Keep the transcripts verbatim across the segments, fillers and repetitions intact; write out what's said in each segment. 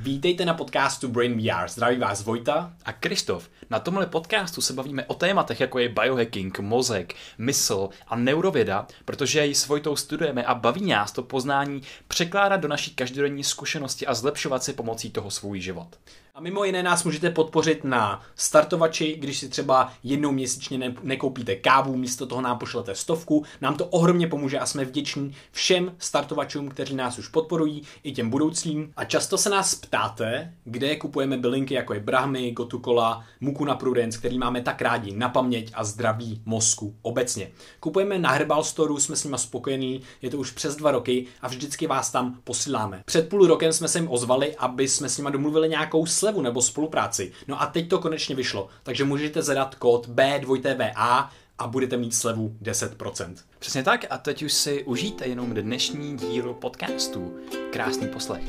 Vítejte na podcastu Brain V R. Zdraví vás Vojta a Krištof. Na tomhle podcastu se bavíme o tématech, jako je biohacking, mozek, mysl a neurověda, protože ji s Vojtou studujeme a baví nás to poznání překládat do naší každodenní zkušenosti a zlepšovat si pomocí toho svůj život. A mimo jiné nás můžete podpořit na startovači, když si třeba jednou měsíčně ne- nekoupíte kávu, místo toho nám pošlete stovku, nám to ohromně pomůže a jsme vděční všem startovačům, kteří nás už podporují, i těm budoucím. A často se nás ptáte, kde kupujeme bylinky, jako je Brahmi, Gotukola, Mucuna prudens, který máme tak rádi na paměť a zdraví mozku obecně. Kupujeme na Herbal Storeu, jsme s nima spokojení, je to už přes dva roky a vždycky vás tam posíláme. Před půl rokem jsme se jim ozvali, aby jsme s nima domluvili nějakou slevu nebo spolupráci. No a teď to konečně vyšlo, takže můžete zadat kód B dva V A a budete mít slevu deset procent. Přesně tak a teď už si užijte jenom dnešní díl podcastu. Krásný poslech.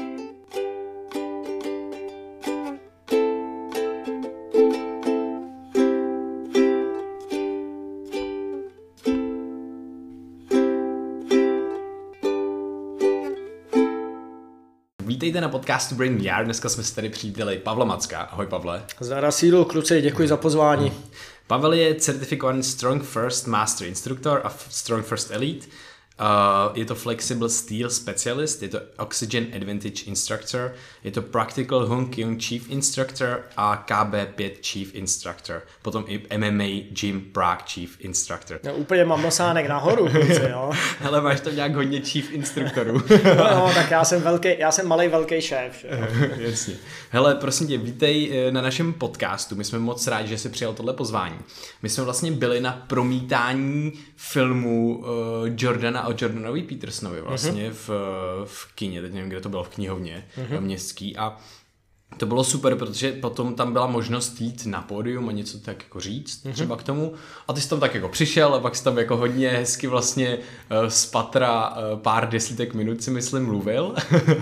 Vítejte na podcastu Brain V R. Dneska jsme si tady přivítali Pavla Macka. Ahoj Pavle. Zdar sílu, kluci, děkuji za pozvání. Pavel je certifikovaný Strong First Master Instructor a Strong First Elite. Uh, je to Flexible Steel Specialist, je to Oxygen Advantage Instructor, je to Practical Hung Kyung Chief Instructor a K B pět Chief Instructor. Potom i M M A Gym Prague Chief Instructor. No, úplně mám nosánek nahoru, kluci, jo. Hele, máš tam nějak hodně Chief Instruktorů. No, tak já jsem velký, já jsem malej velký šéf. Jasně. Hele, prosím tě, vítej na našem podcastu. My jsme moc rádi, že jsi přijal tohle pozvání. My jsme vlastně byli na promítání filmu uh, Jordana o Jordanovi Petersonovi vlastně mm-hmm. v, v kině, teď nevím, kde to bylo, v knihovně mm-hmm. městský a to bylo super, protože potom tam byla možnost jít na pódium a něco tak jako říct mm-hmm. třeba k tomu a ty jsi tam tak jako přišel a pak jsi tam jako hodně hezky vlastně uh, z patra uh, pár desítek minut si myslím mluvil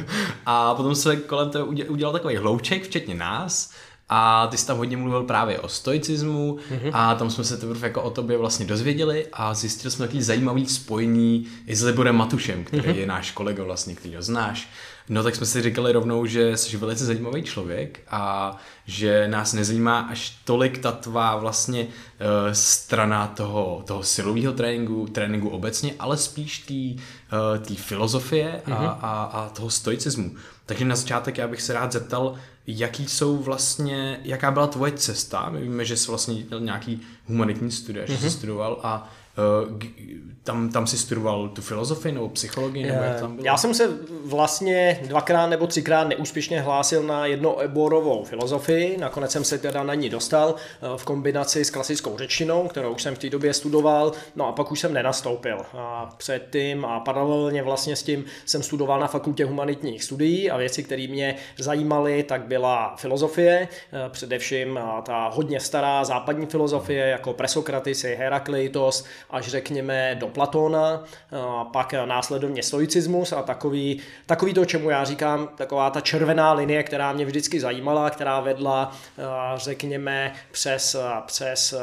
a potom se kolem toho udělal takový hlouček, včetně nás. A ty jsi tam hodně mluvil právě o stoicismu mm-hmm. a tam jsme se teprve jako o tobě vlastně dozvěděli a zjistili jsme takový zajímavý spojení i s Liborem Matušem, který mm-hmm. je náš kolega vlastně, který ho znáš. No tak jsme si říkali rovnou, že jsi velice zajímavý člověk a že nás nezajímá až tolik ta tvá vlastně uh, strana toho, toho silového tréninku, tréninku obecně, ale spíš té uh, filozofie mm-hmm. a, a, a toho stoicismu. Takže na začátek já bych se rád zeptal, jaký jsou vlastně, jaká byla tvoje cesta? My víme, že jsi vlastně dělal nějaký humanitní studia, že mm-hmm. jsi studoval a uh, tam, tam jsi studoval tu filozofii nebo psychologii? Nebo jak tam bylo? Já jsem se vlastně dvakrát nebo třikrát neúspěšně hlásil na jednooborovou filozofii, nakonec jsem se teda na ní dostal v kombinaci s klasickou řečtinou, kterou už jsem v té době studoval, no a pak už jsem nenastoupil. A předtím a paralelně vlastně s tím jsem studoval na fakultě humanitních studií a věci, které mě zajímaly, tak byla filozofie, především ta hodně stará západní filozofie, jako Presokratisy, Herakleitos, až řekněme do Platóna, a pak následovně stoicismus a takový, takový to, čemu já říkám, taková ta červená linie, která mě vždycky zajímala, která vedla, řekněme, přes, přes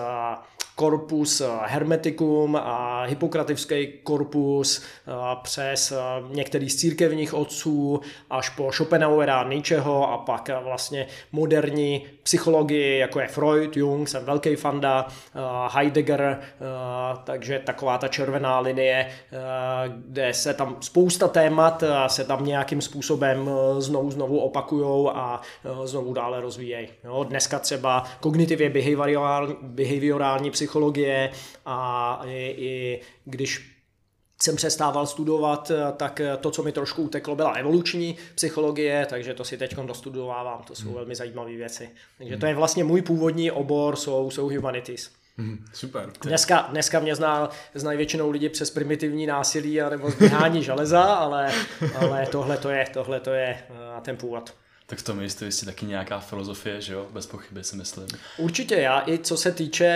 korpus Hermeticum a Hippokrativský korpus přes některých z církevních otců až po Schopenhauera, Nietzscheho a pak vlastně moderní psychologii, jako je Freud, Jung, jsem velký fanda, Heidegger, takže taková ta červená linie, kde se tam spousta témat se tam nějakým způsobem znovu znovu opakujou a znovu dále rozvíjejí. Dneska třeba kognitivně behaviorální, behaviorální psychologie a i, i když jsem přestával studovat, tak to, co mi trošku uteklo, byla evoluční psychologie, takže to si teď dostudovávám, to jsou hmm. velmi zajímavé věci. Takže to je vlastně můj původní obor, jsou, jsou humanities. Hmm, super. Dneska, dneska mě zná, znají většinou lidi přes primitivní násilí a nebo zbíhání železa, ale, ale tohle to je, tohle to je ten původ. Tak v tom je jistě taky nějaká filozofie, že jo? Bez pochyby si myslím. Určitě já, i co se týče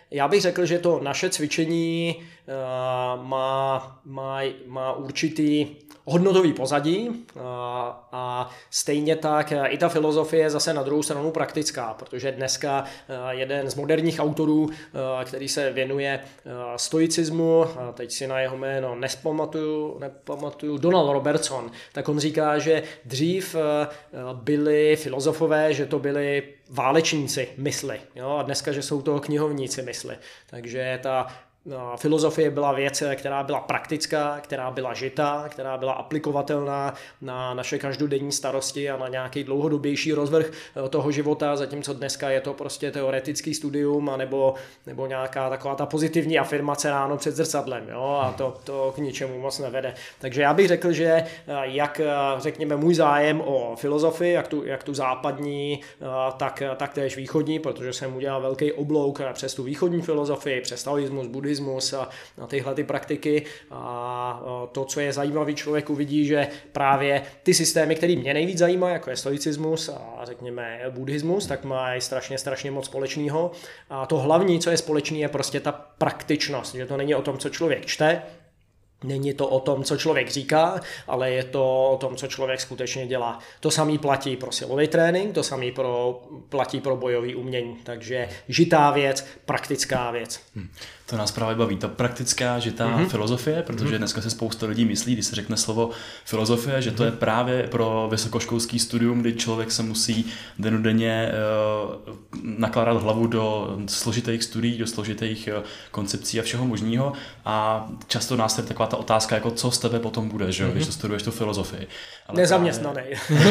já bych řekl, že to naše cvičení uh, má, má, má určitý hodnotový pozadí uh, a stejně tak i ta filozofie je zase na druhou stranu praktická, protože dneska uh, jeden z moderních autorů, uh, který se věnuje uh, stoicismu, a teď si na jeho jméno nespamatuju, nepamatuju, Donald Robertson, tak on říká, že dřív uh, byli filozofové, že to byli válečníci mysli, jo? A dneska, že jsou to knihovníci mysli. Takže ta no, filozofie byla věc, která byla praktická, která byla žitá, která byla aplikovatelná na naše každodenní starosti a na nějaký dlouhodobější rozvrh toho života, zatímco dneska je to prostě teoretický studium anebo, nebo nějaká taková ta pozitivní afirmace ráno před zrcadlem, jo? A to, to k ničemu moc nevede. Takže já bych řekl, že jak řekněme můj zájem o filozofii, jak tu, jak tu západní, tak, tak též východní, protože jsem udělal velký oblouk přes tu východní filozofii, přes taoismus, buddhismus a na tyhle ty praktiky a to, co je zajímavé, člověk uvidí, že právě ty systémy, které mě nejvíc zajímají, jako je stoicismus a řekněme buddhismus, tak mají strašně, strašně moc společného. A to hlavní, co je společné, je prostě ta praktičnost, že to není o tom, co člověk čte, není to o tom, co člověk říká, ale je to o tom, co člověk skutečně dělá. To samý platí pro silový trénink, to samý pro, platí pro bojové umění. Takže žitá věc, praktická věc. Hmm. To nás právě baví, ta praktická žitá mm-hmm. filozofie, protože dneska se spousta lidí myslí, když se řekne slovo filozofie, že to je právě pro vysokoškolský studium, kdy člověk se musí dennodenně uh, nakládat hlavu do složitých studií, do složitých uh, koncepcí a všeho možného a často nás je taková ta otázka, jako co z tebe potom bude, že, mm-hmm. když to studuješ tu filozofii. Ale nezaměstnaný.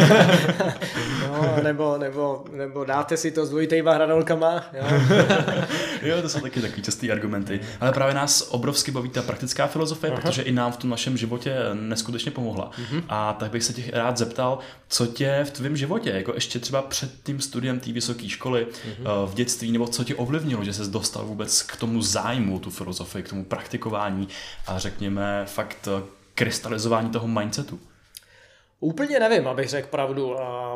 no, nebo, nebo, nebo dáte si to s dvojitejma hranolkama. Jo? Jo, to jsou taky takový častý argumenty. Ale právě nás obrovsky baví ta praktická filozofie, Aha. protože i nám v tom našem životě neskutečně pomohla. Uh-huh. A tak bych se tě rád zeptal, co tě v tvém životě, jako ještě třeba před tím studiem té vysoké školy, uh-huh. v dětství, nebo co tě ovlivnilo, že ses dostal vůbec k tomu zájmu, tu filozofii, k tomu praktikování a řekněme fakt krystalizování toho mindsetu? Úplně nevím, abych řekl pravdu.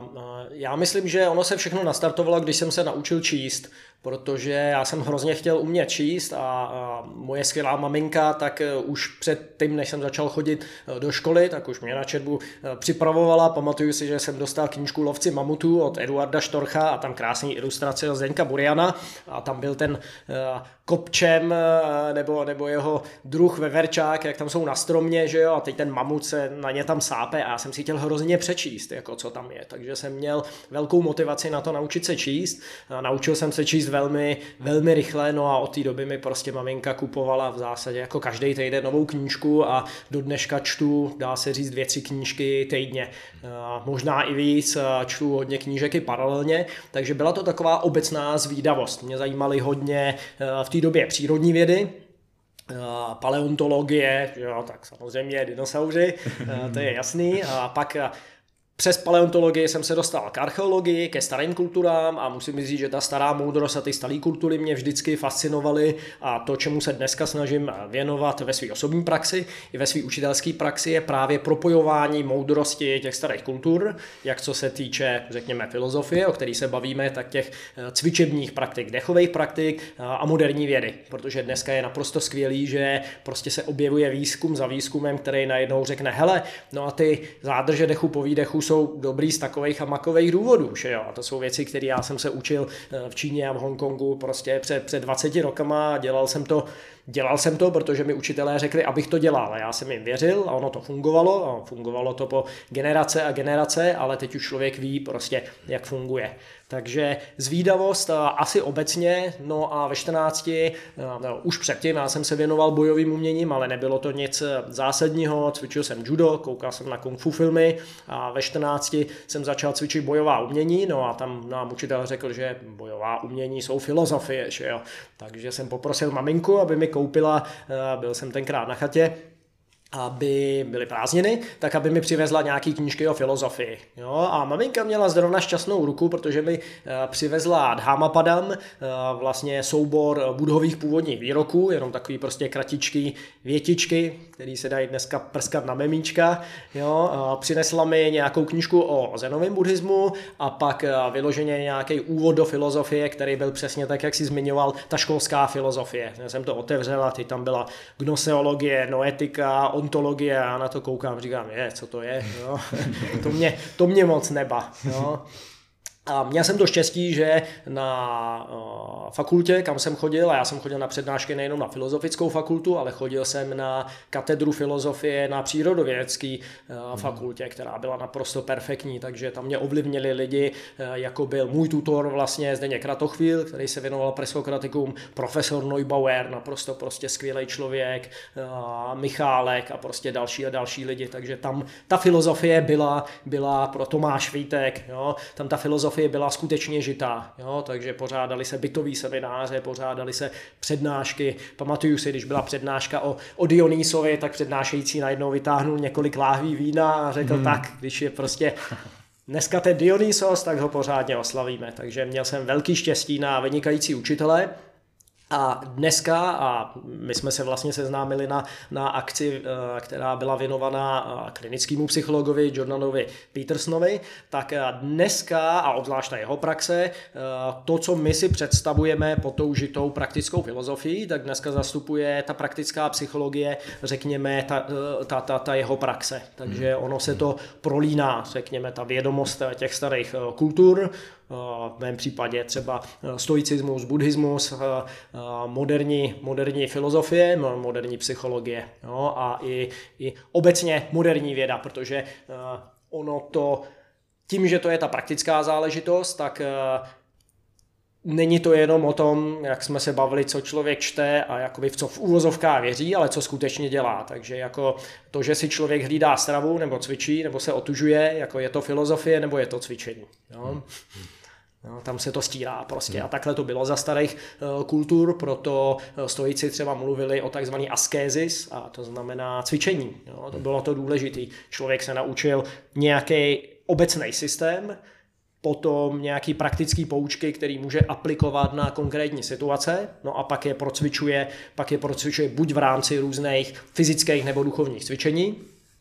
Já myslím, že ono se všechno nastartovalo, když jsem se naučil číst, protože já jsem hrozně chtěl umět číst a moje skvělá maminka tak už před tím, než jsem začal chodit do školy, tak už mě na četbu připravovala. Pamatuju si, že jsem dostal knížku Lovci mamutů od Eduarda Štorcha a tam krásný ilustrace od Zdeňka Buriana a tam byl ten kopčem nebo, nebo jeho druh veverčák, jak tam jsou na stromě, že jo, a teď ten mamut se na ně tam sápe a já jsem si chtěl hrozně přečíst, jako co tam je. Takže jsem měl velkou motivaci na to naučit se číst. A naučil jsem se číst velmi, velmi rychle, no a od té doby mi prostě maminka kupovala v zásadě jako každý týden novou knížku a do dneška čtu, dá se říct, dvě, tři knížky týdně. A možná i víc, čtu hodně knížek i paralelně, takže byla to taková obecná zvídavost. Mě zajímaly hodně v té době přírodní vědy, paleontologie, jo, tak samozřejmě dinosauři, to je jasný, a pak přes paleontologii jsem se dostal k archeologii, ke starým kulturám a musím říct, že ta stará moudrost a ty staré kultury mě vždycky fascinovaly a to, čemu se dneska snažím věnovat ve své osobní praxi i ve své učitelské praxi, je právě propojování moudrosti těch starých kultur, jak co se týče, řekněme, filozofie, o které se bavíme, tak těch cvičebních praktik, dechových praktik a moderní vědy, protože dneska je naprosto skvělý, že prostě se objevuje výzkum za výzkumem, který najednou řekne, hele, no a ty zádrže dechu po výdechu jsou dobrý z takových a makových důvodů, že jo? A to jsou věci, které já jsem se učil v Číně a v Hongkongu prostě před, před dvaceti rokama a dělal jsem to, dělal jsem to, protože mi učitelé řekli, abych to dělal a já jsem jim věřil a ono to fungovalo a fungovalo to po generace a generace, ale teď už člověk ví prostě, jak funguje. Takže zvídavost asi obecně, no a ve čtrnácti, no, už předtím já jsem se věnoval bojovým uměním, ale nebylo to nic zásadního, cvičil jsem judo, koukal jsem na kung fu filmy a ve čtrnácti jsem začal cvičit bojová umění, no a tam nám učitel řekl, že bojová umění jsou filozofie, že jo. Takže jsem poprosil maminku, aby mi koupila, byl jsem tenkrát na chatě, aby byly prázdniny, tak aby mi přivezla nějaký knížky o filozofii. Jo? A maminka měla zrovna šťastnou ruku, protože mi přivezla Dhammapadam, vlastně soubor Buddhových původních výroků, jenom takový prostě kratičký větičky, který se dají dneska prskat na memíčka. Jo? Přinesla mi nějakou knížku o zenovém buddhismu a pak vyloženě nějaký úvod do filozofie, který byl přesně tak, jak si zmiňoval, ta školská filozofie. Já jsem to otevřela, ty tam byla gnoseologie, noetika, ontologie, a na to koukám, říkám, je, co to je, jo? to, mě, to mě moc neba. Jo? A měl jsem to štěstí, že na uh, fakultě, kam jsem chodil, a já jsem chodil na přednášky nejenom na filozofickou fakultu, ale chodil jsem na katedru filozofie na přírodovědecké uh, fakultě, která byla naprosto perfektní, takže tam mě ovlivnili lidi, uh, jako byl můj tutor vlastně Zdeněk Kratochvíl, který se věnoval presokratikům, profesor Neubauer, naprosto prostě skvělý člověk, uh, Michálek a prostě další a další lidi, takže tam ta filozofie byla, byla pro Tomáš Vítek, jo? Tam ta filozofie byla skutečně žitá, jo? Takže pořádali se bytový semináře, pořádali se přednášky. Pamatuju si, když byla přednáška o, o Dionýsovi, tak přednášející najednou vytáhnul několik láhví vína a řekl hmm. tak, když je prostě dneska ten Dionysos, tak ho pořádně oslavíme. Takže měl jsem velký štěstí na vynikající učitele. A dneska, a my jsme se vlastně seznámili na, na akci, která byla věnovaná klinickému psychologovi Jordanovi Petersonovi, tak dneska, a obzvlášť na jeho praxe, to, co my si představujeme pod tou žitou praktickou filozofií, tak dneska zastupuje ta praktická psychologie, řekněme, ta, ta, ta, ta jeho praxe. Takže ono se to prolíná, řekněme, ta vědomost těch starých kultur, v mém případě třeba stoicismus, buddhismus, moderní, moderní filozofie, moderní psychologie, jo, a i, i obecně moderní věda, protože ono to, tím, že to je ta praktická záležitost, tak není to jenom o tom, jak jsme se bavili, co člověk čte a jakoby v co v úvozovkách věří, ale co skutečně dělá. Takže jako to, že si člověk hlídá stravu, nebo cvičí, nebo se otužuje, jako je to filozofie, nebo je to cvičení. Jo? No, tam se to stírá prostě a takhle to bylo za starých uh, kultur, proto stoici třeba mluvili o takzvaný askézis, a to znamená cvičení. Jo? To bylo to důležitý. Člověk se naučil nějaký obecný systém, potom nějaký praktický poučky, který může aplikovat na konkrétní situace, no a pak je procvičuje, pak je procvičuje buď v rámci různých fyzických nebo duchovních cvičení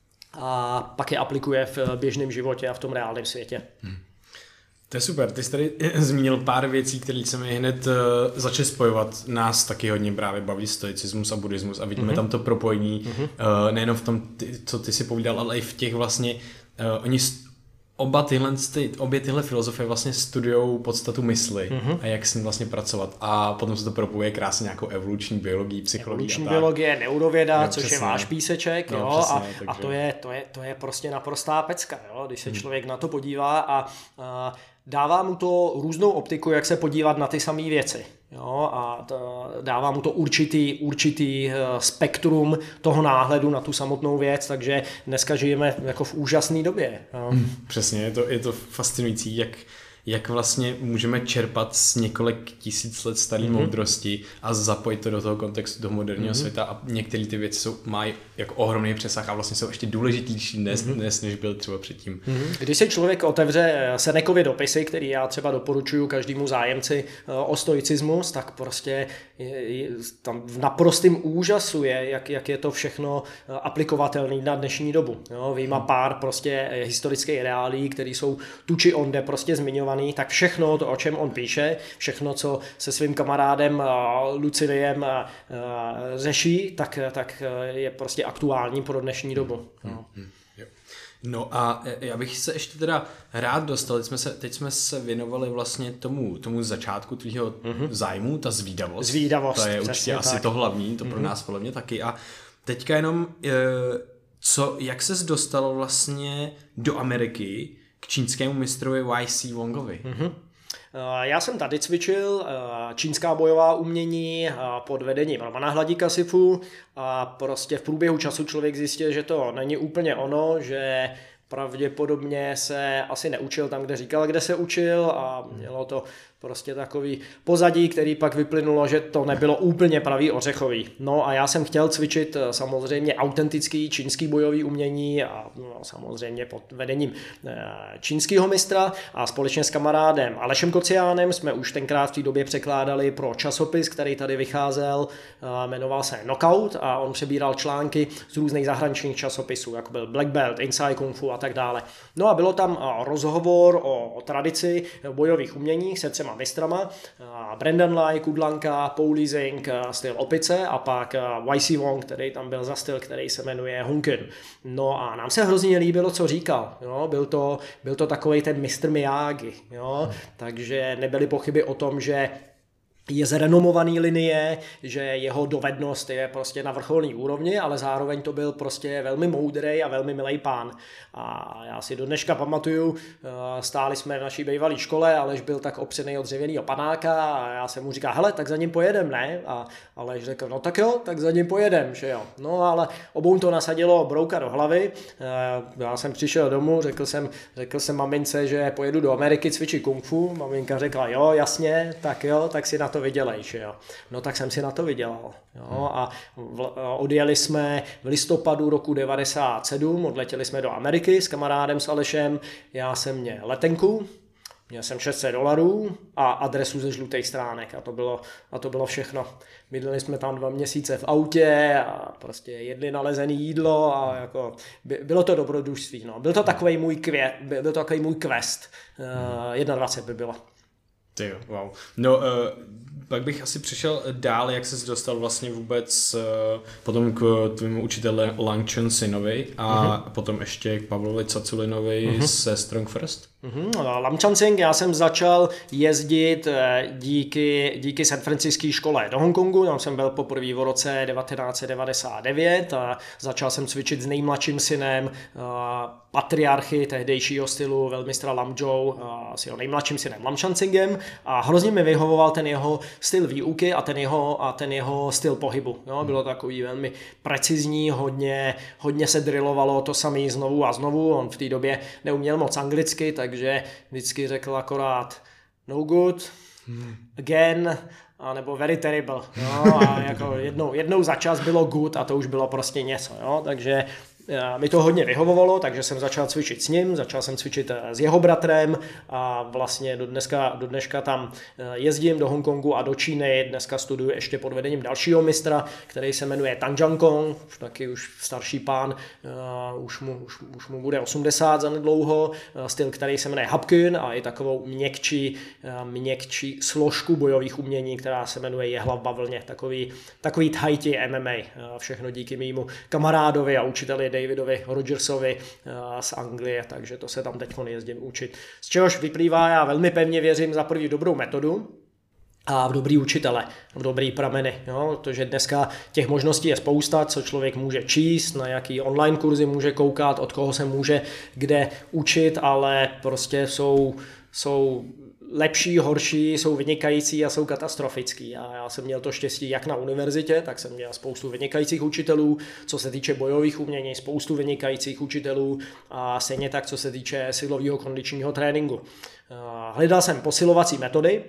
a pak je aplikuje v běžném životě a v tom reálném světě. Hmm. To je super, ty jsi tady zmínil pár věcí, které se mi hned uh, začaly spojovat. Nás taky hodně právě baví stoicismus a buddhismus a vidíme mm-hmm. tam to propojení, mm-hmm. uh, nejenom v tom, ty, co ty si povídal, ale i v těch vlastně, uh, oni oba tyhle, ty, obě tyhle filozofie vlastně studujou podstatu mysli mm-hmm. a jak s ním vlastně pracovat a potom se to propojuje krásně nějakou evoluční biologii, psychologii. Evoluční biologie, neurověda, no, což přesně. Je váš píseček, no, jo, přesně, a, takže... a to, je, to, je, to je prostě naprostá pecka, jo, když se mm. člověk na to podívá a, a dává mu to různou optiku, jak se podívat na ty samé věci. Jo, a to dává mu to určitý, určitý spektrum toho náhledu na tu samotnou věc, takže dneska žijeme jako v úžasné době. Jo. Přesně, je to, je to fascinující, jak, jak vlastně můžeme čerpat z několik tisíc let staré mm-hmm. moudrosti a zapojit to do toho kontextu toho moderního mm-hmm. světa a některé ty věci jsou, mají jako ohromný přesah a vlastně jsou ještě důležitější dnes, mm-hmm. dnes než byl třeba předtím. Mm-hmm. Když se člověk otevře Senekovy dopisy, který já třeba doporučuji každému zájemci o stoicismus, tak prostě je, je, tam v naprostém úžasu je, jak, jak je to všechno aplikovatelné na dnešní dobu. Jo, vyjma pár prostě historických reálí, které jsou tu či onde prostě zmiňované, tak všechno to, o čem on píše, všechno, co se svým kamarádem Luciliem řeší, tak, tak je prostě aktuální pro dnešní dobu. No. No a já bych se ještě teda rád dostal, teď jsme se, teď jsme se věnovali vlastně tomu, tomu začátku tvýho mm-hmm. zájmu, ta zvídavost. Zvídavost, to je určitě asi tak. to hlavní, to mm-hmm. pro nás podle mě taky. A teďka jenom, co, jak ses dostalo vlastně do Ameriky k čínskému mistrovi Y C Wongovi? Mm-hmm. Já jsem tady cvičil čínská bojová umění pod vedením Romana Hladíka Sifu a prostě v průběhu času člověk zjistil, že to není úplně ono, že pravděpodobně se asi neučil tam, kde říkal, kde se učil a mělo to prostě takový pozadí, který pak vyplynulo, že to nebylo úplně pravý ořechový. No a já jsem chtěl cvičit samozřejmě autentický čínský bojový umění a no, samozřejmě pod vedením čínského mistra a společně s kamarádem Alešem Kociánem jsme už tenkrát v té době překládali pro časopis, který tady vycházel, jmenoval se Knockout a on přebíral články z různých zahraničních časopisů, jako byl Black Belt, Inside Kung Fu a tak dále. No a bylo tam rozhovor o, o tradici bojových umění se třema mistrama, Brendan Lai, Kudlanka, Paul Leasing, styl opice a pak Y C Wong, který tam byl za styl, který se jmenuje Hunkin. No a nám se hrozně líbilo, co říkal. Jo? Byl to, byl to takovej ten mistr Miyagi. Jo? Takže nebyly pochyby o tom, že je z renomovaný linie, že jeho dovednost je prostě na vrcholný úrovni, ale zároveň to byl prostě velmi moudrý a velmi milý pán. A já si do dneška pamatuju, stáli jsme v naší bývalé škole, Aleš byl tak opřený od dřevěného panáka a já jsem mu říkal, hele, tak za ním pojedem, ne? A Aleš řekl, no tak jo, tak za ním pojedem, že jo. No ale obou to nasadilo brouka do hlavy. Já jsem přišel domů, řekl jsem, řekl jsem mamince, že pojedu do Ameriky cvičit kung fu. Maminka řekla, jo, jasně, tak jo, tak si na to vydělej, že jo. No tak jsem si na to vydělal. Jo, a v, odjeli jsme v listopadu roku devadesát sedm, odletěli jsme do Ameriky s kamarádem s Alešem, já jsem měl letenku, měl jsem šest set dolarů a adresu ze žlutých stránek a to bylo, a to bylo všechno. Bydleli jsme tam dva měsíce v autě a prostě jedli nalezené jídlo a jako, by, bylo to dobrodružství. No. Byl to takovej můj, kvě, byl to takový můj quest. Uh, dvacet jedna by bylo. Tyjo, wow. No, uh, pak bych asi přišel dál, jak jsi dostal vlastně vůbec uh, potom k tvému učiteli Lang Chun Sinovi a uh-huh. potom ještě k Pavlovi Caculinovi uh-huh. se Strong First. Mm-hmm. Lam Chan Sing, já jsem začal jezdit díky, díky San Franciské škole do Hongkongu, tam jsem byl poprvé v roce devatenáct set devadesát devět a začal jsem cvičit s nejmladším synem uh, patriarchy tehdejšího stylu velmistra Lam Zhou, uh, s jeho nejmladším synem Lam Chan Singem a hrozně mi vyhovoval ten jeho styl výuky a ten jeho, a ten jeho styl pohybu. Jo? Bylo takový velmi precizní, hodně, hodně se drillovalo to samé znovu a znovu, on v té době neuměl moc anglicky, tak takže vždycky řekl akorát no good, again, a nebo very terrible. Jo? A jako jednou, jednou za čas bylo good a to už bylo prostě něco. Jo? Takže mi to hodně vyhovovalo, takže jsem začal cvičit s ním, začal jsem cvičit s jeho bratrem a vlastně do dneska, do dneška tam jezdím do Hongkongu a do Číny, dneska studuji ještě pod vedením dalšího mistra, který se jmenuje Tang Jiankong, už taky už starší pán, uh, už, mu, už, už mu bude osmdesát zanedlouho, uh, styl, který se jmenuje Hapkin a i takovou měkčí, uh, měkčí složku bojových umění, která se jmenuje Jehla v bavlně, takový, takový Thai M M A, uh, všechno díky mému kamarádovi a učiteli Davidovi Rogersovi z Anglie, takže to se tam teď jezdím učit. Z čehož vyplývá, já velmi pevně věřím za první dobrou metodu a v dobrý učitele, v dobrý prameny, jo? Protože dneska těch možností je spousta, co člověk může číst, na jaký online kurzy může koukat, od koho se může kde učit, ale prostě jsou, jsou lepší, horší, jsou vynikající a jsou katastrofický. A já jsem měl to štěstí jak na univerzitě, tak jsem měl spoustu vynikajících učitelů, co se týče bojových umění, spoustu vynikajících učitelů a stejně tak, co se týče silového kondičního tréninku. Hledal jsem posilovací metody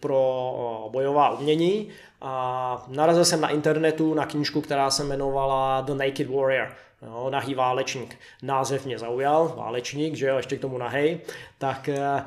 pro bojová umění a narazil jsem na internetu na knížku, která se jmenovala The Naked Warrior. Jo, nahý válečník. Název mě zaujal, válečník, že jo, ještě k tomu nahej, tak uh,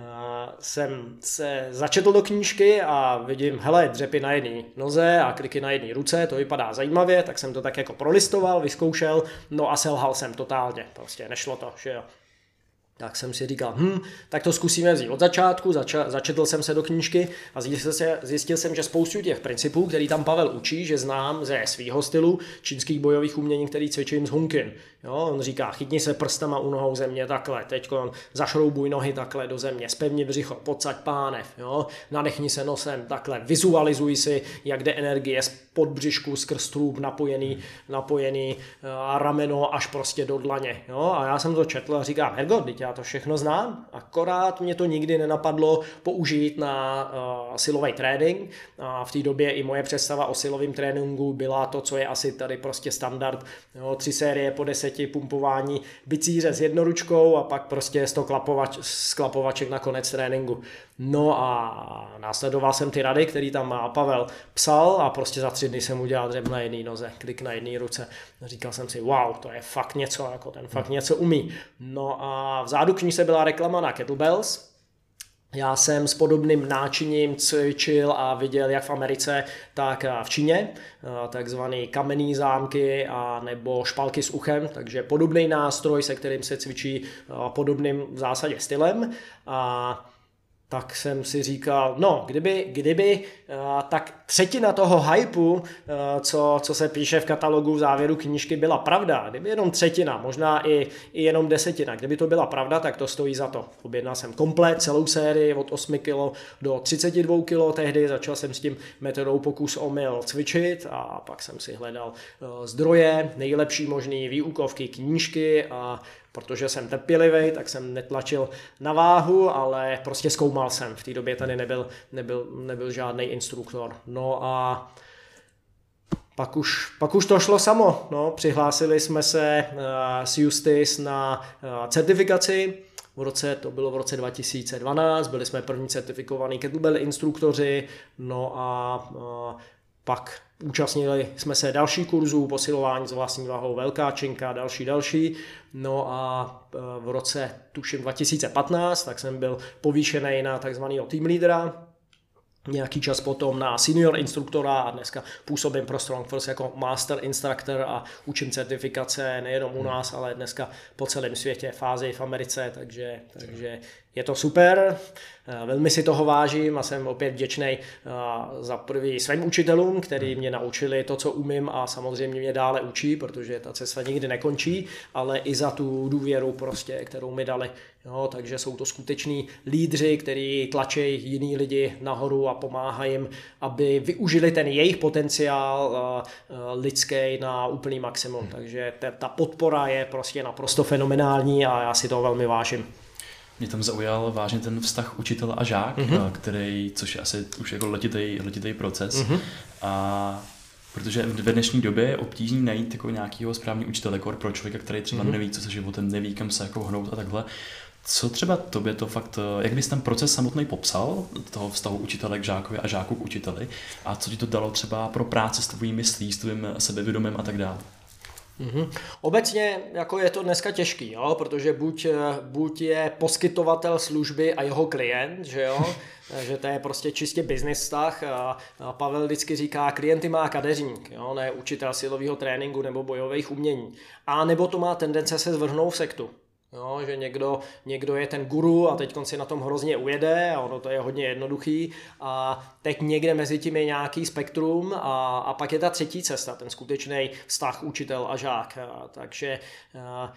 jsem se začetl do knížky a vidím, hele, dřepy na jedné noze a kliky na jedné ruce, to vypadá zajímavě, tak jsem to tak jako prolistoval, vyzkoušel, no a selhal jsem totálně, prostě nešlo to, že jo. Tak jsem si říkal, hm, tak to zkusíme vzít od začátku, zača, začetl jsem se do knížky a zjistil, se, zjistil jsem, že spoustu těch principů, který tam Pavel učí, že znám ze svýho stylu čínských bojových umění, který cvičím s Hunkin. Jo, on říká, chytni se prstama u nohou země takhle, teď zašroubuj nohy takhle do země, zpevni břicho, podsaď pánev, jo, nadechni se nosem, takhle, vizualizuj si, jak jde energie z podbřišku skrz trůb napojený, napojený a rameno až prostě do dlaně. Jo, a já jsem to četl a říkám, Hergo, teď já já to všechno znám, akorát mě to nikdy nenapadlo použít na uh, silový trénink. A v té době i moje představa o silovém tréninku byla to, co je asi tady prostě standard, jo, tři série po deseti, pumpování bicíře s jednoručkou a pak prostě sto klapovač, sklapovaček na konec tréninku. No a následoval jsem ty rady, který tam má Pavel psal a prostě za tři dny jsem udělal dřep na jedné noze, klik na jedné ruce. Říkal jsem si, wow, to je fakt něco, jako ten fakt něco umí. No a vzadu knížce byla reklama na kettlebells. Já jsem s podobným náčiním cvičil a viděl jak v Americe, tak v Číně, takzvané kamenné zámky a nebo špalky s uchem, takže podobný nástroj, se kterým se cvičí podobným v zásadě stylem. A tak jsem si říkal, no, kdyby, kdyby uh, tak třetina toho hypeu, uh, co, co se píše v katalogu v závěru knížky, byla pravda, kdyby jenom třetina, možná i, i jenom desetina, kdyby to byla pravda, tak to stojí za to. Objednal jsem komplet, celou sérii od osmi kilo do třicet dva kilo tehdy, začal jsem s tím metodou pokus omyl cvičit a pak jsem si hledal uh, zdroje, nejlepší možný výukovky, knížky a protože jsem trpělivý, tak jsem netlačil na váhu, ale prostě zkoumal jsem. V té době tady nebyl, nebyl, nebyl žádný instruktor. No a pak už, pak už to šlo samo. No, přihlásili jsme se uh, s Justice na uh, certifikaci. V roce, to bylo v roce dva tisíce dvanáct, byli jsme první certifikovaní kettlebell instruktoři, no a uh, pak účastnili jsme se další kurzů, posilování s vlastní váhou, velká činka, další, další. No a v roce, tuším dva tisíce patnáct, tak jsem byl povýšený na takzvanýho team leadera. Nějaký čas potom na senior instruktora a dneska působím pro StrongFirst jako master instructor a učím certifikace nejenom u nás, ale dneska po celém světě, v Ázii, v Americe, takže, takže je to super. Velmi si toho vážím a jsem opět vděčný za prvý svým učitelům, kteří mě naučili to, co umím a samozřejmě mě dále učí, protože ta cesta nikdy nekončí, ale i za tu důvěru prostě, kterou mi dali. Jo, takže jsou to skuteční lídři, kteří tlačí jiný lidi nahoru a pomáhají jim, aby využili ten jejich potenciál lidský na úplný maximum. Takže ta podpora je prostě naprosto fenomenální a já si toho velmi vážím. Mě tam zaujal vážně ten vztah učitel a žák, mm-hmm. který, což je asi už jako letitej, letitej proces. Mm-hmm. A protože ve dnešní době je obtížný najít jako nějakého správného učitele pro člověka, který třeba mm-hmm. neví, co se životem, neví, kam se jako hnout a takhle. Co třeba tobě to fakt, jak bys ten proces samotný popsal, toho vztahu učitele k žákovi a žáku k učiteli, a co ti to dalo třeba pro práci s tvojí myslí, s tvým sebevědomím a tak dále? Mm-hmm. Obecně jako je to dneska těžký, jo? Protože buď, buď je poskytovatel služby a jeho klient, že jo, že to je prostě čistě business vztah. A Pavel vždycky říká, klienty má kadeřník, jo? Ne učitel silového tréninku nebo bojových umění. A nebo to má tendence se zvrhnout v sektu. Jo, že někdo, někdo je ten guru a teď si na tom hrozně ujede a ono to je hodně jednoduchý a teď někde mezi tím je nějaký spektrum a, a pak je ta třetí cesta, ten skutečný vztah učitel a žák. A, takže a,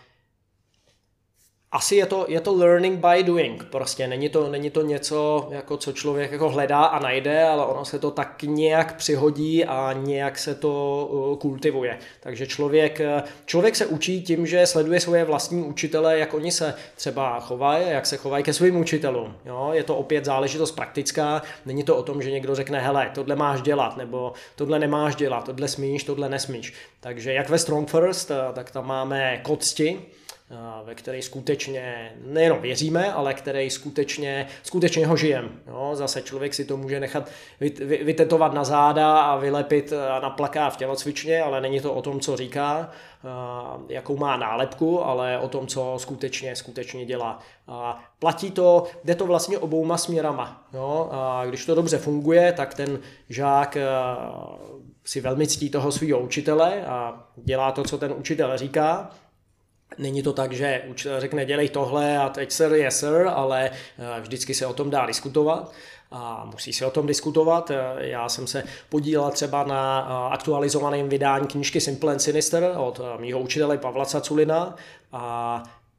asi je to, je to learning by doing, prostě není to, není to něco, jako co člověk jako hledá a najde, ale ono se to tak nějak přihodí a nějak se to uh, kultivuje. Takže člověk, člověk se učí tím, že sleduje svoje vlastní učitele, jak oni se třeba chovají, jak se chovají ke svým učitelům. Jo? Je to opět záležitost praktická, není to o tom, že někdo řekne, hele, tohle máš dělat, nebo tohle nemáš dělat, tohle smíš, tohle nesmíš. Takže jak ve StrongFirst, tak tam máme kód cti, ve který skutečně nejenom věříme, ale který skutečně, skutečně ho žijeme. Zase člověk si to může nechat vytetovat na záda a vylepit na plakát v tělocvičně, ale není to o tom, co říká, jakou má nálepku, ale o tom, co skutečně, skutečně dělá. A platí to, jde to vlastně obouma směrama. Jo? A když to dobře funguje, tak ten žák si velmi ctí toho svého učitele a dělá to, co ten učitel říká. Není to tak, že učitel řekne dělej tohle a teď sir, yes sir, ale vždycky se o tom dá diskutovat a musí se o tom diskutovat. Já jsem se podílel třeba na aktualizovaném vydání knížky Simple and Sinister od mýho učitele Pavla Caculina a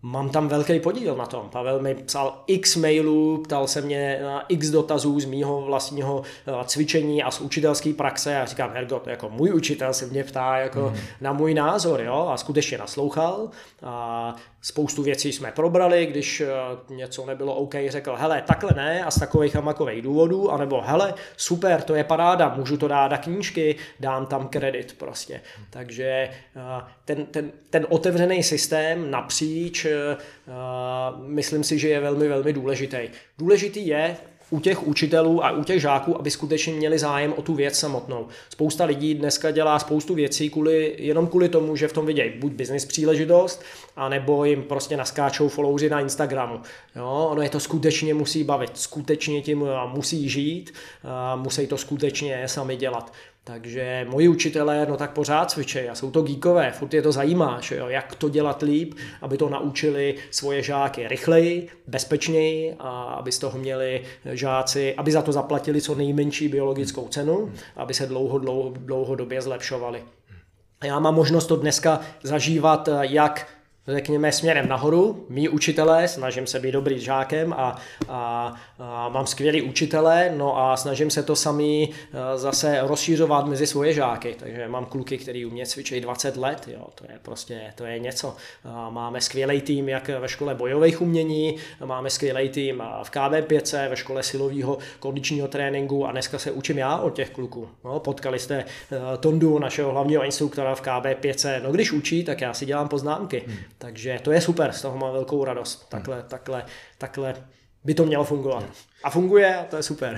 mám tam velký podíl na tom. Pavel mi psal x mailů, ptal se mě na x dotazů z mýho vlastního cvičení a z učitelské praxe a říkám, Hergo, to jako můj učitel se mě ptá jako mm. na můj názor, jo, a skutečně naslouchal a spoustu věcí jsme probrali, když něco nebylo OK, řekl, hele, takhle ne a z takových a makových důvodů, anebo hele, super, to je paráda, můžu to dát na knížky, dám tam kredit prostě. Takže ten, ten, ten otevřený systém napříč, myslím si, že je velmi, velmi důležitý. Důležitý je u těch učitelů a u těch žáků, aby skutečně měli zájem o tu věc samotnou. Spousta lidí dneska dělá spoustu věcí kvůli, jenom kvůli tomu, že v tom vidějí buď business příležitost, anebo jim prostě naskáčou followři na Instagramu. Jo, ono je to skutečně musí bavit, skutečně tím musí žít, musí to skutečně sami dělat. Takže moji učitelé, no tak pořád cvičejí a jsou to geekové, furt je to zajímá, že jo, jak to dělat líp, aby to naučili svoje žáky rychleji, bezpečněji a aby z toho měli žáci, aby za to zaplatili co nejmenší biologickou cenu, aby se dlouho, dlouho, dlouhodobě zlepšovali. Já mám možnost to dneska zažívat jak řekněme směrem nahoru, mý učitelé, snažím se být dobrý žákem a, a, a mám skvělý učitele, no a snažím se to sami zase rozšířovat mezi svoje žáky, takže mám kluky, který u mě cvičí dvacet let, jo, to je prostě, to je něco. A máme skvělý tým jak ve škole bojových umění, máme skvělý tým v K B pět ve škole silového kondičního tréninku a dneska se učím já od těch kluků. No, potkali jste Tondu, našeho hlavního instruktora v K B pět, no když učí, tak já si dělám poznámky. Hmm. Takže to je super, z toho mám velkou radost. Takhle, hmm. takhle, takhle by to mělo fungovat. A funguje a to je super.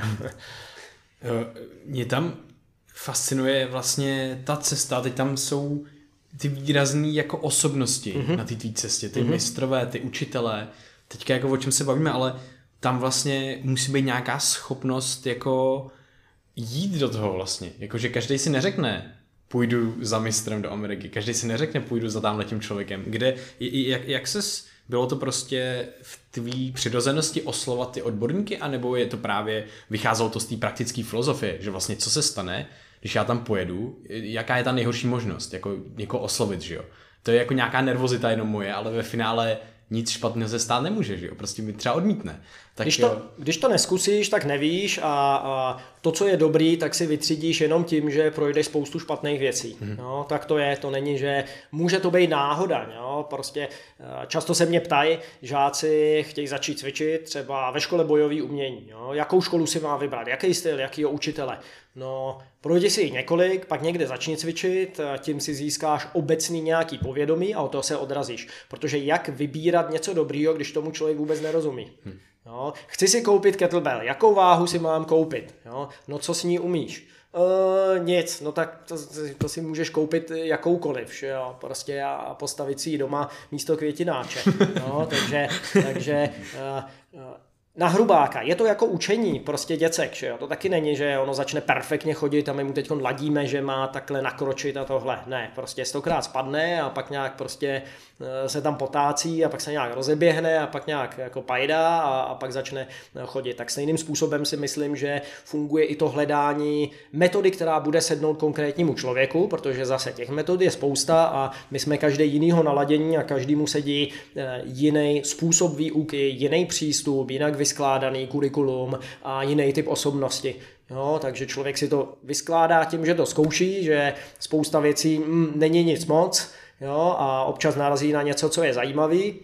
Mě tam fascinuje vlastně ta cesta, teď tam jsou ty výrazný jako osobnosti mm-hmm. na té tvý cestě, ty mm-hmm. mistrové, ty učitelé, teďka jako o čem se bavíme, ale tam vlastně musí být nějaká schopnost jako jít do toho vlastně, jakože každý si neřekne, půjdu za mistrem do Ameriky. Každý si neřekne, půjdu za tamhletím člověkem. Kde, jak, jak ses, bylo to prostě v tvý přirozenosti oslovat ty odborníky, anebo je to právě, vycházelo to z té praktické filozofie, že vlastně co se stane, když já tam pojedu, jaká je ta nejhorší možnost, jako někoho oslovit, že jo. To je jako nějaká nervozita jenom moje, ale ve finále nic špatného se stát nemůže, že jo, prostě mi třeba odmítne. Tak když, to, když to neskusíš, tak nevíš a, a to, co je dobrý, tak si vytřídíš jenom tím, že projdeš spoustu špatných věcí. Hmm. No, tak to je, to není, že může to být náhoda. Jo? Prostě často se mě ptají, žáci chtějí začít cvičit třeba ve škole bojový umění. Jo? Jakou školu si má vybrat, jaký styl, jakýho učitele. No, projdi si několik, pak někde začni cvičit, tím si získáš obecný nějaký povědomí a o to se odrazíš. Protože jak vybírat něco dobrýho, když tomu člověk vůbec nerozumí. Hmm. Jo, chci si koupit kettlebell, jakou váhu si mám koupit? Jo, no co s ní umíš? E, nic, no tak to, to si můžeš koupit jakoukoliv, že jo, prostě a postavit si ji doma místo květináče. No, takže, takže e, e, na hrubáka. Je to jako učení prostě děcek, že jo? To taky není, že ono začne perfektně chodit a my mu teď ladíme, že má takhle nakročit a tohle. Ne, prostě stokrát spadne a pak nějak prostě se tam potácí a pak se nějak rozeběhne a pak nějak jako pajdá a, a pak začne chodit. Tak stejným způsobem si myslím, že funguje i to hledání metody, která bude sednout konkrétnímu člověku, protože zase těch metod je spousta a my jsme každý jinýho naladění a každému sedí jiný způsob výuky, jiný přístup, jinak vyskládaný kurikulum a jiný typ osobnosti. Jo, takže člověk si to vyskládá tím, že to zkouší, že spousta věcí mm, není nic moc, jo, a občas narazí na něco, co je zajímavý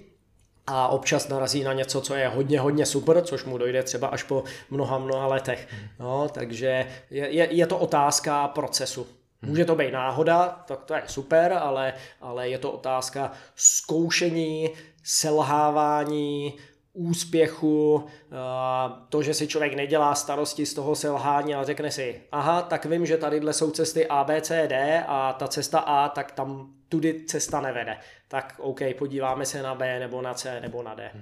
a občas narazí na něco, co je hodně, hodně super, což mu dojde třeba až po mnoha, mnoha letech. Jo, takže je, je, je to otázka procesu. Může to být náhoda, tak to je super, ale, ale je to otázka zkoušení, selhávání, úspěchu, to, že si člověk nedělá starosti z toho selhání, ale řekne si, aha, tak vím, že tadyhle jsou cesty A, B, C, D a ta cesta A, tak tam tudy cesta nevede. Tak OK, podíváme se na B nebo na C nebo na D.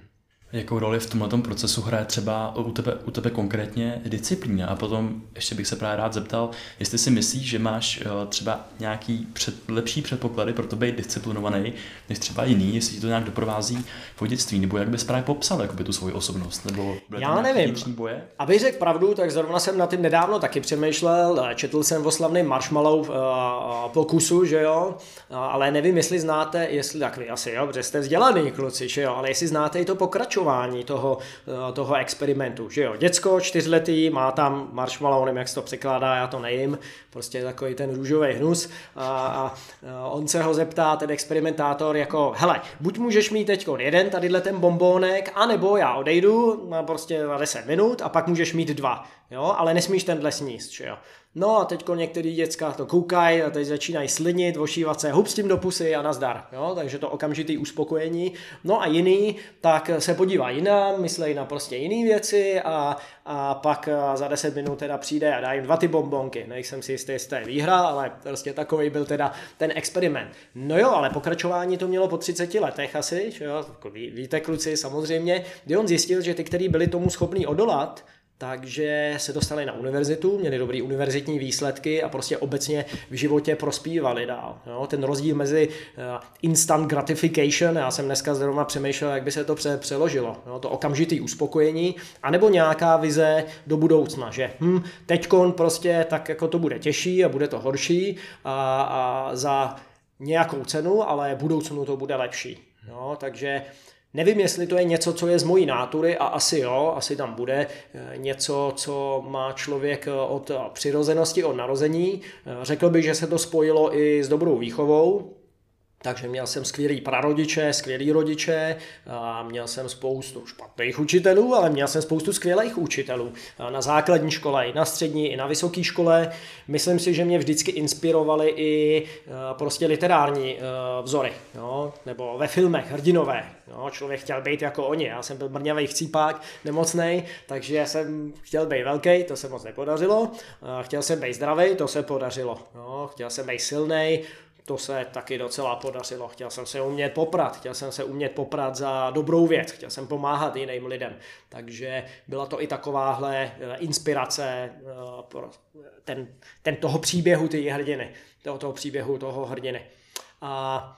Jakou roli v tomhle procesu hraje třeba u tebe, u tebe konkrétně disciplína? A potom ještě bych se právě rád zeptal, jestli si myslíš, že máš třeba nějaký před, lepší předpoklady pro to být disciplinovaný než třeba jiný, jestli ti to nějak doprovází v dětství, nebo jak bys právě popsal jakoby, tu svoji osobnost? Nebo já nevím. Boje? Abych řekl pravdu, tak zrovna jsem na tím nedávno taky přemýšlel, četl jsem o slavném Marshmallow uh, pokusu, že jo, ale nevím, jestli znáte, jestli tak vy asi, jo, protože jste vzdělaný kluci, že jo, ale jestli znáte i to pokračování toho, toho experimentu, že jo. Děcko čtyřletý má tam marshmallow, nevím, jak se to překládá, já to nejím, prostě takový ten růžový hnus a, a on se ho zeptá, ten experimentátor, jako, hele, buď můžeš mít teď jeden tadyhle ten bombónek, anebo já odejdu na prostě na deset minut a pak můžeš mít dva, jo, ale nesmíš tenhle sníst, že jo. No a teďko některý děcka to koukají a teď začínají slidnit, vošívat se, hup s tím do pusy a nazdar, jo, takže to okamžitý uspokojení. No a jiný, tak se podívají jinam, myslejí na prostě jiný věci a, a pak za deset minut teda přijde a dá jim dva ty bombonky. Nejsem si jistý, jestli to je výhra, ale prostě takový byl teda ten experiment. No jo, ale pokračování to mělo po třiceti letech asi, jo, ví, víte kluci samozřejmě, kdy on zjistil, že ty, kteří byli tomu schopní odolat, takže se dostali na univerzitu, měli dobrý univerzitní výsledky a prostě obecně v životě prospívali dál. Jo, ten rozdíl mezi instant gratification, já jsem dneska zrovna přemýšlel, jak by se to přeložilo, jo, to okamžitý uspokojení, anebo nějaká vize do budoucna, že hm, teďkon prostě tak jako to bude těžší a bude to horší a, a za nějakou cenu, ale v budoucnu to bude lepší. Jo, takže nevím, jestli to je něco, co je z mojí nátury a asi jo, asi tam bude něco, co má člověk od přirozenosti, od narození. Řekl bych, že se to spojilo i s dobrou výchovou. Takže měl jsem skvělý prarodiče, skvělý rodiče, a měl jsem spoustu špatných učitelů, ale měl jsem spoustu skvělých učitelů na základní škole, i na střední, i na vysoké škole. Myslím si, že mě vždycky inspirovali i prostě literární vzory, jo? Nebo ve filmech hrdinové. Jo? Člověk chtěl být jako oni, já jsem byl mrňavej chcípák, nemocnej, takže jsem chtěl být velký, to se moc nepodařilo. Chtěl jsem být zdravý, to se podařilo. Jo? Chtěl jsem být silnej, to se taky docela podařilo. Chtěl jsem se umět poprat, chtěl jsem se umět poprat za dobrou věc, chtěl jsem pomáhat jiným lidem. Takže byla to i takováhle inspirace ten, ten toho příběhu ty hrdiny, toho, toho příběhu toho hrdiny. A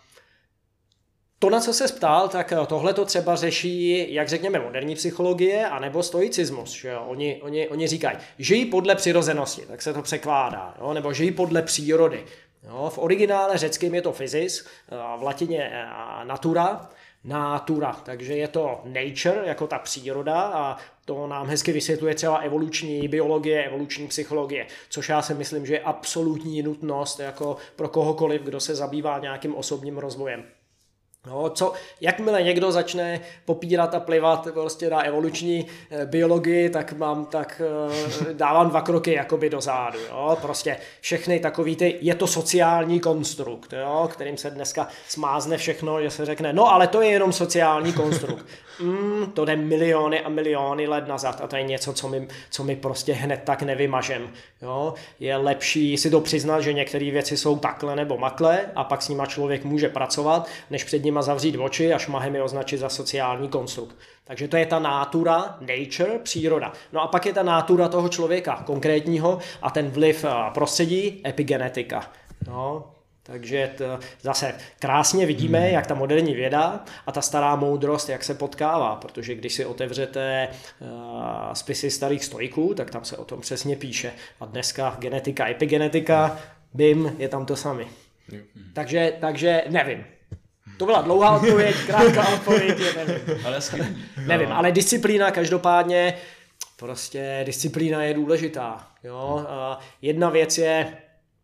to, na co se ptal, tak tohle to třeba řeší, jak řekněme, moderní psychologie, anebo stoicismus. Že jo? Oni, oni, oni říkají, žij podle přirozenosti, tak se to překládá, jo? Nebo žij podle přírody. Jo? V originále řeckým je to physis, v latině natura, natura, takže je to nature, jako ta příroda a to nám hezky vysvětluje třeba evoluční biologie, evoluční psychologie, což já si myslím, že je absolutní nutnost jako pro kohokoliv, kdo se zabývá nějakým osobním rozvojem. No, co, jakmile někdo začne popírat a plivat prostě na evoluční e, biologii, tak mám, tak e, dávám dva kroky jakoby dozadu, jo, prostě všechny takový ty, je to sociální konstrukt, jo, kterým se dneska smázne všechno, že se řekne, no ale to je jenom sociální konstrukt. Mm, to jde miliony a miliony let nazad a to je něco, co my, co my prostě hned tak nevymažem, jo, je lepší si to přiznat, že některé věci jsou takhle nebo makle a pak s nima člověk může pracovat, než před ním a zavřít oči a šmahem je označit za sociální konstrukt. Takže to je ta natura, nature, příroda. No a pak je ta natura toho člověka konkrétního a ten vliv prostředí, epigenetika. No, takže to zase krásně vidíme, jak ta moderní věda a ta stará moudrost, jak se potkává, protože když si otevřete uh, spisy starých stoiků, tak tam se o tom přesně píše. A dneska genetika, epigenetika, bim, je tam to sami. Takže, takže nevím. To byla dlouhá odpověď, krátká odpověď, nevím. Ale nevím, ale disciplína každopádně, prostě disciplína je důležitá. Jo? Jedna věc je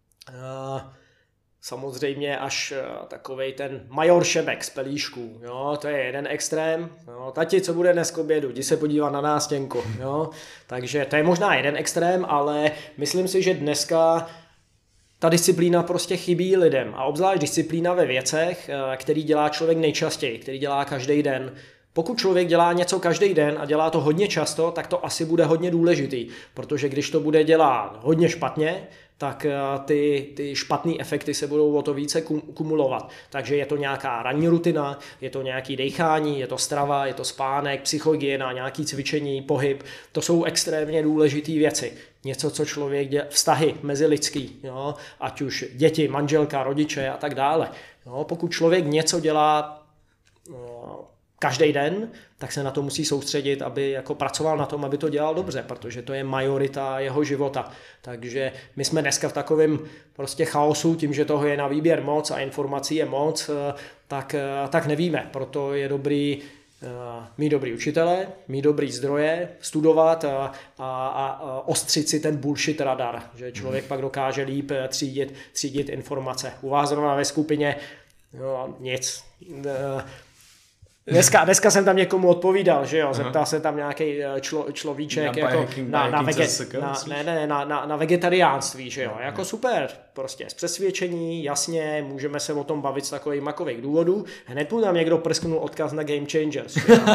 samozřejmě až takovej ten major šebek z pelíšků. Jo? To je jeden extrém. Jo? Tati, co bude dnes k obědu? Jdi se podívat na nástěnku. Jo? Takže to je možná jeden extrém, ale myslím si, že dneska ta disciplína prostě chybí lidem a obzvlášť disciplína ve věcech, který dělá člověk nejčastěji, který dělá každý den. Pokud člověk dělá něco každý den a dělá to hodně často, tak to asi bude hodně důležitý, protože když to bude dělat hodně špatně, tak ty, ty špatné efekty se budou o to více kumulovat. Takže je to nějaká ranní rutina, je to nějaké dechání, je to strava, je to spánek, psychohygiena, nějaké cvičení, pohyb. To jsou extrémně důležité věci. Něco, co člověk dělá, vztahy mezilidský, jo? Ať už děti, manželka, rodiče a tak dále. Jo? Pokud člověk něco dělá no, každý den, tak se na to musí soustředit, aby jako pracoval na tom, aby to dělal dobře, protože to je majorita jeho života. Takže my jsme dneska v takovém prostě chaosu, tím, že toho je na výběr moc a informací je moc, tak, tak nevíme. Proto je dobrý mít dobrý učitele, mít dobrý zdroje, studovat a, a, a ostřit si ten bullshit radar, že člověk pak dokáže líp třídit, třídit informace. U vás zrovna ve skupině no, nic. Dneska, dneska jsem tam někomu odpovídal, že jo, zeptal se tam nějaký člo, človíček na, jako na, na, vege, na, ne, ne, na, na, na vegetariánství, že jo, no, jako super, prostě z přesvědčení, jasně, můžeme se o tom bavit z takových makových důvodů, hned mu tam někdo prsknul odkaz na Game Changers,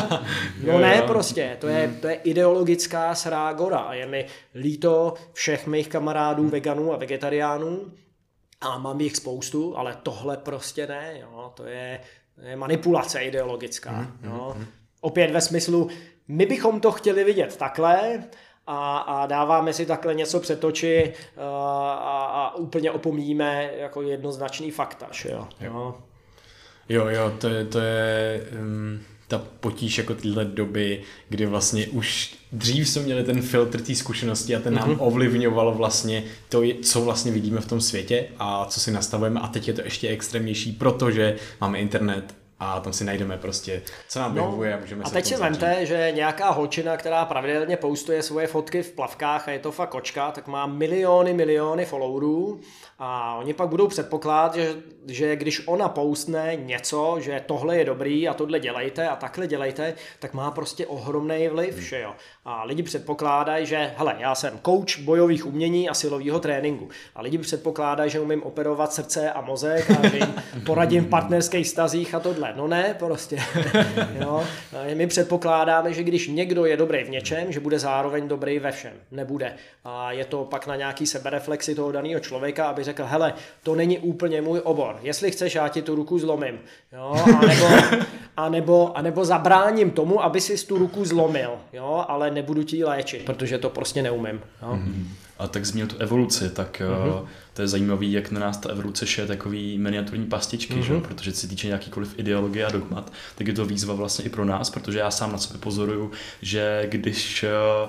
no ne, prostě, to je, to je ideologická srágora a je mi líto všech mých kamarádů veganů a vegetariánů a mám jich spoustu, ale tohle prostě ne, jo, to je je manipulace ideologická. Mm, no. mm, Opět ve smyslu, my bychom to chtěli vidět takhle a, a dáváme si takhle něco před oči a, a úplně opomíjíme jako jednoznačný fakta. Jo, jo. jo, jo to je, to je um, ta potíž jako tyhle doby, kdy vlastně už dřív jsme měli ten filtr té zkušenosti a ten nám mm-hmm. ovlivňoval vlastně to, co vlastně vidíme v tom světě a co si nastavujeme a teď je to ještě extrémnější, protože máme internet a tam si najdeme prostě, co nám vyhovuje no, a můžeme a se teď si vemte, že nějaká holčina, která pravidelně postuje svoje fotky v plavkách a je to fakt kočka, tak má miliony, miliony followerů a oni pak budou předpokládat, že, že když ona postne něco, že tohle je dobrý a tohle dělejte a takhle dělejte, tak má prostě ohromný vliv, že jo. A lidi předpokládají, že hele, já jsem coach bojových umění a silového tréninku. A lidi předpokládají, že umím operovat srdce a mozek a že jim poradím v partnerských stazích a tohle. No ne, prostě. Jo. My předpokládáme, že když někdo je dobrý v něčem, že bude zároveň dobrý ve všem. Nebude. A je to pak na nějaký sebereflexi toho daného člověka, aby řekl, hele, to není úplně můj obor. Jestli chceš, já ti tu ruku zlomím. Jo. A nebo, a nebo, a nebo zabráním tomu, aby si tu ruku zlomil. Jo. Ale nebudu ti ji léčit, protože to prostě neumím. Jo. Mm-hmm. A tak zmínil tu evoluci, tak mm-hmm. to je zajímavý, jak na nás ta evoluce šije takový miniaturní pastičky, mm-hmm. že? Protože se týče jakýkoliv ideologie a dogmat, tak je to výzva vlastně i pro nás, protože já sám na sebe pozoruju, že když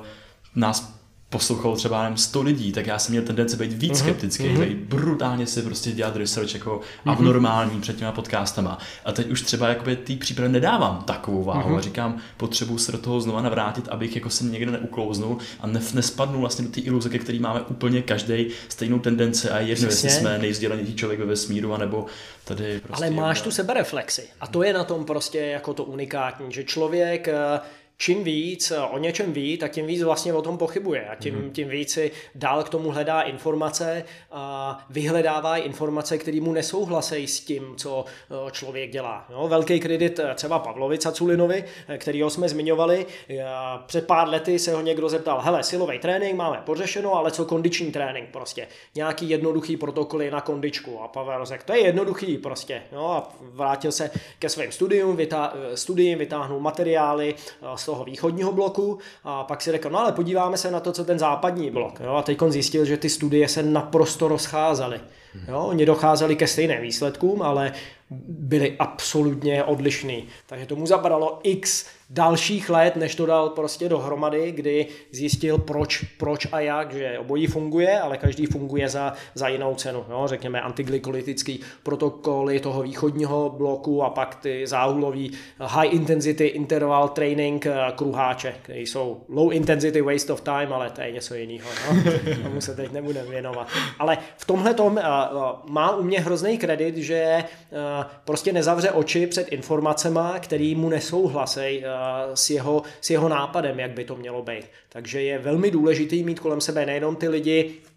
nás poslouchalo třeba nevím, sto lidí, tak já jsem měl tendenci být víc uh-huh. skeptický, uh-huh. být brutálně si prostě dělat research jako uh-huh. abnormální před těma podcastama. A teď už třeba jakoby tý přípravy nedávám takovou váhu uh-huh. a říkám, potřebuji se do toho znova navrátit, abych jako se někde neuklouznul a ne, nespadnul vlastně do té iluze, ke který máme úplně každý stejnou tendenci a jedno, jestli jsme nejvzdělanější člověk ve vesmíru, anebo tady prostě... Ale máš tu sebereflexi a to je na tom prostě jako to unikátní, že člověk... Čím víc o něčem ví, tak tím víc vlastně o tom pochybuje a tím, tím víc si dál k tomu hledá informace a vyhledává informace, které mu nesouhlasejí s tím, co člověk dělá. No, velký kredit třeba Pavlovi Caculinovi, kterýho jsme zmiňovali. Před pár lety se ho někdo zeptal, hele, silový trénink máme pořešeno, ale co kondiční trénink prostě. Nějaký jednoduchý protokoly na kondičku. A Pavel řekl, to je jednoduchý prostě. No, a vrátil se ke svým studium, vytá, studiím, vytáhnul materiály z toho východního bloku a pak si řekl, no ale podíváme se na to, co ten západní blok. Jo? A teď on zjistil, že ty studie se naprosto rozcházely. Jo? Oni docházeli ke stejným výsledkům, ale byli absolutně odlišný. Takže tomu zabralo x dalších let, než to dal prostě dohromady, kdy zjistil proč, proč a jak, že obojí funguje, ale každý funguje za, za jinou cenu. Jo? Řekněme antiglykolitický protokoly toho východního bloku a pak ty záhulový high intensity interval training kruháče, které jsou low intensity waste of time, ale to je něco jiného. No? Tomu se teď nebudeme věnovat. Ale v tomhletom uh, má u mě hrozný kredit, že uh, prostě nezavře oči před informacema, který mu nesouhlasí s jeho, s jeho nápadem, jak by to mělo být. Takže je velmi důležitý mít kolem sebe nejenom ty lidi,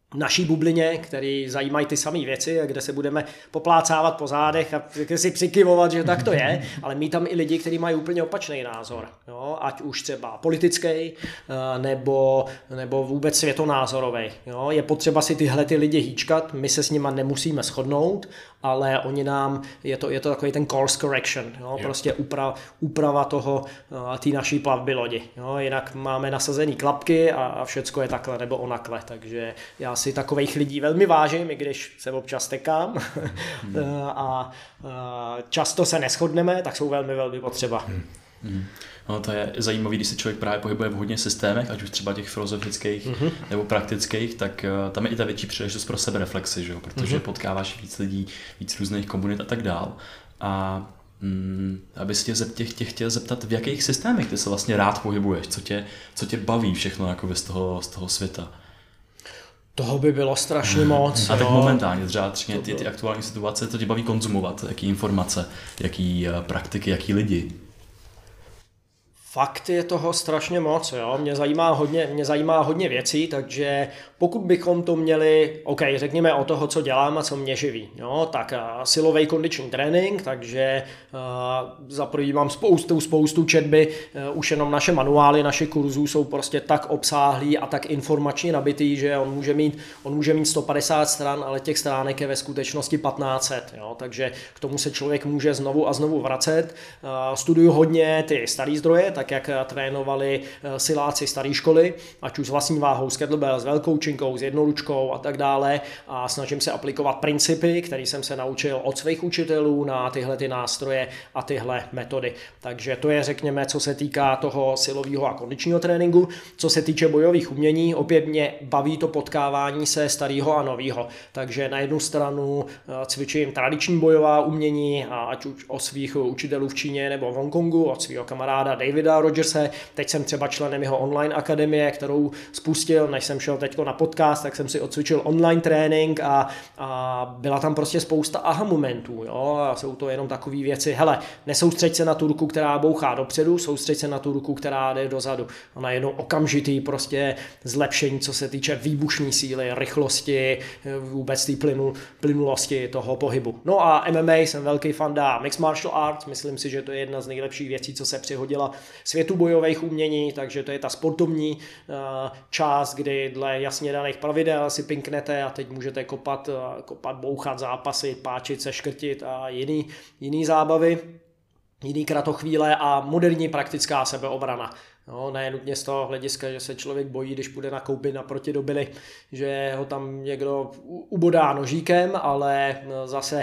naší bublině, který zajímají ty samé věci a kde se budeme poplácávat po zádech a si přikyvovat, že tak to je, ale mít tam i lidi, kteří mají úplně opačný názor, jo? Ať už třeba politický nebo, nebo vůbec světonázorový. Jo? Je potřeba si tyhle ty lidi hýčkat, my se s nima nemusíme shodnout, ale oni nám, je to, je to takový ten course correction, jo? Prostě úprava, úprava toho, té naší plavby lodi. Jo? Jinak máme nasazený klapky a, a všecko je takhle nebo onakle, takže já si takových lidí velmi vážím, i když se občas tekám hmm. a, a často se neshodneme, tak jsou velmi, velmi potřeba. Hmm. Hmm. No, to je zajímavé, když se člověk právě pohybuje v hodně systémech, ať už třeba těch filozofických mm-hmm. nebo praktických, tak uh, tam je i ta větší příležitost pro sebereflexi, že jo? Protože mm-hmm. potkáváš víc lidí, víc různých komunit a tak dál. A mm, aby se tě, těch, těch chtěl zeptat, v jakých systémech ty se vlastně rád pohybuješ, co tě, co tě baví všechno jako z toho, z toho světa. Toho by bylo strašně moc. A tak momentálně třeba třeba ty, ty aktuální situace, to tě baví konzumovat, jaký informace, jaký praktiky, jaký lidi. Fakt je toho strašně moc, jo. Mě zajímá hodně, mě zajímá hodně věcí, takže pokud bychom to měli, OK, řekněme o toho, co dělám a co mě živí, jo, tak uh, silový kondiční trénink, takže uh, za první mám spoustu, spoustu četby, uh, už jenom naše manuály, naše kurzů jsou prostě tak obsáhlý a tak informačně nabitý, že on může mít, on může mít sto padesát stran, ale těch stránek je ve skutečnosti patnáct set, jo, takže k tomu se člověk může znovu a znovu vracet. Uh, studuju hodně ty starý zdroje, tak jak trénovali siláci staré školy, ať už s vlastní váhou, s kettlebell, s velkou činkou, s jednoručkou a tak dále, a snažím se aplikovat principy, které jsem se naučil od svých učitelů na tyhle ty nástroje a tyhle metody. Takže to je, řekněme, co se týká toho silového a kondičního tréninku. Co se týče bojových umění, opět mě baví to potkávání se starého a nového. Takže na jednu stranu cvičím tradiční bojová umění, ať už od svých učitelů v Číně nebo v Hongkongu, od svého kamaráda Davida Rogerse. Teď jsem třeba členem jeho online akademie, kterou spustil, než jsem šel teďko na podcast, tak jsem si odcvičil online trénink a, a byla tam prostě spousta aha momentů, jo, a jsou to jenom takové věci, hele, nesoustřeď se na tu ruku, která bouchá dopředu, soustřeď se na tu ruku, která jde dozadu. A najednou okamžitý prostě zlepšení, co se týče výbušní síly, rychlosti, vůbec té plynu, plynulosti toho pohybu. No a M M A jsem velký fanda Mixed Martial Arts, myslím si, že to je jedna z nejlepších věcí, co se přihodila světu bojových umění, takže to je ta sportovní uh, část, kdy dle jasně daných pravidel si pinknete a teď můžete kopat, uh, kopat, bouchat, zápasit, páčit se, škrtit a jiný, jiný zábavy, jiný kratochvíle a moderní praktická sebeobrana. No, ne nutně z toho hlediska, že se člověk bojí, když půjde nakoupit naproti do Billy, že ho tam někdo ubodá nožíkem, ale zase,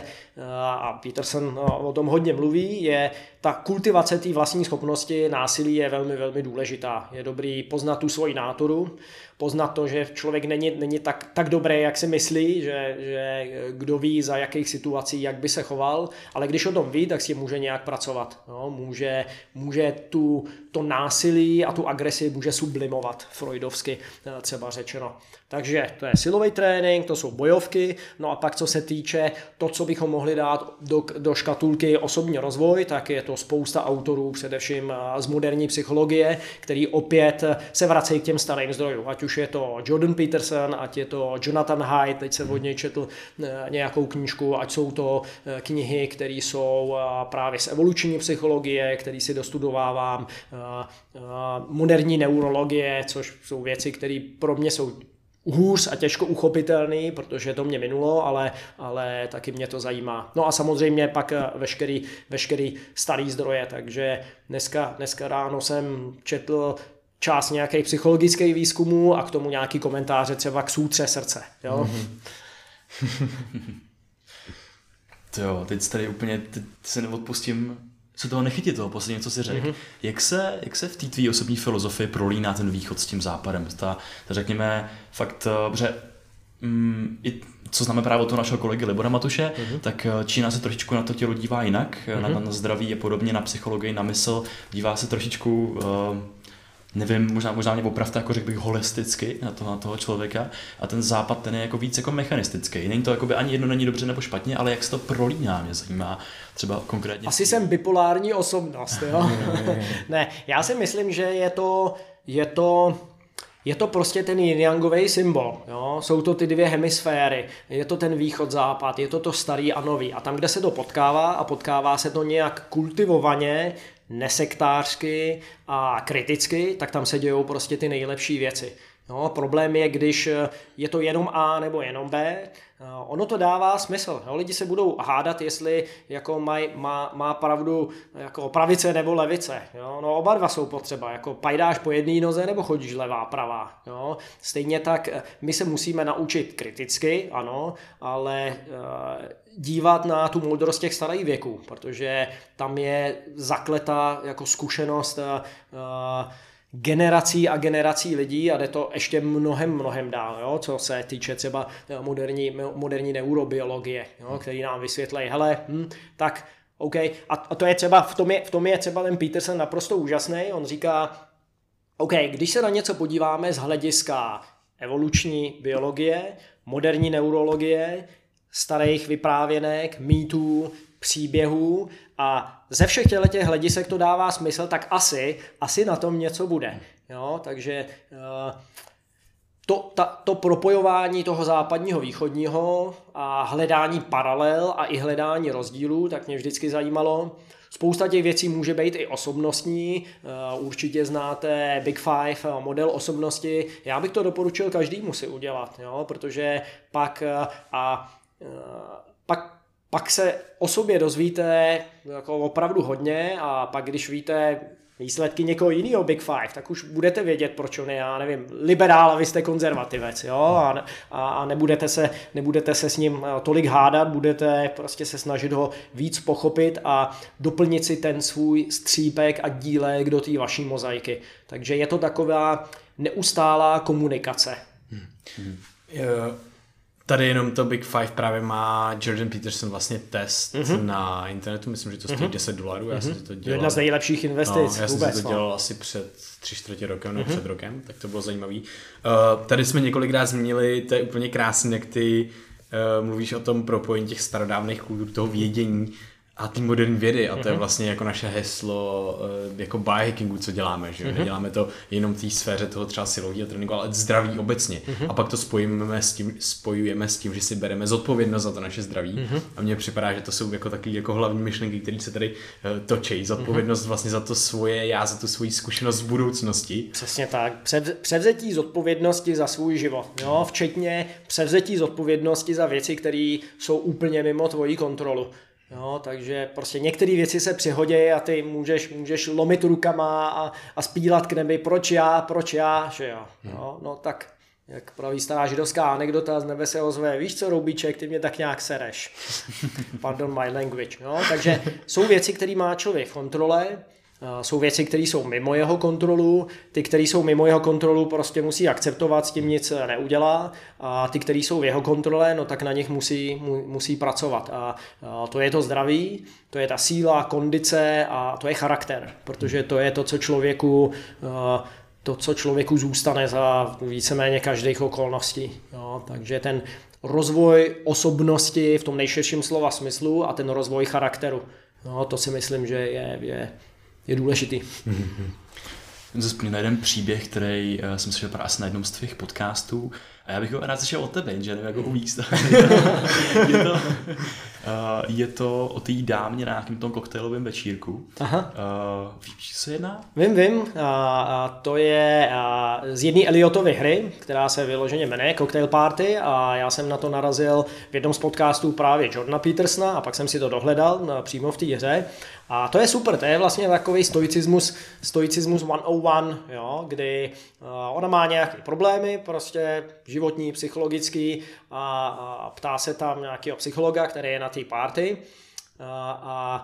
a Peterson o tom hodně mluví, je ta kultivace té vlastní schopnosti násilí je velmi, velmi důležitá. Je dobrý poznat tu svoji náturu, poznat to, že člověk není, není tak, tak dobrý, jak si myslí, že, že kdo ví, za jakých situací, jak by se choval, ale když o tom ví, tak si může nějak pracovat. No, může, může tu, to násilí a tu agresi může sublimovat, freudovsky třeba řečeno. Takže to je silový trénink, to jsou bojovky, no a pak co se týče to, co bychom mohli dát do, do škatulky osobní rozvoj, tak je to spousta autorů, především z moderní psychologie, který opět se vracejí k těm starým zdrojům. Ať už je to Jordan Peterson, ať je to Jonathan Haidt, teď jsem od něj četl nějakou knížku, ať jsou to knihy, které jsou právě z evoluční psychologie, které si dostudovávám, moderní neurologie, což jsou věci, které pro mě jsou hůř a těžko uchopitelný, protože to mě minulo, ale, ale taky mě to zajímá. No a samozřejmě pak veškerý, veškerý starý zdroje, takže dneska, dneska ráno jsem četl část nějakých psychologických výzkumů a k tomu nějaký komentáře třeba k sůtře srdce. Jo? Mm-hmm. Jo, teď tady úplně teď se neodpustím se toho nechytit, toho posledního, co jsi řekl. Mm-hmm. Jak se, jak se v té tvý osobní filozofii prolíná ten východ s tím západem? Ta, ta řekněme, fakt, že mm, i co známe právě od toho našeho kolegy Libora Matuše, mm-hmm. tak Čína se trošičku na to tělo dívá jinak, mm-hmm. na, na zdraví a podobně, na psychologii, na mysl, dívá se trošičku, uh, nevím, možná, možná mě opravdu, jako řekl bych, holisticky na, to, na toho člověka, a ten západ ten je jako víc jako mechanistický. Není to jakoby ani jedno není dobře nebo špatně, ale jak se to prolíná, mě zajímá třeba konkrétně. Asi jsem bipolární osobnost, jo? Ne, já si myslím, že je to, je to Je to prostě ten yin-yangový symbol, jo? Jsou to ty dvě hemisféry, je to ten východ-západ, je to to starý a nový. A tam, kde se to potkává a potkává se to nějak kultivovaně, nesektářsky a kriticky, tak tam se dějou prostě ty nejlepší věci. No, problém je, když je to jenom A nebo jenom B, ono to dává smysl. Jo? Lidi se budou hádat, jestli jako maj, má, má pravdu jako pravice nebo levice. Jo? No, oba dva jsou potřeba. Jako pajdáš po jedné noze nebo chodíš levá, pravá. Jo? Stejně tak my se musíme naučit kriticky, ano, ale uh, dívat na tu moudrost těch starých věků, protože tam je zakletá jako zkušenost uh, generací a generací lidí a jde to ještě mnohem, mnohem dál, jo? Co se týče třeba moderní, moderní neurobiologie, jo? Který nám vysvětlí, hele, hm, tak OK, a, a to je třeba, v tom je, v tom je třeba ten Peterson naprosto úžasný, on říká, OK, když se na něco podíváme z hlediska evoluční biologie, moderní neurologie, starých vyprávěnek, mýtů, příběhů a ze všech těch hledisek to dává smysl, tak asi, asi na tom něco bude. Jo? Takže to, ta, to propojování toho západního východního a hledání paralel a i hledání rozdílů, tak mě vždycky zajímalo. Spousta těch věcí může být i osobnostní, určitě znáte Big Five, model osobnosti. Já bych to doporučil každému si udělat, jo? Protože pak a pak Pak se o sobě dozvíte jako opravdu hodně a pak když víte výsledky někoho jiného Big Five, tak už budete vědět, proč on je, já nevím, liberál a vy jste konzervativec, jo, a, a nebudete, se, nebudete se s ním tolik hádat, budete prostě se snažit ho víc pochopit a doplnit si ten svůj střípek a dílek do té vaší mozaiky. Takže je to taková neustálá komunikace. Hmm. Hmm. Uh... Tady jenom to Big Five právě má Jordan Peterson vlastně test mm-hmm. na internetu, myslím, že to stojí mm-hmm. deset dolarů, já mm-hmm. jsem to dělal. Jedna z nejlepších investic no, já vůbec. jsem to dělal no. asi před tři čtvrtě rokem nebo mm-hmm. před rokem, tak to bylo zajímavý. Uh, tady jsme několikrát zmínili, to je úplně krásný, jak ty uh, mluvíš o tom propojení těch starodávných kultur, toho vědění a ty moderní vědy a to mm-hmm. je vlastně jako naše heslo jako biohackingu, co děláme, že mm-hmm. neděláme to jenom v té sféře toho třeba silového tréninku, ale zdraví obecně mm-hmm. a pak to spojíme s tím, spojujeme s tím, že si bereme zodpovědnost za to naše zdraví mm-hmm. a mně připadá, že to jsou jako takové jako hlavní myšlenky, které se tady uh, točí, zodpovědnost mm-hmm. vlastně za to svoje já, za tu svoji zkušenost v budoucnosti. Přesně tak, Před, převzetí zodpovědnosti za svůj život, jo? Včetně převzetí zodpovědnosti za věci, které jsou úplně mimo tvoji kontrolu. Jo, takže prostě některé věci se přihodí a ty můžeš, můžeš lomit rukama a, a spílat k nebi, proč já, proč já, že jo. jo no tak, jak praví stará židovská anekdota, z nebe se ozve, víš co, Roubíček, ty mě tak nějak sereš. Pardon my language. Jo, takže jsou věci, které má člověk v kontrole, jsou věci, které jsou mimo jeho kontrolu, ty, které jsou mimo jeho kontrolu, prostě musí akceptovat, s tím nic neudělá a ty, které jsou v jeho kontrole, no tak na nich musí, mu, musí pracovat a, a to je to zdraví, to je ta síla, kondice a to je charakter, protože to je to, co člověku to, co člověku zůstane za víceméně každých okolností. Jo, takže ten rozvoj osobnosti v tom nejširším slova smyslu a ten rozvoj charakteru, no, to si myslím, že je, je je důležitý. Mm-hmm. Jsem se vzpomněl na jeden příběh, který uh, jsem slyšel asi na jednom z tvých podcastů a já bych ho rád slyšel od tebe, že nevím, jak ho uvíct. je, to, uh, je to o té dámě na nějakém tom koktejlovém večírku. Aha. Uh, víš, co se jedná? Vím, vím. A, a to je a, z jedné Elliotovy hry, která se vyloženě jmenuje Cocktail Party a já jsem na to narazil v jednom z podcastů právě Jordana Petersona a pak jsem si to dohledal na, přímo v té hře. A to je super, to je vlastně takový stoicismus, stoicismus sto jedna, jo, kdy uh, ona má nějaké problémy, prostě životní, psychologický a, a ptá se tam nějakého psychologa, který je na té party a, a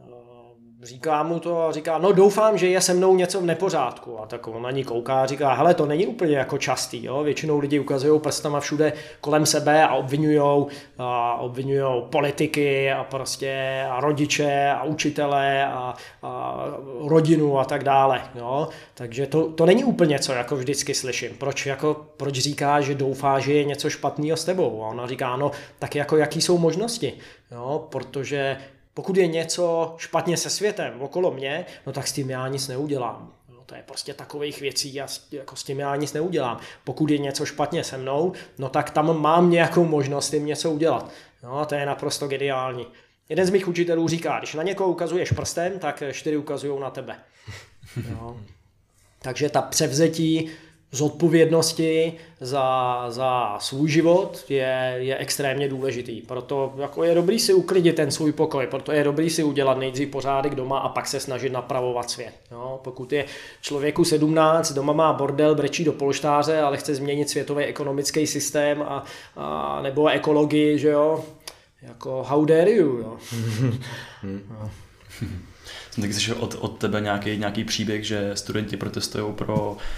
říká mu to a říká, no doufám, že je se mnou něco v nepořádku. A tak on na ní kouká a říká, hele, to není úplně jako častý. Jo? Většinou lidi ukazují prstama všude kolem sebe a obvinujou, a obvinujou politiky a prostě a rodiče a učitele a, a rodinu a tak dále. Jo? Takže to, to není úplně co jako vždycky slyším. Proč, jako, proč říká, že doufá, že je něco špatného s tebou? A ona říká, no tak jako jaký jsou možnosti? Jo? Protože pokud je něco špatně se světem okolo mě, no tak s tím já nic neudělám. to je prostě takových věcí, já jako s tím já nic neudělám. Pokud je něco špatně se mnou, no tak tam mám nějakou možnost jim něco udělat. No, to je naprosto geniální. Jeden z mých učitelů říká, když na někoho ukazuješ prstem, tak čtyři ukazují na tebe. No. Takže ta převzetí zodpovědnosti za, za svůj život je, je extrémně důležitý. Proto jako je dobrý si uklidit ten svůj pokoj, proto je dobrý si udělat nejdřív pořádek doma a pak se snažit napravovat svět. Jo? Pokud je člověku sedmnáct, doma má bordel, brečí do polštáře, ale chce změnit světový ekonomický systém a, a nebo ekologii, že jo, jako how dare you, jo. No. Jsem taky slyšel od, od tebe nějaký, nějaký příběh, že studenti protestují pro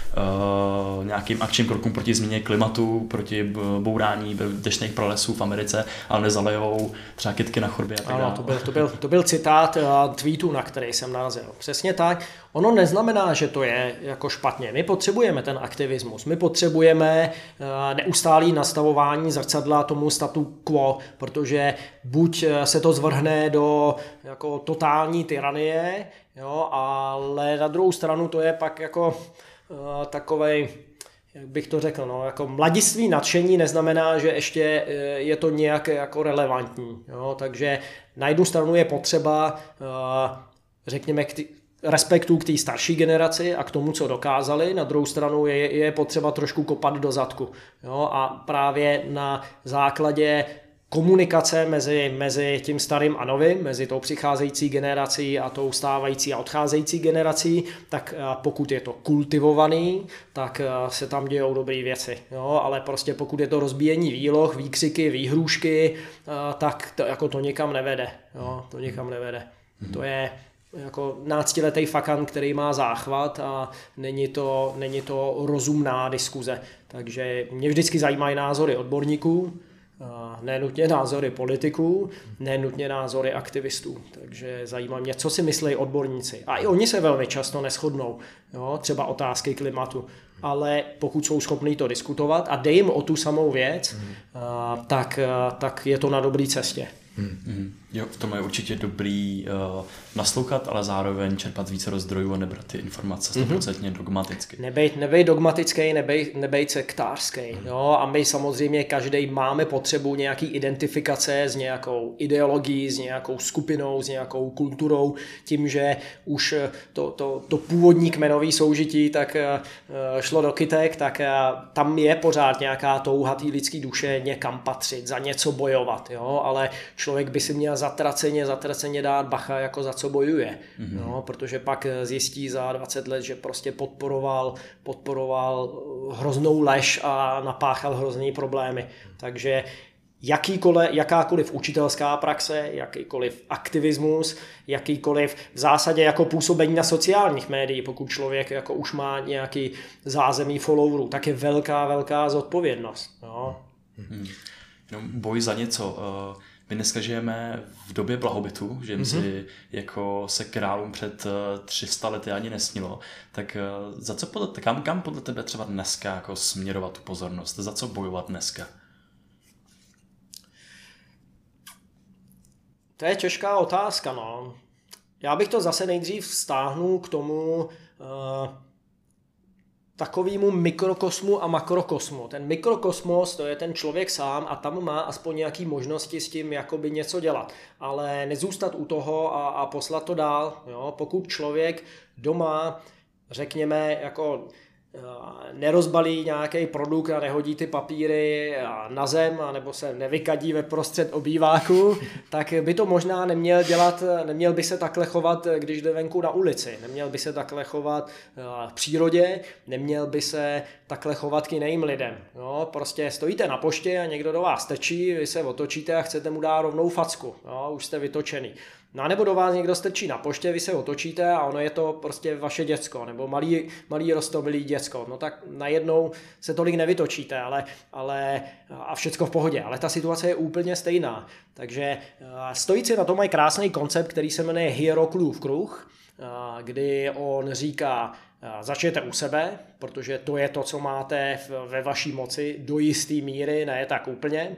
uh, nějakým akčním krokům proti změně klimatu, proti bourání deštných pralesů v Americe, ale nezalejou třeba kytky na chodbě a tak dále. Ano, to byl, to byl, to byl citát uh, tweetu, na který jsem narazil. Přesně tak. Ono neznamená, že to je jako špatně. My potřebujeme ten aktivismus. My potřebujeme uh, neustálý nastavování zrcadla tomu statu quo, protože buď se to zvrhne do jako totální tyranie, jo, ale na druhou stranu to je pak jako uh, takovej, jak bych to řekl, no, jako mladiství nadšení neznamená, že ještě je to nějak jako relevantní, jo, takže na jednu stranu je potřeba, uh, řekněme, k t- respektu k té starší generaci a k tomu, co dokázali, na druhou stranu je, je potřeba trošku kopat do zadku, jo, a právě na základě komunikace mezi, mezi tím starým a novým, mezi tou přicházející generací a tou stávající a odcházející generací, tak pokud je to kultivovaný, tak se tam dějou dobré věci. Jo? Ale prostě pokud je to rozbíjení výloh, výkřiky, výhrůžky, tak to, jako to nikam nevede. Jo? To nikam nevede. To je jako náctiletý fakan, který má záchvat a není to, není to rozumná diskuze. Takže mě vždycky zajímají názory odborníků, nenutně názory politiků, nenutně názory aktivistů. Takže zajímá mě, co si myslí odborníci. A i oni se velmi často neshodnou, jo? Třeba otázky klimatu. Ale pokud jsou schopní to diskutovat a dej jim o tu samou věc, mm. tak, tak je to na dobré cestě. Mm. Jo, v tom je určitě dobrý uh, naslouchat, ale zároveň čerpat více rozdrojů a nebrat ty informace sto procent mm-hmm. dogmaticky. Nebejt, nebejt dogmatický, nebejt, nebejt sektářský. Mm. Jo? A my samozřejmě každý máme potřebu nějaký identifikace s nějakou ideologií, s nějakou skupinou, s nějakou kulturou, tím, že už to, to, to původní kmenový soužití tak uh, šlo do kytek, tak uh, tam je pořád nějaká touha té lidské duše někam patřit, za něco bojovat. Jo? Ale člověk by si měl zatraceně, zatraceně dát bacha, jako za co bojuje. Mm-hmm. No, protože pak zjistí za dvacet let, že prostě podporoval, podporoval hroznou lež a napáchal hrozný problémy. Takže jakýkoliv, jakákoliv učitelská praxe, jakýkoliv aktivismus, jakýkoliv v zásadě jako působení na sociálních médiích, pokud člověk jako už má nějaký zázemí followerů, tak je velká, velká zodpovědnost. No. Mm-hmm. No, boj za něco. Uh... My dneska žijeme v době blahobytu, že mm-hmm. si jako se králům před tři sta lety ani nesnilo. Tak za co podle, kam, kam podle tebe třeba dneska jako směrovat tu pozornost? Za co bojovat dneska? To je těžká otázka, no. Já bych to zase nejdřív vztáhnul k tomu uh, takovému mikrokosmu a makrokosmu. Ten mikrokosmos, to je ten člověk sám a tam má aspoň nějaké možnosti s tím jakoby něco dělat. Ale nezůstat u toho a, a poslat to dál. Jo? Pokud člověk doma, řekněme, jako nerozbalí nějaký produkt a nehodí ty papíry na zem, nebo se nevykadí ve prostřed obýváku, tak by to možná neměl dělat, neměl by se takhle chovat, když jde venku na ulici. Neměl by se takhle chovat v přírodě, neměl by se takhle chovat k jiným lidem. Jo, prostě stojíte na poště a někdo do vás strčí, vy se otočíte a chcete mu dát rovnou facku. Jo, už jste vytočený. No a nebo do vás někdo strčí na poště, vy se otočíte a ono je to prostě vaše děcko, nebo malý, malý roztomilý děcko. No tak najednou se tolik nevytočíte, ale, ale a všecko v pohodě. Ale ta situace je úplně stejná. Takže stojíci na to mají krásný koncept, který se jmenuje Hieroclův kruh, kdy on říká, začněte u sebe, protože to je to, co máte ve vaší moci do jisté míry, ne tak úplně.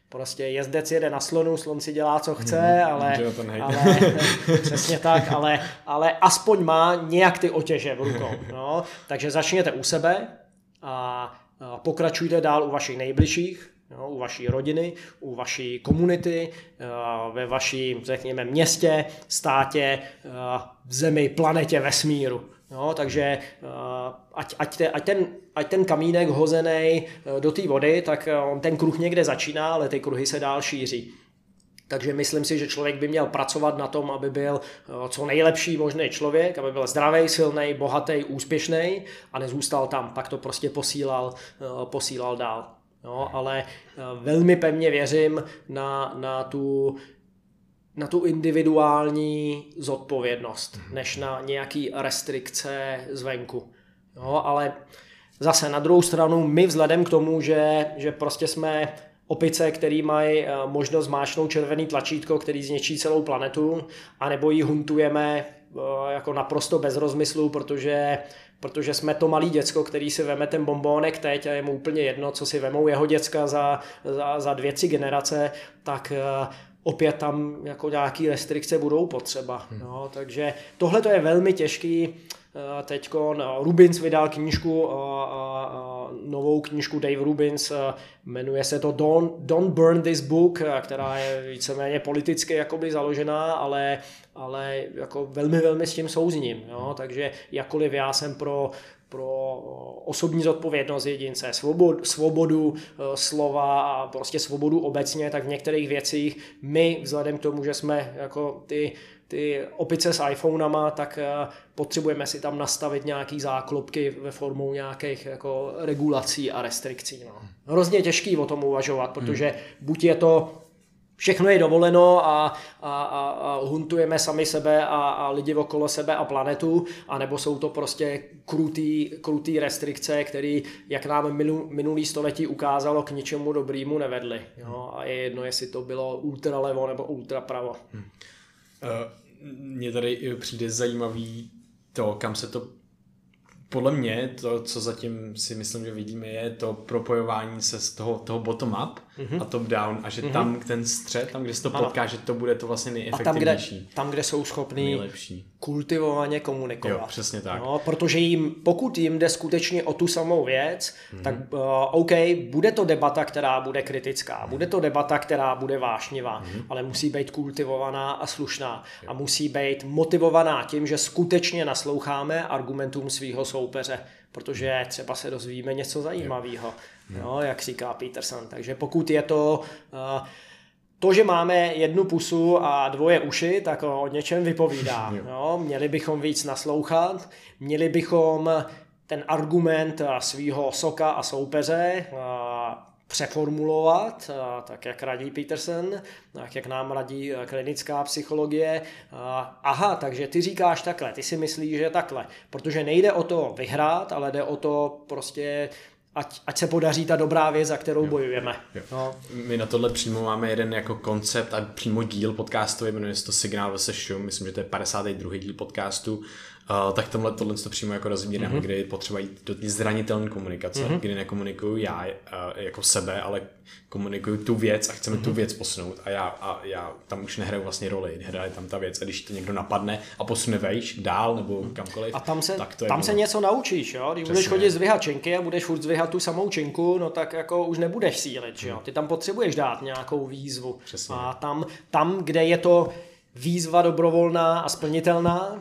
Prostě jezdec jede na slonu, slon si dělá, co chce, ale, ale přesně tak, ale, ale aspoň má nějak ty otěže v rukou. No. Takže začněte u sebe a pokračujte dál u vašich nejbližších, no, u vaší rodiny, u vaší komunity, ve vaší, řekněme, městě, státě, v zemi, planetě, vesmíru. No, takže ať, ať, te, ať, ten, ať ten kamínek hozený do té vody, tak ten kruh někde začíná, ale ty kruhy se dál šíří. Takže myslím si, že člověk by měl pracovat na tom, aby byl co nejlepší možný člověk, aby byl zdravý, silný, bohatý, úspěšný a nezůstal tam, pak to prostě posílal, posílal dál. No, ale velmi pevně věřím na, na tu na tu individuální zodpovědnost, než na nějaký restrikce zvenku. No, ale zase na druhou stranu my vzhledem k tomu, že, že prostě jsme opice, který mají možnost máčnout červený tlačítko, který zničí celou planetu, anebo ji huntujeme jako naprosto bez rozmyslu, protože, protože jsme to malý děcko, který si veme ten bombónek teď a je mu úplně jedno, co si vemou jeho děcka za, za, za dvě, tři generace, tak opět tam jako nějaké restrikce budou potřeba. No, takže tohle to je velmi těžký. Teďko no, Rubins vydal knížku, novou knížku Dave Rubins, jmenuje se to Don't, Don't Burn This Book, která je víceméně politicky jakoby založená, ale, ale jako velmi, velmi s tím souzním. Jo? Takže jakkoliv já jsem pro pro osobní zodpovědnost jedince, svobodu, svobodu slova a prostě svobodu obecně, tak v některých věcích my, vzhledem k tomu, že jsme jako ty, ty opice s iPhonama, tak potřebujeme si tam nastavit nějaký záklopky ve formou nějakých jako regulací a restrikcí. No. Hrozně těžký o tom uvažovat, protože buď je to všechno je dovoleno a, a, a, a huntujeme sami sebe a, a lidi okolo sebe a planetu, anebo jsou to prostě krutý, krutý restrikce, které, jak nám minu, minulý století ukázalo, k ničemu dobrýmu nevedly. Jo? A je jedno, jestli to bylo ultralevo nebo ultrapravo. Hmm. Uh, mně tady přijde zajímavý to, kam se to podle mě to, co zatím si myslím, že vidíme, je to propojování se z toho, toho bottom-up mm-hmm. a top-down a že mm-hmm. tam ten střed, tam, kde se to potká, ano. že to bude to vlastně nejefektivnější. A tam, kde, tam, kde jsou schopní kultivovaně komunikovat. Jo, přesně tak. No, protože jim, pokud jim jde skutečně o tu samou věc, mm-hmm. tak uh, OK, bude to debata, která bude kritická, mm-hmm. bude to debata, která bude vášnivá, mm-hmm. ale musí být kultivovaná a slušná jo. a musí být motivovaná tím, že skutečně nasloucháme argumentům svého soupeře, protože třeba se dozvíme něco zajímavého, no, jak říká Peterson. Takže pokud je to uh, to, že máme jednu pusu a dvoje uši, tak o něčem vypovídá. No, měli bychom víc naslouchat, měli bychom ten argument svého soka a soupeře uh, přeformulovat, tak jak radí Peterson, tak jak nám radí klinická psychologie. Aha, takže ty říkáš takhle, ty si myslíš, že takhle, protože nejde o to vyhrát, ale jde o to prostě, ať, ať se podaří ta dobrá věc, za kterou jo, bojujeme. Jo. No. My na tohle přímo máme jeden jako koncept a přímo díl podcastový, jmenuje se to Signál versus Šum, myslím, že to je padesátý druhý díl podcastu. Uh, tak tomhle tohle to přímo jako rozbíráme, mm-hmm. kdy potřeba jít do té zranitelné komunikace, mm-hmm. kdy nekomunikuju já uh, jako sebe, ale komunikuju tu věc a chceme mm-hmm. tu věc posunout a já, a já tam už nehraju vlastně roli, hraje tam ta věc a když to někdo napadne a posune vejš, dál nebo kamkoliv, a tam se, tak to je tam se něco naučíš, jo? Když Přesně. budeš chodit zdvihat činky a budeš furt zdvihat tu samou činku, no tak jako už nebudeš sílit, jo? Ty tam potřebuješ dát nějakou výzvu. Přesně. A tam, tam, kde je to výzva dobrovolná a splnitelná,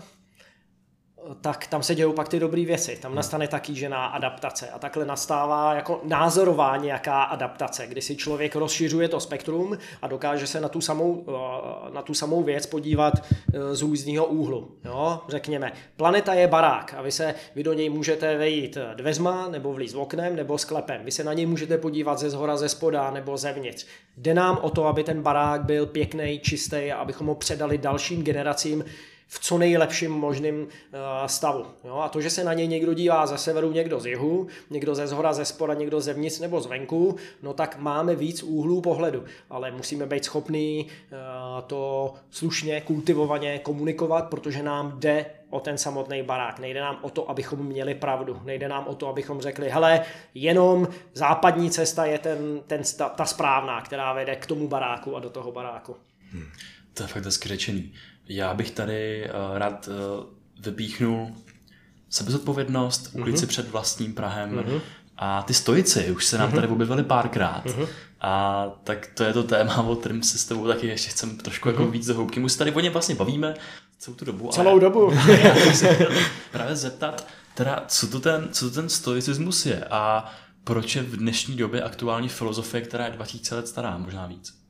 tak tam se dějou pak ty dobré věci. Tam nastane ta kýžená adaptace a takhle nastává jako názorová nějaká adaptace, kdy si člověk rozšiřuje to spektrum a dokáže se na tu samou, na tu samou věc podívat z různého úhlu. Jo? Řekněme, planeta je barák a vy, se, vy do něj můžete vejít dveřma nebo vlíz oknem nebo sklepem. Vy se na něj můžete podívat ze zhora, ze spoda nebo zevnitř. Jde nám o to, aby ten barák byl pěkný, čistý a abychom ho předali dalším generacím v co nejlepším možným stavu. Jo? A to, že se na něj někdo dívá ze severu, někdo z jihu, někdo ze zhora, ze spoda, někdo zevnitř nebo zvenku, no tak máme víc úhlů pohledu, ale musíme být schopní to slušně, kultivovaně komunikovat, protože nám jde o ten samotný barák. Nejde nám o to, abychom měli pravdu. Nejde nám o to, abychom řekli, hele, jenom západní cesta je ten, ten, ta, ta správná, která vede k tomu baráku a do toho baráku. Hmm, to je fakt hezky řečený. Já bych tady uh, rád uh, vypíchnul sebezodpovědnost, ulici mm-hmm. před vlastním prahem mm-hmm. a ty stoici už se nám mm-hmm. tady objevili párkrát. Mm-hmm. A tak to je to téma, o kterém se s tebou taky ještě chcem trošku mm-hmm. jako víc do hloubky. My se tady o něm vlastně bavíme celou tu dobu. Celou ale dobu. Já bych se chtěl právě zeptat, teda, co to ten, co to ten stoicismus je a proč je v dnešní době aktuální filozofie, která je dva tisíce let stará, možná víc?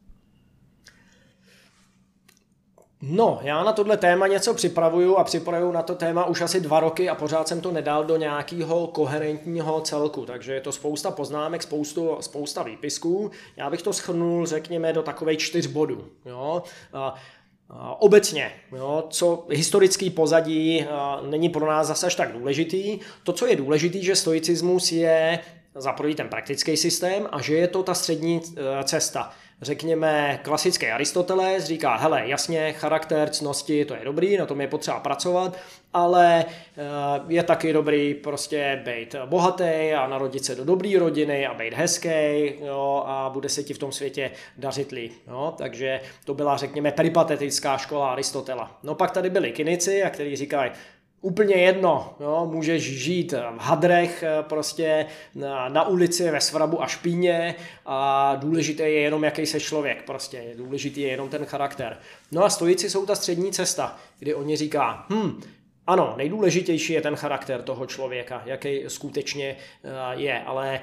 No, já na tohle téma něco připravuju a připravuju na to téma už asi dva roky a pořád jsem to nedal do nějakého koherentního celku, takže je to spousta poznámek, spoustu, spousta výpisků. Já bych to shrnul, řekněme, do takovej čtyř bodů. Jo? A, a obecně, jo, co historický pozadí a, není pro nás zase až tak důležitý. To, co je důležitý, že stoicismus je za první ten praktický systém a že je to ta střední cesta. Řekněme, klasický Aristoteles říká, hele, jasně, charakter, ctnosti, to je dobrý, na tom je potřeba pracovat, ale je taky dobrý prostě být bohatý a narodit se do dobrý rodiny a být hezký, jo, a bude se ti v tom světě dařit líp. Jo. Takže to byla, řekněme, peripatetická škola Aristotela. No pak tady byli kynici, a kteří říkají, úplně jedno, jo, můžeš žít v hadrech prostě na, na ulici ve svrabu a špíně a důležité je jenom, jaký se člověk, prostě důležitý je jenom ten charakter. No a stoici jsou ta střední cesta, kdy oni říká, hm, ano, nejdůležitější je ten charakter toho člověka, jaký skutečně je, ale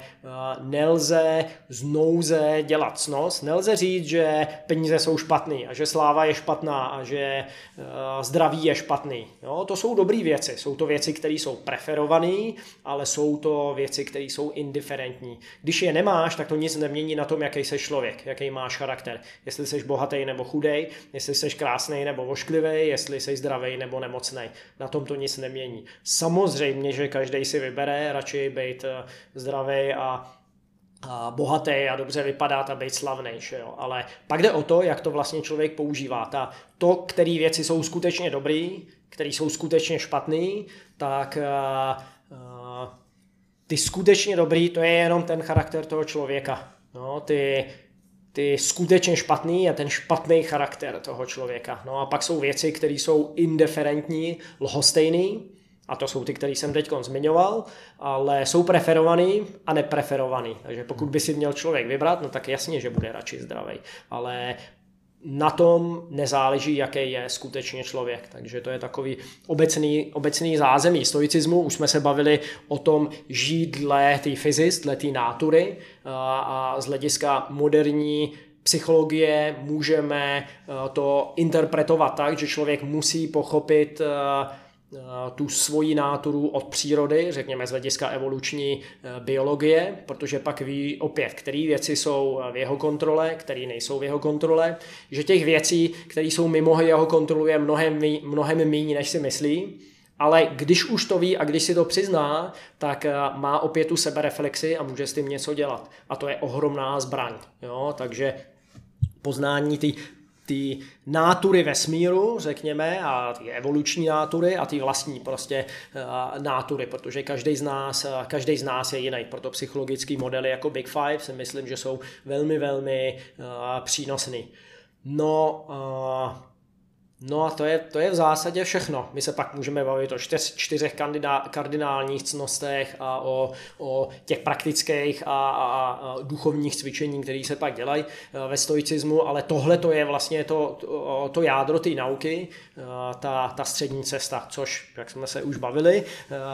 nelze z nouze dělat ctnost, nelze říct, že peníze jsou špatný a že sláva je špatná a že zdraví je špatný. Jo, to jsou dobré věci, jsou to věci, které jsou preferované, ale jsou to věci, které jsou indiferentní. Když je nemáš, tak to nic nemění na tom, jaký jsi člověk, jaký máš charakter. Jestli jsi bohatý nebo chudej, jestli jsi krásný nebo vošklivý, jestli jsi zdravý nebo nemocný. Na tom to nic nemění. Samozřejmě, že každý si vybere radši být zdravý a, a bohatý a dobře vypadat a být slavnej, jo? Ale pak jde o to, jak to vlastně člověk používá. Ta, to, které věci jsou skutečně dobrý, které jsou skutečně špatný, tak a, a, ty skutečně dobrý, to je jenom ten charakter toho člověka. No, ty Ty skutečně špatný a ten špatný charakter toho člověka. No a pak jsou věci, které jsou indiferentní, lhostejný, a to jsou ty, které jsem teď zmiňoval, ale jsou preferovaný a nepreferovaný. Takže pokud by si měl člověk vybrat, no tak jasně, že bude radši zdravý. Ale na tom nezáleží, jaký je skutečně člověk. Takže to je takový obecný, obecný zázemí stoicismu. Už jsme se bavili o tom žít dle té fyzis, dle té nátury a z hlediska moderní psychologie můžeme to interpretovat tak, že člověk musí pochopit tu svoji náturu od přírody, řekněme z hlediska evoluční biologie, protože pak ví opět, které věci jsou v jeho kontrole, které nejsou v jeho kontrole, že těch věcí, které jsou mimo jeho kontrolu, je mnohem, mnohem méně, než si myslí, ale když už to ví a když si to přizná, tak má opět tu sebereflexi a může s tím něco dělat. A to je ohromná zbraň. Jo? Takže poznání ty ty nátury vesmíru, řekněme, a ty evoluční nátury a ty vlastní prostě uh, nátury, protože každý z nás, uh, každý z nás je jiný. Proto psychologické modely jako Big Five si myslím, že jsou velmi, velmi uh, přínosný. No, uh, no a to je, to je v zásadě všechno. My se pak můžeme bavit o čtyř, čtyřech kandidá, kardinálních ctnostech a o, o těch praktických a, a, a duchovních cvičení, které se pak dělají ve stoicismu, ale tohle to je vlastně to, to, to jádro té nauky, ta, ta střední cesta, což, jak jsme se už bavili,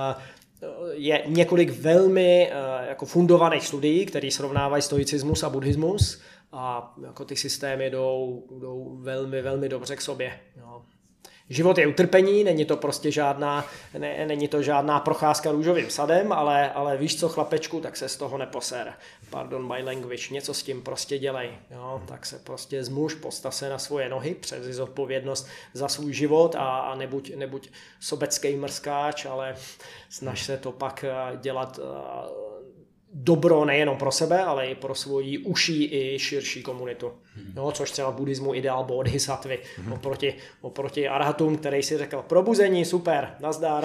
je několik velmi jako fundovaných studií, které srovnávají stoicismus a buddhismus, a jako ty systémy jdou, jdou velmi, velmi dobře k sobě. Jo. život je utrpení, není to prostě žádná, ne, není to žádná procházka růžovým sadem, ale, ale víš co, chlapečku, tak se z toho neposer. Pardon my language, něco s tím prostě dělej. Jo? Tak se prostě zmuž, postav se na svoje nohy, převzi zodpovědnost za svůj život a, a nebuď, nebuď sobecký mrskáč, ale snaž se to pak dělat dobro nejenom pro sebe, ale i pro svoji užší i širší komunitu. No, což třeba v buddhismu ideál bodhisattvy. Hmm. Oproti, oproti arhatům, který si řekl probuzení, super, nazdar.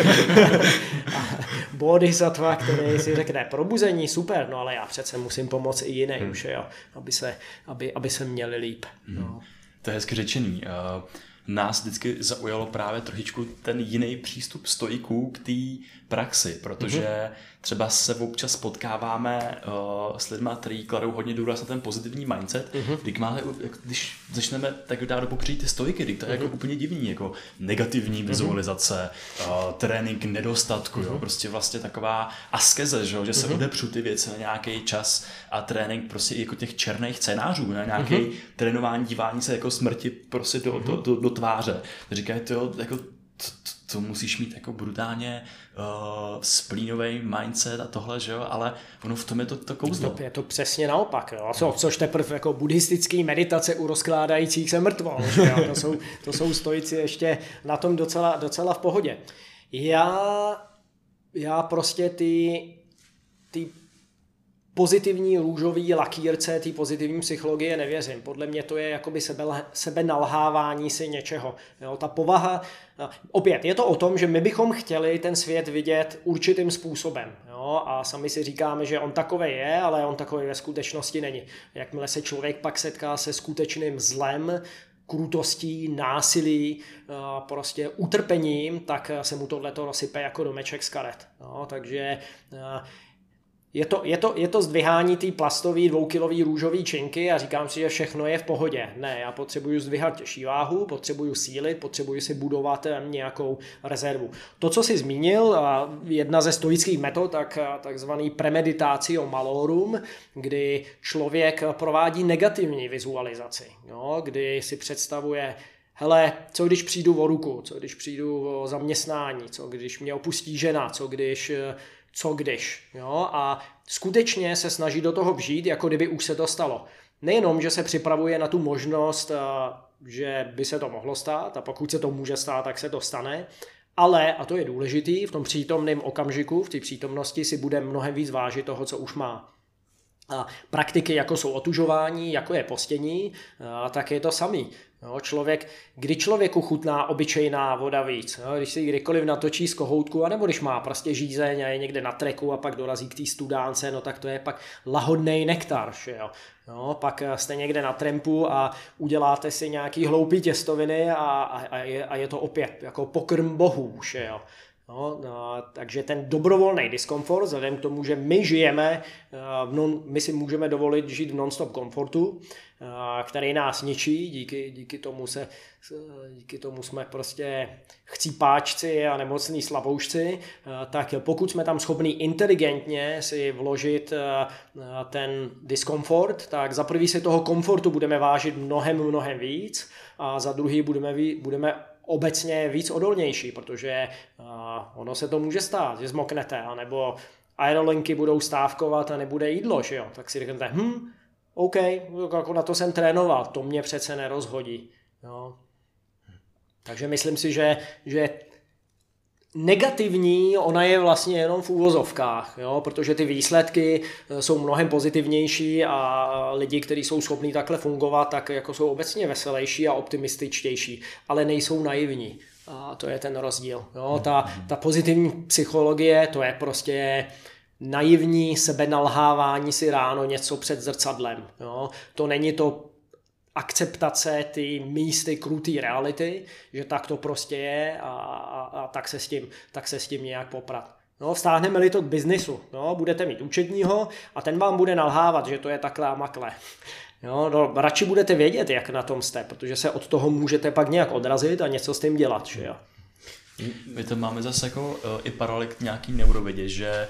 Bodhisattva, který si řekne probuzení, super, no ale já přece musím pomoct i jiným, hmm. už, jo, aby, se, aby, aby se měli líp. Hmm. No. To je hezky řečený. Uh... Nás vždycky zaujalo právě trošičku ten jiný přístup stoiků k té praxi, protože mm-hmm. třeba se občas potkáváme uh, s lidmi, kteří kladou hodně důraz na ten pozitivní mindset. Mm-hmm. Když, máte, když začneme tak dát do popředí ty stoiky, když to je mm-hmm. jako úplně divný, jako negativní vizualizace, mm-hmm. uh, trénink nedostatku, mm-hmm. jo, prostě vlastně taková askeze, že, že se mm-hmm. odepřu ty věci na nějaký čas a trénink prostě jako těch černých scénářů, na nějaký mm-hmm. trénování, dívání se jako smrti prostě do, mm-hmm. do, do, do tváře. Říkají to jako to, to, to musíš mít jako brutálně uh, splínový mindset a tohle, že jo, ale ono v tom je to, to kouzlo. Je to přesně naopak, jo. Co, což teprve jako buddhistický meditace u rozkládajících se mrtvol, že jo? To jsou, to jsou stoici ještě na tom docela, docela v pohodě. Já, já prostě ty, ty pozitivní růžový lakírce, ty pozitivní psychologie nevěřím. Podle mě to je jakoby sebe, sebe nalhávání si něčeho. Jo, ta povaha, opět, je to o tom, že my bychom chtěli ten svět vidět určitým způsobem. Jo, a sami si říkáme, že on takovej je, ale on takovej ve skutečnosti není. Jakmile se člověk pak setká se skutečným zlem, krutostí, násilí, prostě utrpením, tak se mu tohleto rozsype jako domeček z karet. Jo, takže Je to, je to, je to zdvihání té plastové dvoukilové růžové činky a říkám si, že všechno je v pohodě. Ne, já potřebuju zdvihat těžší váhu, potřebuju sílit, potřebuju si budovat nějakou rezervu. To, co jsi zmínil, jedna ze stoických metod, tak, takzvaný premeditatio malorum, kdy člověk provádí negativní vizualizaci, jo, kdy si představuje, hele, co když přijdu o ruku, co když přijdu o zaměstnání, co když mě opustí žena, co když... co když. Jo? A skutečně se snaží do toho vžít, jako kdyby už se to stalo. Nejenom, že se připravuje na tu možnost, že by se to mohlo stát a pokud se to může stát, tak se to stane, ale, a to je důležitý, v tom přítomném okamžiku, v té přítomnosti si bude mnohem víc vážit toho, co už má. A praktiky, jako jsou otužování, jako je postění, tak je to samý. No, člověk, kdy člověku chutná obyčejná voda víc, no, když si kdykoliv natočí z kohoutku, anebo když má prostě žízeň a je někde na treku a pak dorazí k té studánce, no tak to je pak lahodnej nektar, jo. No, pak jste někde na trampu a uděláte si nějaký hloupý těstoviny a, a, a, je, a je to opět jako pokrm bohů, jo. No, no, takže ten dobrovolný diskomfort, vzhledem k tomu, že my žijeme, non, my si můžeme dovolit žít v non-stop komfortu, který nás ničí, díky, díky, tomu se, díky tomu jsme prostě chcípáčci a nemocní slaboušci, tak pokud jsme tam schopní inteligentně si vložit ten diskomfort, tak za prvý si toho komfortu budeme vážit mnohem, mnohem víc a za druhý budeme, budeme obecně víc odolnější, protože uh, ono se to může stát, že zmoknete, anebo aerolinky budou stávkovat a nebude jídlo, že jo? Tak si řeknete, hm, OK, jako na to jsem trénoval, to mě přece nerozhodí. Jo? Takže myslím si, že, že negativní, ona je vlastně jenom v úvozovkách, jo? Protože ty výsledky jsou mnohem pozitivnější a lidi, kteří jsou schopní takhle fungovat, tak jako jsou obecně veselější a optimističtější, ale nejsou naivní. A to je ten rozdíl. Jo? Ta, ta pozitivní psychologie, to je prostě naivní sebenalhávání si ráno něco před zrcadlem. Jo? To není to akceptace ty místy krutý reality, že tak to prostě je a, a, a tak, se s tím, tak se s tím nějak poprat. No, vztáhneme-li to k biznisu, no, budete mít účetního a ten vám bude nalhávat, že to je takhle a makle. Jo, no, radši budete vědět, jak na tom jste, protože se od toho můžete pak nějak odrazit a něco s tím dělat. Že jo? My to máme zase jako uh, i paralel k nějaký neurovědě, že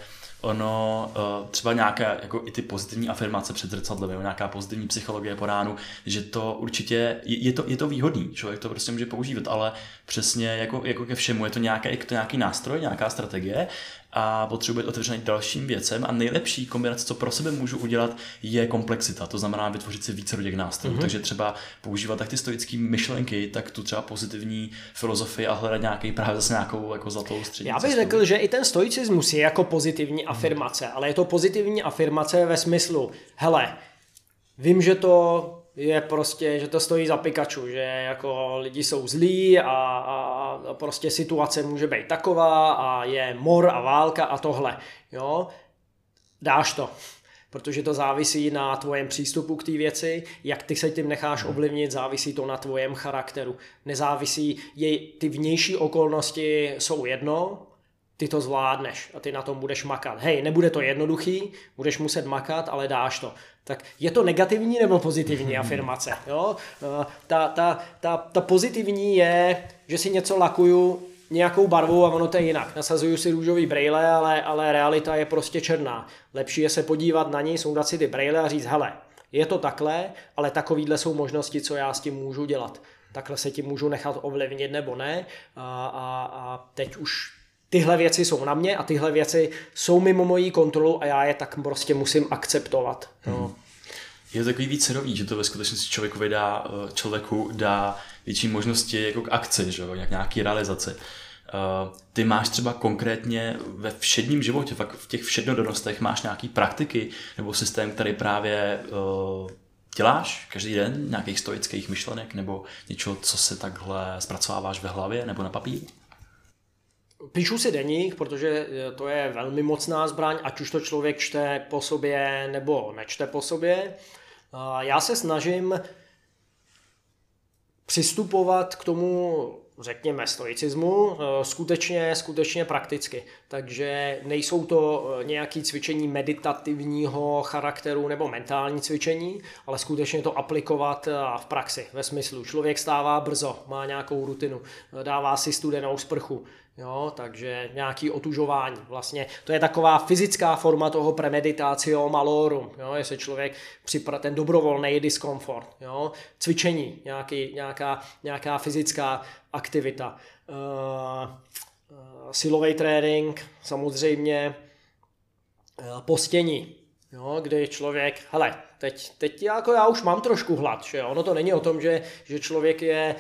ono uh, třeba nějaké jako i ty pozitivní afirmace před zrcadlem, nebo nějaká pozitivní psychologie po ránu, že to určitě je, je, to, je to výhodný, člověk to prostě může používat, ale přesně jako, jako ke všemu je to, nějaké, je to nějaký nástroj, nějaká strategie a potřebuje otevřený dalším věcem a nejlepší kombinace, co pro sebe můžu udělat, je komplexita, to znamená vytvořit si více těch nástrojů, mm-hmm. takže třeba používat tak ty stoické myšlenky, tak tu třeba pozitivní filozofii a hledat nějaký právě zase nějakou jako zlatou střední Já bych cestu. řekl, že i ten stoicismus je jako pozitivní afirmace, ale je to pozitivní afirmace ve smyslu, hele, vím, že to je prostě, že to stojí za Pikachu, že jako lidi jsou zlí a, a, a prostě situace může být taková a je mor a válka a tohle, jo, dáš to, protože to závisí na tvojem přístupu k té věci, jak ty se tím necháš ovlivnit, závisí to na tvojem charakteru, nezávisí, je, ty vnější okolnosti jsou jedno, ty to zvládneš a ty na tom budeš makat. Hej, nebude to jednoduchý, budeš muset makat, ale dáš to. Tak je to negativní nebo pozitivní afirmace? Jo? Ta, ta, ta, ta pozitivní je, že si něco lakuju nějakou barvou a ono to je jinak. Nasazuju si růžový brejle, ale, ale realita je prostě černá. Lepší je se podívat na ní, sundat si ty brejle a říct, hele, je to takhle, ale takovýhle jsou možnosti, co já s tím můžu dělat. Takhle se tím můžu nechat ovlivnit nebo ne. A, a, a teď už tyhle věci jsou na mě a tyhle věci jsou mimo mojí kontrolu a já je tak prostě musím akceptovat. No. Je to takový víc cerový, že to ve skutečnosti člověku dá, člověku dá větší možnosti jako k akci, že? Jak nějaký realizaci. Ty máš třeba konkrétně ve všedním životě, fakt v těch všednodennostech máš nějaký praktiky nebo systém, který právě děláš každý den, nějakých stoických myšlenek nebo něčeho, co se takhle zpracováváš ve hlavě nebo na papíru? Píšu si deník, protože to je velmi mocná zbraň, ať už to člověk čte po sobě nebo nečte po sobě. Já se snažím přistupovat k tomu, řekněme, stoicismu skutečně, skutečně prakticky. Takže nejsou to nějaké cvičení meditativního charakteru nebo mentální cvičení, ale skutečně to aplikovat v praxi. Ve smyslu, člověk stává brzo, má nějakou rutinu, dává si studenou sprchu. Jo, takže nějaký otužování. Vlastně to je taková fyzická forma toho premeditatio malorum. Jo, jestli člověk připra- ten dobrovolný diskomfort. Jo, cvičení, nějaký, nějaká, nějaká fyzická aktivita. Uh, uh, silový trénink, samozřejmě uh, postění. Jo, kdy člověk, hele, teď, teď jako já už mám trošku hlad, že jo? Ono to není o tom, že, že člověk je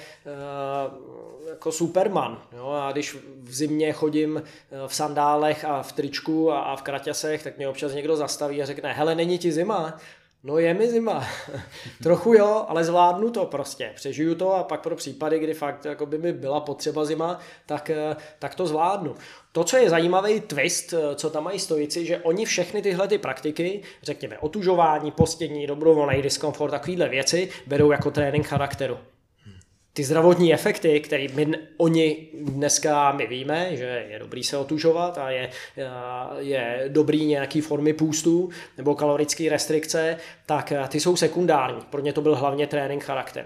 uh, jako Superman, jo? A když v zimě chodím v sandálech a v tričku a, a v kraťasech, tak mě občas někdo zastaví a řekne, hele, není ti zima? No je mi zima. Trochu jo, ale zvládnu to prostě. Přežiju to a pak pro případy, kdy fakt jako by mi byla potřeba zima, tak, tak to zvládnu. To, co je zajímavý twist, co tam mají stoici, že oni všechny tyhle ty praktiky, řekněme otužování, postění, dobrovolný diskomfort, takovýhle věci, berou jako trénink charakteru. Ty zdravotní efekty, které my, oni dneska my víme, že je dobrý se otužovat a je, je dobrý nějaký formy půstu nebo kalorické restrikce, tak ty jsou sekundární. Pro ně to byl hlavně trénink charakteru.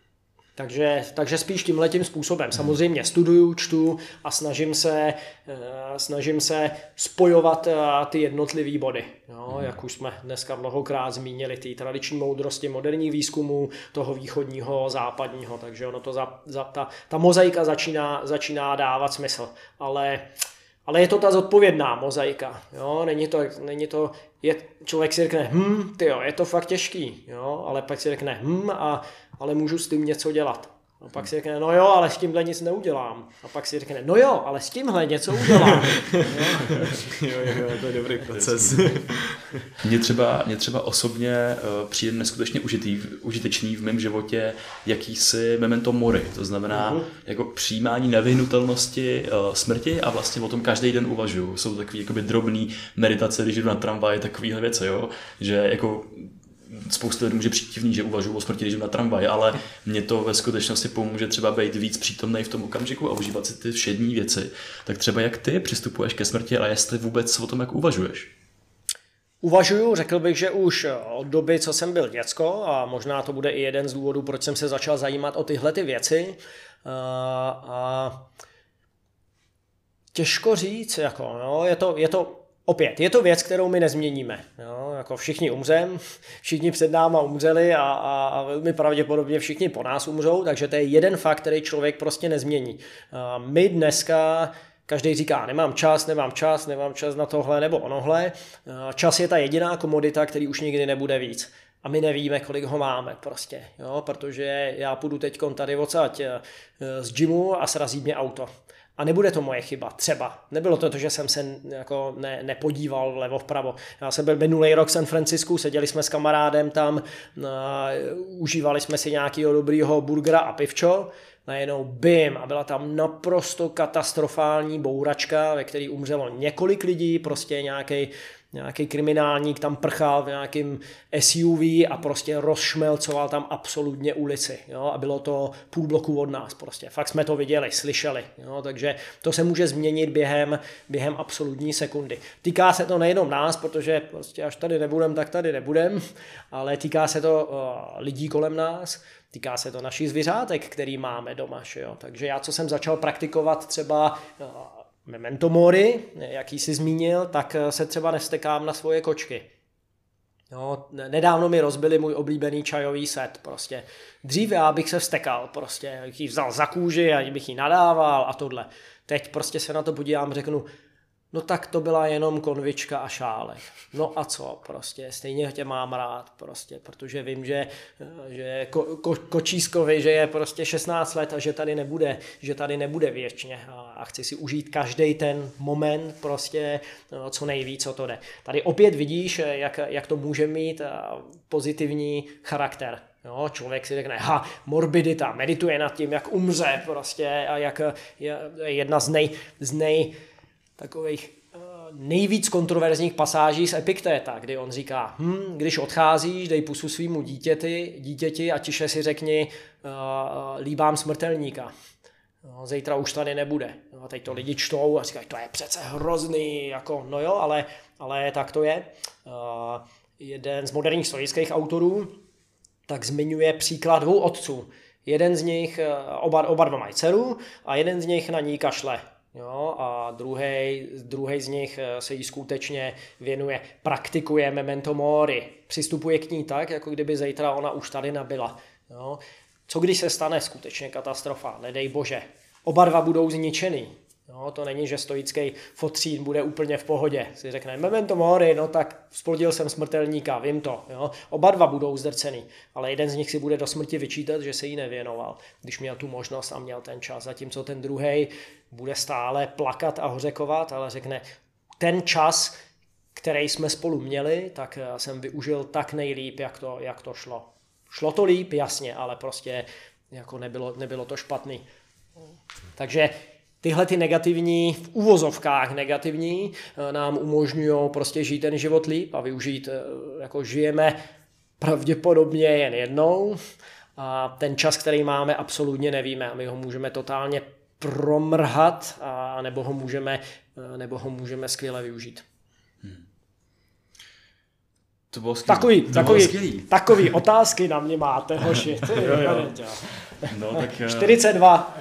Takže, takže spíš tímhletím způsobem. Samozřejmě studuju, čtu a snažím se, snažím se spojovat ty jednotlivé body. Jo, jak už jsme dneska mnohokrát zmínili, ty tradiční moudrosti moderních výzkumů, toho východního, západního. Takže ono to za, za, ta, ta mozaika začíná, začíná dávat smysl. Ale, ale je to ta zodpovědná mozaika. Jo? Není to, není to je, člověk si řekne, hm, tyjo, je to fakt těžký, jo? Ale pak si řekne, hm, a ale můžu s tím něco dělat. A pak si řekne, no jo, ale s tímhle nic neudělám. A pak si řekne, no jo, ale s tímhle něco udělám. jo, jo, jo, to je dobrý proces. Mně třeba, mě třeba osobně uh, přijde neskutečně užitý, užitečný v mém životě jakýsi memento mori. To znamená uh-huh. jako přijímání nevyhnutelnosti uh, smrti a vlastně o tom každý den uvažuju. Jsou takový jakoby drobný meditace, když jdu na tramvaj, takovýhle věci, jo? Že jako spousta lidí může přijít divný, že uvažuji o smrti, když jdu na tramvaj, ale mě to ve skutečnosti pomůže třeba být víc přítomnej v tom okamžiku a užívat si ty všední věci. Tak třeba jak ty přistupuješ ke smrti a jestli vůbec o tom jak uvažuješ? Uvažuju, řekl bych, že už od doby, co jsem byl děcko, a možná to bude i jeden z důvodů, proč jsem se začal zajímat o tyhle ty věci. A, a těžko říct, jako, no, je to, je to Opět, je to věc, kterou my nezměníme. Jo? Jako všichni umřem, všichni před náma umřeli a, a, a velmi pravděpodobně všichni po nás umřou, takže to je jeden fakt, který člověk prostě nezmění. A my dneska, každý říká, nemám čas, nemám čas, nemám čas na tohle nebo onohle. A čas je ta jediná komodita, který už nikdy nebude víc. A my nevíme, kolik ho máme prostě, jo? Protože já půjdu teďkon tady odsaď z gymu a srazí mě auto. A nebude to moje chyba, třeba. Nebylo to to, že jsem se jako ne, nepodíval vlevo vpravo. Já jsem byl minulý rok v San Francisku, seděli jsme s kamarádem tam, a užívali jsme si nějakého dobrýho burgera a pivčo, najednou bim a byla tam naprosto katastrofální bouračka, ve které umřelo několik lidí, prostě nějaký nějaký kriminálník tam prchal v nějakým S U V a prostě rozšmelcoval tam absolutně ulici. Jo? A bylo to půl bloku od nás prostě. Fakt jsme to viděli, slyšeli. Jo? Takže to se může změnit během, během absolutní sekundy. Týká se to nejenom nás, protože prostě až tady nebudem, tak tady nebudem, ale týká se to uh, lidí kolem nás, týká se to našich zvířátek, který máme doma. Jo? Takže já, co jsem začal praktikovat třeba uh, memento mori, jaký jsi zmínil, tak se třeba nevstekám na svoje kočky. No, nedávno mi rozbili můj oblíbený čajový set. Prostě. Dřív já bych se vstekal, prostě, bych ji vzal za kůži a bych ji nadával a tohle. Teď prostě se na to podívám, řeknu, no tak to byla jenom konvička a šálek. No a co prostě, stejně tě mám rád prostě, protože vím, že, že ko, ko, kočískovi, že je prostě šestnáct let a že tady nebude, že tady nebude věčně a, a chci si užít každý ten moment prostě no, co nejvíc, co to jde. Tady opět vidíš, jak, jak to může mít pozitivní charakter. Jo, člověk si řekne, ha, morbidita, medituje nad tím, jak umře prostě a jak je jedna z nej, z nej takových uh, nejvíc kontroverzních pasáží z Epiktéta, kdy on říká, hm, když odcházíš, dej pusu svýmu dítěti, dítěti a tiše si řekni, uh, líbám smrtelníka. No, zítra už tady nebude. No, teď to lidi čtou a říkají, to je přece hrozný, jako, no jo, ale, ale tak to je. Uh, jeden z moderních stoických autorů tak zmiňuje příklad dvou otců. Jeden z nich, oba, oba dva mají dceru a jeden z nich na ní kašle. Jo, a druhý, druhý z nich se jí skutečně věnuje, praktikuje memento mori, přistupuje k ní tak, jako kdyby zítra ona už tady nebyla. Jo. Co když se stane skutečně katastrofa, nedej bože, oba dva budou zničený. Jo, to není, že stoický fotřín bude úplně v pohodě. Si řekne, memento mori, no tak splodil jsem smrtelníka, vím to. Jo. Oba dva budou zdrcený, ale jeden z nich si bude do smrti vyčítat, že se jí nevěnoval, když měl tu možnost a měl ten čas. Zatímco ten druhej bude stále plakat a hořekovat, ale řekne, ten čas, který jsme spolu měli, tak jsem využil tak nejlíp, jak to, jak to šlo. Šlo to líp, jasně, ale prostě jako nebylo, nebylo to špatný. Takže tyhle ty negativní, v uvozovkách negativní, nám umožňují prostě žít ten život líp a využít, jako žijeme pravděpodobně jen jednou a ten čas, který máme, absolutně nevíme a my ho můžeme totálně promrhat a nebo ho můžeme, nebo ho můžeme skvěle využít. Hmm. To bylo skvělý. Takový, to takový, skvělý. takový otázky na mě máte, hoši. Ty, jo, jo. No, tak, čtyřicet dva.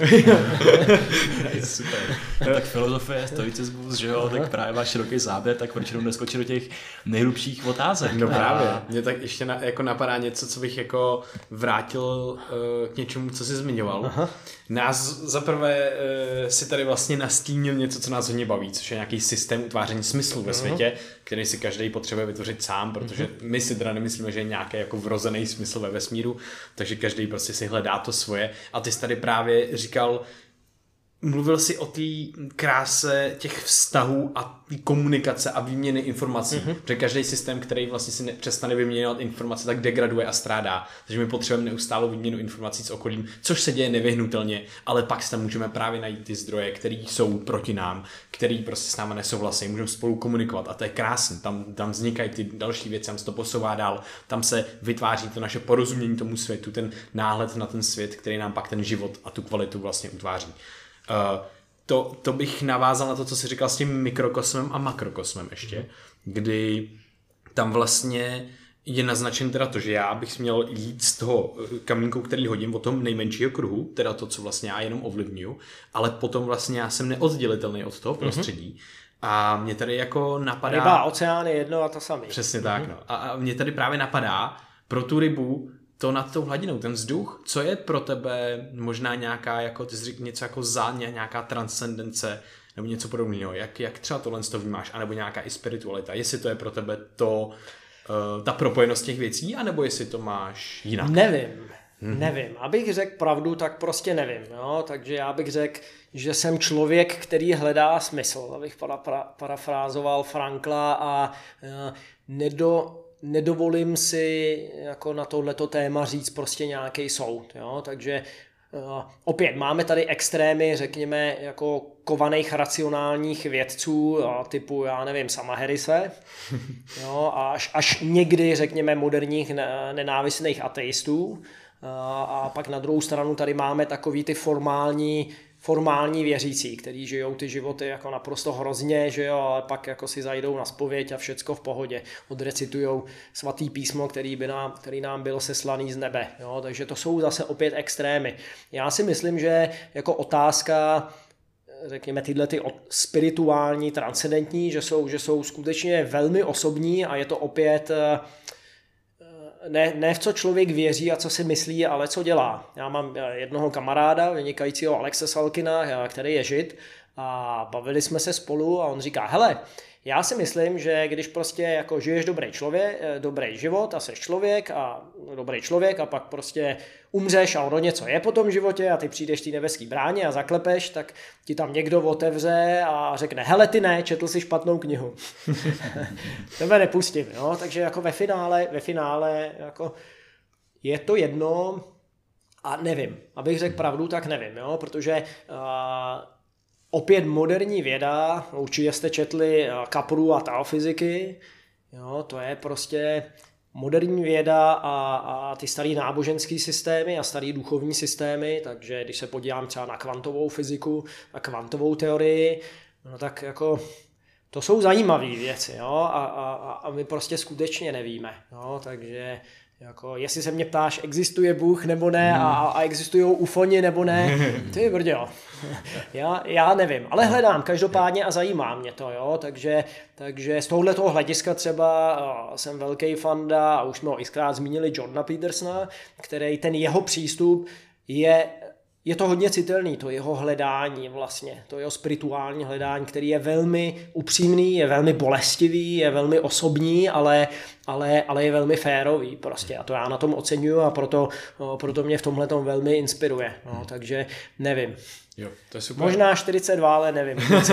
Super. No, tak filozofie, stoicismus, že jo, tak právě máš široký záběr, tak proč jenom neskočit do těch nejhlubších otázek. No právě. Mě tak ještě na, jako napadá něco, co bych jako vrátil uh, k něčemu, co jsi zmiňoval. Aha. Nás zaprvé uh, si tady vlastně nastínil něco, co nás hodně baví, což je nějaký systém utváření smyslu ve světě, který si každý potřebuje vytvořit sám, protože my si teda nemyslíme, že je nějaký jako vrozený smysl ve vesmíru, takže každý prostě si hledá to svoje. A ty jsi tady právě říkal, mluvil jsi o té kráse těch vztahů a té komunikace a výměny informací. Mm-hmm. Protože každý systém, který vlastně si ne, přestane vyměňovat informace, tak degraduje a strádá. Takže my potřebujeme neustálou výměnu informací s okolím, což se děje nevyhnutelně, ale pak se tam můžeme právě najít ty zdroje, které jsou proti nám, který prostě s námi nesouhlasí, můžeme spolu komunikovat a to je krásné. Tam, tam vznikají ty další věci, tam se to posouvá dál, tam se vytváří to naše porozumění tomu světu, ten náhled na ten svět, který nám pak ten život a tu kvalitu vlastně utváří. Uh, to, to bych navázal na to, co jsi říkal s tím mikrokosmem a makrokosmem ještě, kdy tam vlastně je naznačen teda to, že já bych měl jít z toho kamínku, který hodím od toho nejmenšího kruhu, teda to, co vlastně já jenom ovlivňuju, ale potom vlastně já jsem neoddělitelný od toho prostředí A mě tady jako napadá... Ryba a oceán je jedno a to samé. Přesně tak, no. A, a mě tady právě napadá, pro tu rybu, to nad tou hladinou, ten vzduch, co je pro tebe možná nějaká, jako ty jsi řekl, něco jako záně, nějaká transcendence, nebo něco podobného, jak, jak třeba tohle to vnímáš, anebo nějaká i spiritualita, jestli to je pro tebe to, uh, ta propojenost těch věcí, anebo jestli to máš jinak? Nevím, hmm. nevím. Abych řekl pravdu, tak prostě nevím, jo? Takže já bych řekl, že jsem člověk, který hledá smysl, abych para, para, parafrázoval Frankla a uh, nedo, nedovolím si jako na tohleto téma říct prostě nějaký soud, jo? Takže Uh, opět máme tady extrémy, řekněme, jako kovaných racionálních vědců, uh, typu, já nevím, Sama Harrise, jo, až, až někdy, řekněme, moderních ne- nenávistných ateistů. Uh, a pak na druhou stranu tady máme takový ty formální, formální věřící, kteří žijou ty životy jako naprosto hrozně, že jo, ale pak jako si zajdou na zpověď a všecko v pohodě. Odrecitujou svatý písmo, který, by nám, který nám byl seslaný z nebe. Jo, takže to jsou zase opět extrémy. Já si myslím, že jako otázka, řekněme, tyhle ty spirituální, transcendentní, že jsou, že jsou skutečně velmi osobní a je to opět Ne, ne v co člověk věří a co si myslí, ale co dělá. Já mám jednoho kamaráda, vynikajícího Alexe Salkina, který je žid, a bavili jsme se spolu a on říká, hele, já si myslím, že když prostě jako žiješ dobrý člověk, dobrý život a seš člověk a dobrý člověk a pak prostě umřeš a ono něco je po tom životě a ty přijdeš té nebeský bráně a zaklepeš, tak ti tam někdo otevře a řekne, hele ty ne, četl si špatnou knihu. Tebe nepustím, jo? Takže jako ve finále, ve finále jako je to jedno a nevím. Abych řekl pravdu, tak nevím, jo? Protože uh, opět moderní věda, určitě jste četli Capru a teofyziky, jo, to je prostě moderní věda a, a ty starý náboženský systémy a starý duchovní systémy, takže když se podívám třeba na kvantovou fyziku a kvantovou teorii, no tak jako to jsou zajímavé věci, jo, a, a, a my prostě skutečně nevíme, jo, takže jako, jestli se mě ptáš, existuje Bůh nebo ne a, a existují ufoni nebo ne, ty brděl. Já, já nevím, ale hledám každopádně a zajímá mě to, jo, takže, takže z tohoto hlediska třeba uh, jsem velký fanda, a už jsme ho xkrát zmínili, Jordana Petersona, který ten jeho přístup je, je to hodně citelný, to jeho hledání vlastně, to jeho spirituální hledání, který je velmi upřímný, je velmi bolestivý, je velmi osobní, ale, ale, ale je velmi férový prostě a to já na tom oceňuju a proto, proto mě v tomhletom velmi inspiruje, no, takže nevím. Jo, to je super. Možná čtyřicet dva, ale nevím.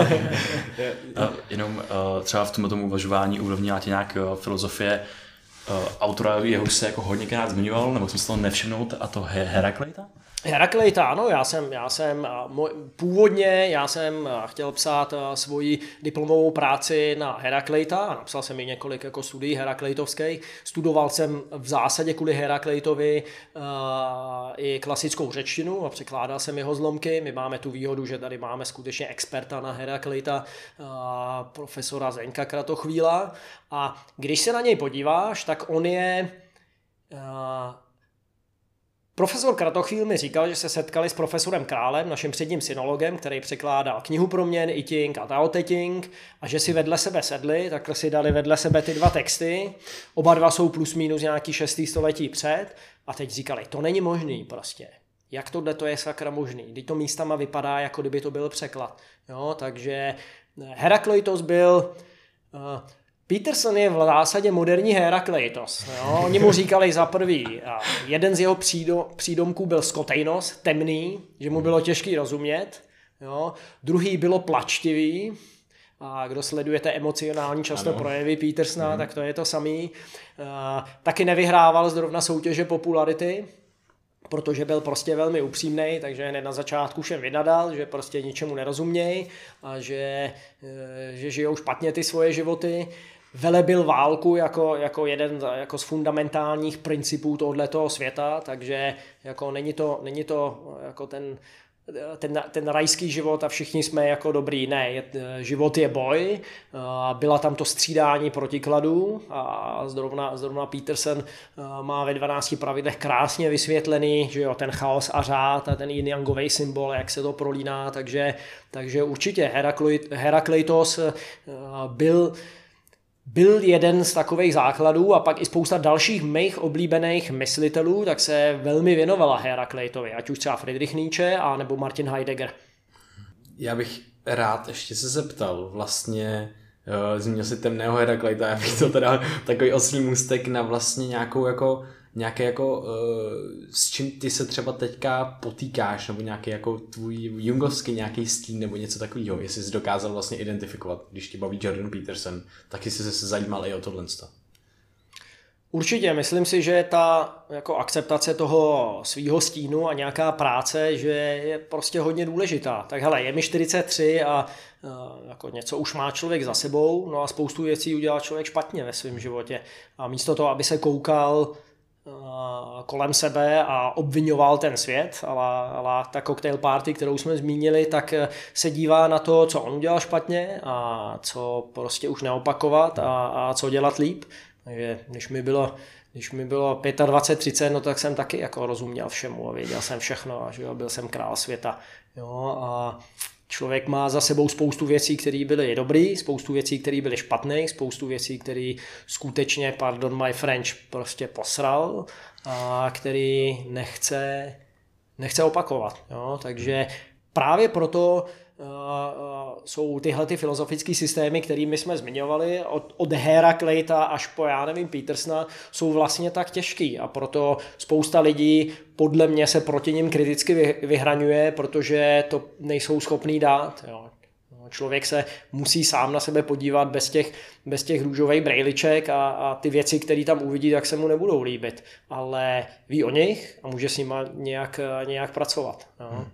uh, jenom uh, třeba v tomto uvažování ovlivnila tě nějak uh, filozofie uh, autora, jehož se jako hodněkrát zmiňoval, nebo jsem si to nevšimnout, a to Herakleita? Herakleita, ano, já jsem, já jsem moj, původně já jsem chtěl psát svoji diplomovou práci na Herakleita a napsal jsem i několik jako studií herakleitovských. Studoval jsem v zásadě kvůli Herakleitovi uh, i klasickou řečtinu a překládal jsem jeho zlomky. My máme tu výhodu, že tady máme skutečně experta na Herakleita, uh, profesora Zdeňka Kratochvíla, a když se na něj podíváš, tak on je... Uh, Profesor Kratochvíl mi říkal, že se setkali s profesorem Králem, naším předním synologem, který překládal knihu Proměn, I Ching a Tao Te Ching, a že si vedle sebe sedli, takhle si dali vedle sebe ty dva texty, oba dva jsou plus minus nějaký šestý století před, a teď říkali, to není možný prostě. Jak tohle to je sakra možný? Teď to místama vypadá, jako kdyby to byl překlad. Jo, takže Herakleitos byl... Uh, Peterson je v zásadě moderní Herakleitos. Jo? Oni mu říkali za prvý, jeden z jeho přído, přídomků byl skotejnos, temný, že mu bylo těžký rozumět. Jo? Druhý bylo plačtivý, a kdo sledujete emocionální často ano. projevy Petersona, mm. tak to je to samý. Taky nevyhrával zrovna soutěže popularity, protože byl prostě velmi upřímnej, takže hned na začátku všem vynadal, že prostě ničemu nerozuměj a že, že žijou špatně ty svoje životy. Velebil válku jako, jako jeden jako z fundamentálních principů tohoto světa, takže jako není to, není to jako ten ten, ten rajský život a všichni jsme jako dobrý. Ne, je, život je boj, byla tam to střídání protikladů a zrovna, zrovna Peterson má ve dvanácti pravidlech krásně vysvětlený, že jo, ten chaos a řád a ten yin-yangový symbol, jak se to prolíná, takže, takže určitě Herakleitos byl Byl jeden z takových základů a pak i spousta dalších mých oblíbených myslitelů, tak se velmi věnovala Herakleitovi, ať už třeba Friedrich Nietzsche a nebo Martin Heidegger. Já bych rád ještě se zeptal, vlastně uh, zmínil si temného Herakleita, já bych to teda takový oslý můstek na vlastně nějakou jako nějaké jako, uh, s čím ty se třeba teďka potýkáš, nebo nějaký jako tvůj jungovský nějaký stín, nebo něco takového, jestli jsi dokázal vlastně identifikovat, když ti baví Jordan Peterson, taky jsi se zajímal i o tohle. Určitě, myslím si, že ta jako akceptace toho svýho stínu a nějaká práce, že je prostě hodně důležitá. Tak hele, je mi čtyřicet tři a uh, jako něco už má člověk za sebou, no a spoustu věcí udělal člověk špatně ve svém životě. A místo toho, aby se koukal kolem sebe a obvinoval ten svět, ale, ale ta cocktail party, kterou jsme zmínili, tak se dívá na to, co on udělal špatně a co prostě už neopakovat a, a co dělat líp. Takže když mi bylo, když mi bylo dvacet pět třicet, no tak jsem taky jako rozuměl všemu a věděl jsem všechno a že jo, byl jsem král světa. Jo, a člověk má za sebou spoustu věcí, které byly dobrý, spoustu věcí, které byly špatné, spoustu věcí, které skutečně, pardon my French, prostě posral a který nechce, nechce opakovat. Jo? Takže právě proto uh, uh, jsou tyhle ty filozofické systémy, kterými jsme zmiňovali, od, od Herakleita až po, já nevím, Petersona, jsou vlastně tak těžký a proto spousta lidí podle mě se proti nim kriticky vyhraňuje, protože to nejsou schopní dát. Jo. Člověk se musí sám na sebe podívat bez těch, bez těch růžových brejliček a, a ty věci, které tam uvidí, tak se mu nebudou líbit. Ale ví o nich a může s nima nějak, nějak pracovat. Jo. Hmm.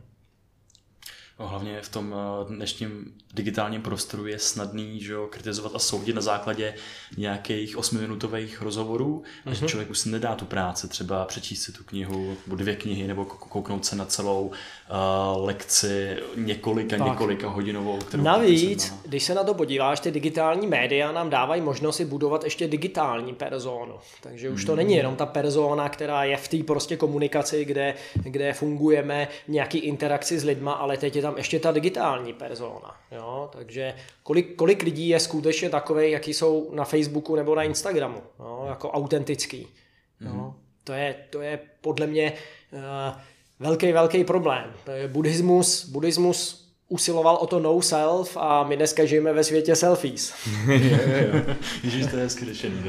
No, hlavně v tom dnešním digitálním prostoru je snadný, že jo, kritizovat a soudit na základě nějakých osmiminutových rozhovorů, mm-hmm. že člověk už si nedá tu práci, třeba přečíst si tu knihu, nebo dvě knihy, nebo kouknout se na celou uh, lekci několika, tak. několika hodinovou. Kterou Navíc, když se na to podíváš, ty digitální média nám dávají možnost si budovat ještě digitální personu. Takže už to mm. není jenom ta persona, která je v té prostě komunikaci, kde, kde fungujeme v nějaký interakci s lidma, ale teď je tam ještě ta digitální persona. Jo? Takže kolik, kolik lidí je skutečně takovej, jaký jsou na Facebooku nebo na Instagramu, jo? Jako autentický. Jo? Mm. To je, to je podle mě uh, velký, velký problém. Buddhismus, buddhismus usiloval o to no self a my dneska žijeme ve světě selfies. Ježiš, to je hezky řešený.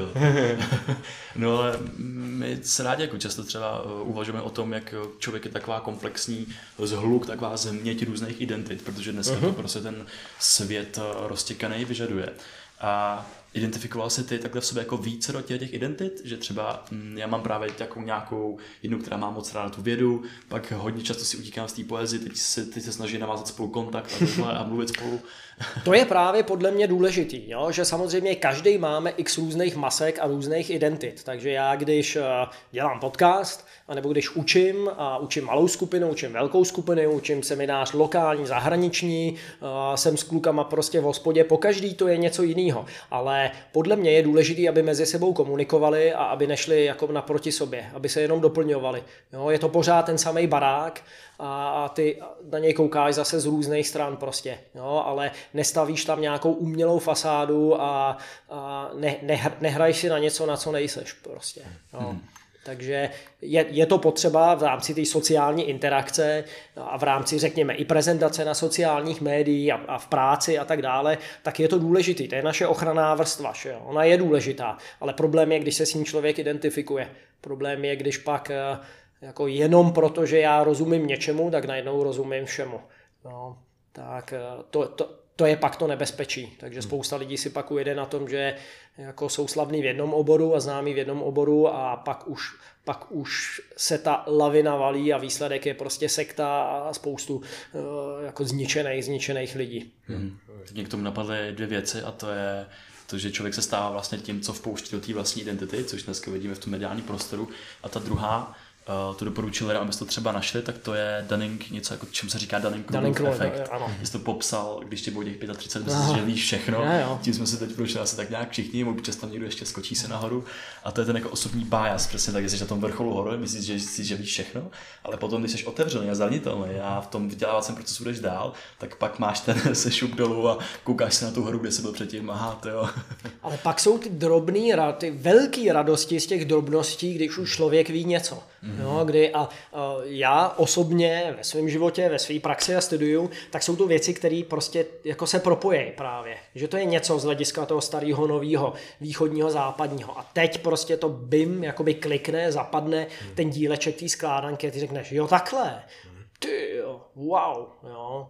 No ale my se rádi jako často třeba uvažujeme o tom, jak člověk je taková komplexní zhluk, taková změť různých identit, protože dneska uh-huh. to prostě ten svět roztěkaný vyžaduje. A identifikoval jsi ty takhle v sobě jako více do těch, těch identit, že třeba hm, já mám právě takovou nějakou jednu, která má moc ráda tu vědu, pak hodně často si utíkám z té poezie, teď se, teď se snaží navázat spolu kontakt a, a mluvit spolu. To je právě podle mě důležitý, jo? Že samozřejmě každý máme x různých masek a různých identit, takže já když dělám podcast, anebo když učím a učím malou skupinu, učím velkou skupinu, učím seminář lokální, zahraniční, jsem s klukama prostě v hospodě, pokaždý to je něco jiného, ale podle mě je důležité, aby mezi sebou komunikovali a aby nešli jako naproti sobě, aby se jenom doplňovali. Jo? Je to pořád ten samý barák a ty na něj koukáš zase z různých stran prostě, jo? Ale nestavíš tam nějakou umělou fasádu a, a ne, ne, nehraješ si na něco, na co nejseš prostě. Jo? Hmm. Takže je, je to potřeba v rámci té sociální interakce a v rámci, řekněme, i prezentace na sociálních médií a, a v práci a tak dále, tak je to důležitý. To je naše ochranná vrstva, že jo? Ona je důležitá, ale problém je, když se s ním člověk identifikuje. Problém je, když pak jako jenom proto, že já rozumím něčemu, tak najednou rozumím všemu. No, tak to, to, to je pak to nebezpečí. Takže spousta lidí si pak ujede na tom, že jako jsou slavní v jednom oboru a známí v jednom oboru a pak už, pak už se ta lavina valí a výsledek je prostě sekta a spoustu uh, jako zničených, zničených lidí. Hmm. Mě k tomu napadly dvě věci a to je to, že člověk se stává vlastně tím, co vpouští do té vlastní identity, což dneska vidíme v tom mediálním prostoru. A ta druhá Uh, to doporučil lidem, abyste to třeba našli, tak to je Dunning, něco jako čemu se říká Dunning-Krugerův efekt. Jsi to popsal, když ti bylo těch třicet pět, myslíš, že víš všechno. No, tím jsme se teď prošli asi tak nějak všichni, občas tam někdo ještě skočí se nahoru. A to je ten jako osobní bias, přesně tak, jsi na tom vrcholu hory, myslíš, že, jsi, že víš všechno, ale potom, když jsi otevřený a zranitelný a v tom vzdělávacím procesu jdeš dál, tak pak máš ten sešup dolů a koukáš se na tu horu, kde jsi byl předtím, aha, to jo. Ale pak jsou ty drobný, ty velký radosti z těch drobností, když už člověk ví něco. Mm-hmm. Jo, kdy a, a já osobně ve svém životě, ve své praxi a studiu, tak jsou to věci, které prostě jako se propojejí právě. Že to je něco z hlediska toho starého, nového, východního, západního. A teď prostě to bim, jakoby klikne, zapadne mm. ten díleček té skládanky a ty řekneš, jo takhle, ty jo, wow, jo.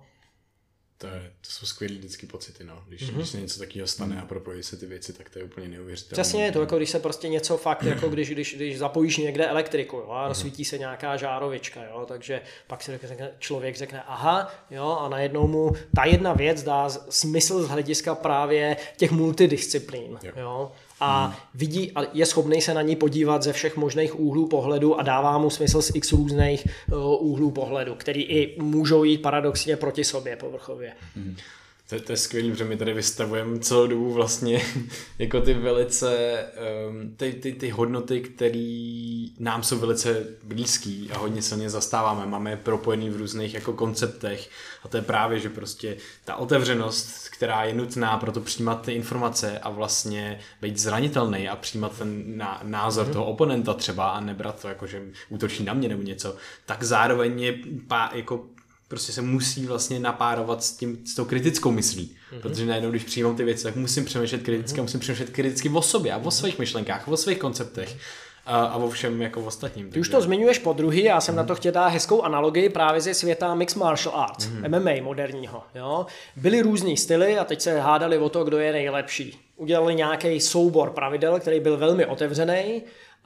To, je, to jsou skvělý vždycky pocity, no. Když, mm-hmm. když se něco takového stane a propojí se ty věci, tak to je úplně neuvěřitelné. Přesně je to, jako když se prostě něco fakt, jako když, když, když zapojíš někde elektriku, jo, a rozsvítí se nějaká žárovička, jo, takže pak si řekne, člověk řekne, aha, jo, a najednou mu ta jedna věc dá smysl z hlediska právě těch multidisciplín, jo. jo. A vidí a je schopný se na ní podívat ze všech možných úhlů pohledu a dává mu smysl z x různých uh, úhlů pohledu, který i můžou jít paradoxně proti sobě povrchově. Hmm. To, to je skvělý, protože my tady vystavujeme celou dobu vlastně jako ty velice, um, ty, ty, ty hodnoty, které nám jsou velice blízký a hodně silně zastáváme. Máme je propojený v různých jako konceptech a to je právě, že prostě ta otevřenost, která je nutná pro to přijímat ty informace a vlastně být zranitelný a přijímat ten ná, názor mm-hmm. toho oponenta třeba a nebrat to jako, že útočí na mě nebo něco, tak zároveň je pá, jako prostě se musí vlastně napárovat s, tím, s tou kritickou myslí. Mm-hmm. Protože najednou, když přijímám ty věci, tak musím přemýšlet kriticky, mm-hmm. musím přemýšlet kriticky o sobě a o svých myšlenkách, o svých konceptech a, a o všem jako v ostatním. Ty už to zmiňuješ po druhý, já jsem mm-hmm. na to chtěl dát hezkou analogii právě ze světa mixed martial arts, mm-hmm. M M A moderního. Jo? Byly různý styly a teď se hádali o to, kdo je nejlepší. Udělali nějaký soubor pravidel, který byl velmi otevřený,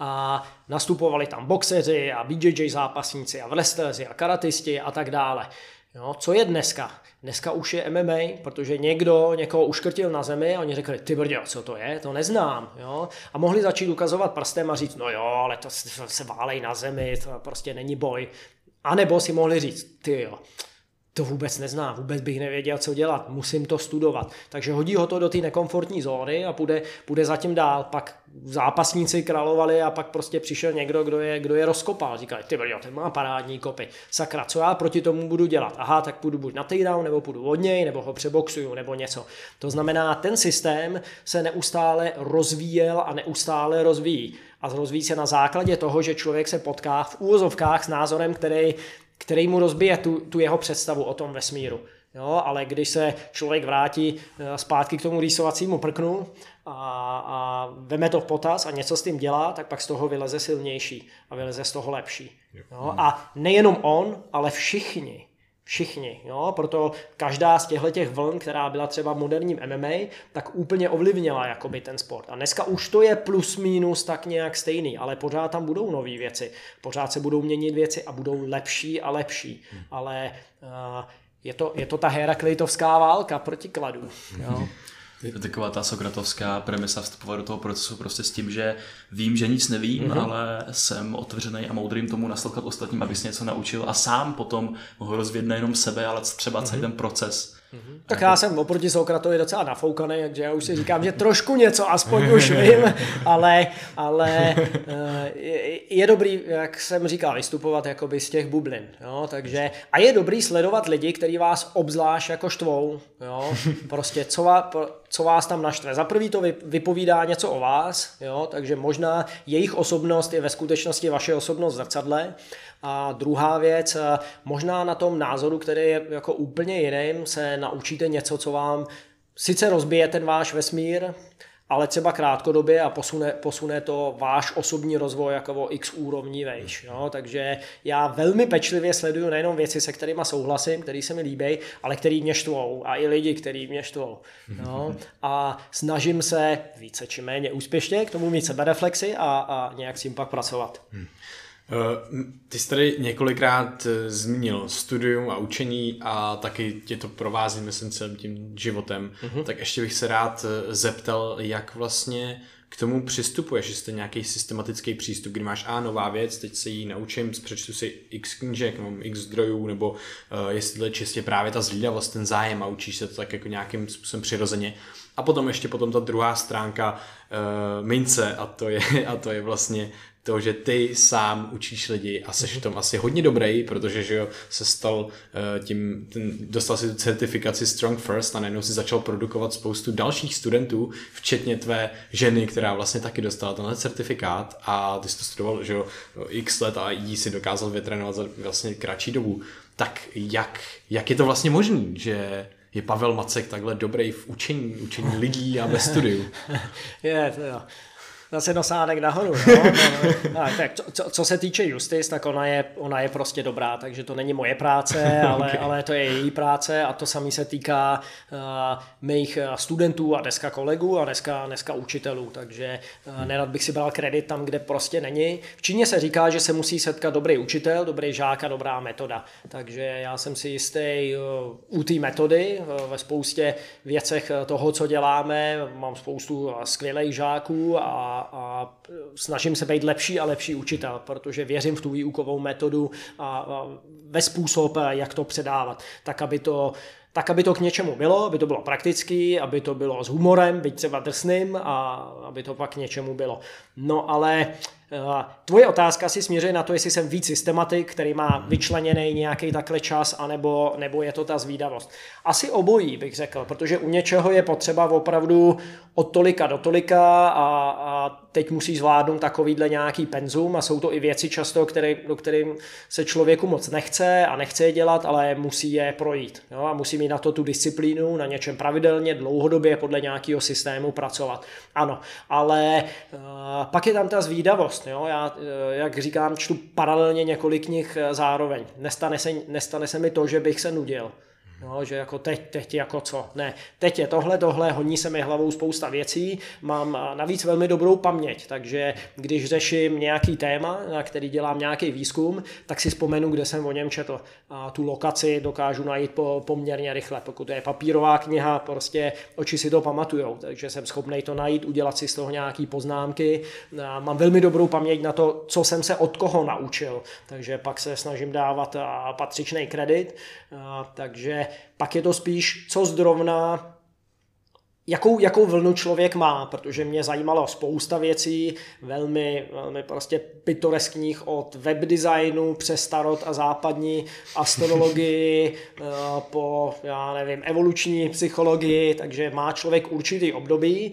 a nastupovali tam boxeři a B J J zápasníci a wrestleri a karatisti a tak dále. Jo, co je dneska? Dneska už je M M A, protože někdo někoho uškrtil na zemi a oni řekli, ty brďo, co to je? To neznám. Jo? A mohli začít ukazovat prstem a říct, no jo, ale to se válej na zemi, to prostě není boj. A nebo si mohli říct, ty jo, to vůbec neznám, vůbec bych nevěděl, co dělat, musím to studovat. Takže hodí ho to do té nekomfortní zóny a půjde, půjde zatím dál. Pak zápasníci královali a pak prostě přišel někdo, kdo je, kdo je rozkopal. Říkali, ty brďo, ten má parádní kopy. Sakra, co já proti tomu budu dělat? Aha, tak půjdu buď na takedown, nebo půjdu od něj, nebo ho přeboxuju, nebo něco. To znamená, ten systém se neustále rozvíjel a neustále rozvíjí. A rozvíjí se na základě toho, že člověk se potká v úvozovkách s názorem, který který mu rozbije tu, tu jeho představu o tom vesmíru. Jo, ale když se člověk vrátí zpátky k tomu rýsovacímu prknu a, a veme to v potaz a něco s tím dělá, tak pak z toho vyleze silnější a vyleze z toho lepší. Jo, a nejenom on, ale všichni. Všichni, jo? Proto každá z těchto vln, která byla třeba v moderním M M A, tak úplně ovlivnila jakoby ten sport. A dneska už to je plus minus tak nějak stejný, ale pořád tam budou nové věci. Pořád se budou měnit věci a budou lepší a lepší. Hmm. Ale uh, je, to, je to ta Herakleitovská válka proti kladu. Jo? Je to taková ta sokratovská premisa vstupovat do toho procesu prostě s tím, že vím, že nic nevím, mm-hmm. ale jsem otevřený a moudrým tomu naslouchat ostatním, abys něco naučil a sám potom mohl rozvíjet nejenom sebe, ale třeba celý mm-hmm. ten proces. Mm-hmm. Tak já jsem oproti Sokratovi docela nafoukaný, takže já už si říkám, že trošku něco aspoň už vím, ale, ale je, je dobrý, jak jsem říkal, vystupovat jakoby z těch bublin. Jo? Takže, a je dobrý sledovat lidi, kteří vás obzvlášť jako štvou. Jo? Prostě co vás, co vás tam naštve. Za prvý to vypovídá něco o vás, jo? Takže možná jejich osobnost je ve skutečnosti vaše osobnost v zrcadle. A druhá věc, možná na tom názoru, který je jako úplně jiným, se naučíte něco, co vám sice rozbije ten váš vesmír, ale třeba krátkodobě a posune, posune to váš osobní rozvoj jako o x úrovní vejš. Jo? Takže já velmi pečlivě sleduju nejenom věci, se kterými souhlasím, které se mi líbí, ale který mě štvou a i lidi, který mě štvou. Jo? A snažím se více či méně úspěšně k tomu mít sebereflexi a, a nějak s tím pak pracovat. Hmm. Ty jsi tady několikrát zmínil studium a učení a taky tě to provází, myslím, celým tím životem. Mm-hmm. Tak ještě bych se rád zeptal, jak vlastně k tomu přistupuješ, jestli to nějaký systematický přístup, kdy máš a nová věc, teď se ji naučím, přečtu si x knížek, mám x zdrojů, nebo uh, jestli to je čistě právě ta zvídavost, ten zájem a učíš se to tak jako nějakým způsobem přirozeně. A potom ještě potom ta druhá stránka uh, mince a to je, a to je vlastně to, že ty sám učíš lidi a seš v tom asi hodně dobrý, protože že jo, se stal uh, tím, ten, dostal si tu certifikaci Strong First a najednou si začal produkovat spoustu dalších studentů, včetně tvé ženy, která vlastně taky dostala tenhle certifikát a ty jsi to studoval, že jo, x let a jí si dokázal vytrénovat za vlastně kratší dobu. Tak jak, jak je to vlastně možný, že je Pavel Macek takhle dobrý v učení, učení lidí a ve studiu? Je, to jo. Zase nosádek nahoru. No? No, no. A, tak, co, co se týče Justice, tak ona je, ona je prostě dobrá, takže to není moje práce, ale, okay. ale to je její práce a to samé se týká uh, mých studentů a dneska kolegů a dneska, dneska učitelů, takže uh, nerad bych si bral kredit tam, kde prostě není. V Číně se říká, že se musí setkat dobrý učitel, dobrý žák a dobrá metoda, takže já jsem si jistý uh, u té metody, uh, ve spoustě věcech toho, co děláme, mám spoustu skvělých žáků a a snažím se být lepší a lepší učitel, protože věřím v tu výukovou metodu a, a ve způsob, jak to předávat, tak aby to, tak aby to k něčemu bylo, aby to bylo praktický, aby to bylo s humorem, byť třeba drsným a aby to pak k něčemu bylo. No ale tvoje otázka si směřuje na to, jestli jsem víc systematik, který má vyčleněný nějaký takhle čas, anebo, nebo je to ta zvídavost. Asi obojí bych řekl, protože u něčeho je potřeba opravdu od tolika do tolika a, a teď musí zvládnout takovýhle nějaký penzum a jsou to i věci často, které, do kterým se člověku moc nechce a nechce je dělat, ale musí je projít. Jo? A musí mít na to tu disciplínu, na něčem pravidelně, dlouhodobě podle nějakého systému pracovat. Ano, ale uh, pak je tam ta zvídavost. Jo, já, jak říkám, čtu paralelně několik knih zároveň. Nestane se, nestane se mi to, že bych se nudil. Jo, že jako teď, teď jako co? Ne, teď je tohle, tohle, honí se mi hlavou spousta věcí, mám navíc velmi dobrou paměť, takže když řeším nějaký téma, na který dělám nějaký výzkum, tak si vzpomenu, kde jsem o něm četl. A tu lokaci dokážu najít po, poměrně rychle. Pokud to je papírová kniha, prostě oči si to pamatujou, takže jsem schopný to najít, udělat si z toho nějaký poznámky. A mám velmi dobrou paměť na to, co jsem se od koho naučil, takže pak se snažím dávat patřičný kredit, a, takže pak je to spíš, co zrovna, jakou, jakou vlnu člověk má, protože mě zajímalo spousta věcí, velmi, velmi prostě pitoreskních od webdesignu přes starot a západní astrologii po, já nevím, evoluční psychologii, takže má člověk určitý období,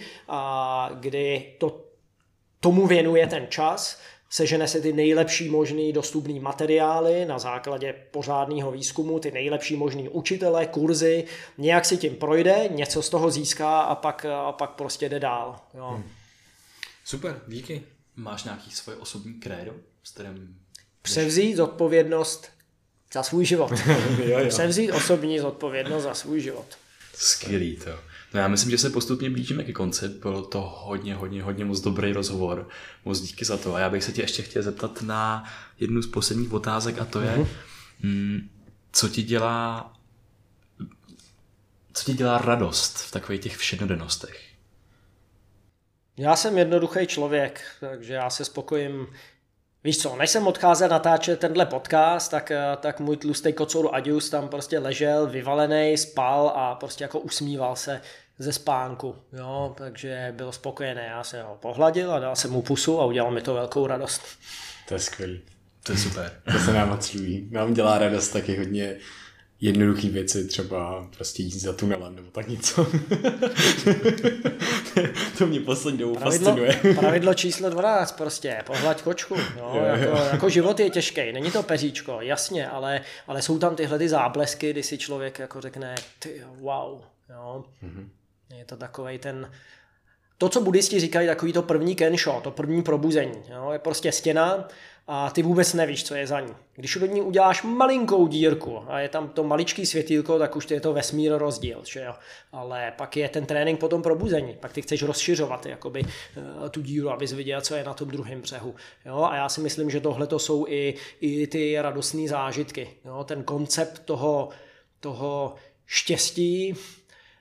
kdy to, tomu věnuje ten čas, sežene se ty nejlepší možný dostupný materiály na základě pořádného výzkumu, ty nejlepší možný učitele, kurzy, nějak si tím projde, něco z toho získá a pak, a pak prostě jde dál. Jo. Hmm. Super, díky. Máš nějaký svoje osobní krédo, s kterým... Převzít zodpovědnost za svůj život. jo, jo. Převzít osobní zodpovědnost za svůj život. Skvělý to. No já myslím, že se postupně blížíme ke konci. Bylo to hodně, hodně, hodně moc dobrý rozhovor. Moc díky za to. A já bych se tě ještě chtěl zeptat na jednu z posledních otázek a to je, mm-hmm. mm, co ti dělá co ti dělá radost v takových těch všednodennostech? Já jsem jednoduchý člověk, takže já se spokojím. Víš co, než jsem odcházel natáčet tenhle podcast, tak, tak můj tlustý kocour Adius tam prostě ležel, vyvalený, spal a prostě jako usmíval se ze spánku, jo, takže byl spokojený. Já jsem ho pohladil a dal jsem mu pusu a udělal mi to velkou radost. To je skvělý. To je super. To se nám moc líbí. Nám dělá radost taky hodně jednoduchý věci, třeba prostě jít za tunelem nebo tak něco. To mě poslední dobou fascinuje. Pravidlo číslo dvanáct prostě, pohlaď kočku. Jo, jo, jo. Jako, jako život je těžký, není to peříčko, jasně, ale, ale jsou tam tyhle ty záblesky, kdy si člověk jako řekne, ty wow, jo. Mm-hmm. Je to takovej ten... To, co buddhisti říkají, takový to první kensho, to první probuzení. Jo? Je prostě stěna a ty vůbec nevíš, co je za ní. Když do ní uděláš malinkou dírku a je tam to maličký světýlko, tak už je to vesmír rozdíl. Že jo? Ale pak je ten trénink po tom probuzení. Pak ty chceš rozšiřovat jakoby, tu díru, abys viděl, co je na tom druhém břehu. Jo? A já si myslím, že tohle to jsou i, i ty radostné zážitky. Jo? Ten koncept toho, toho štěstí,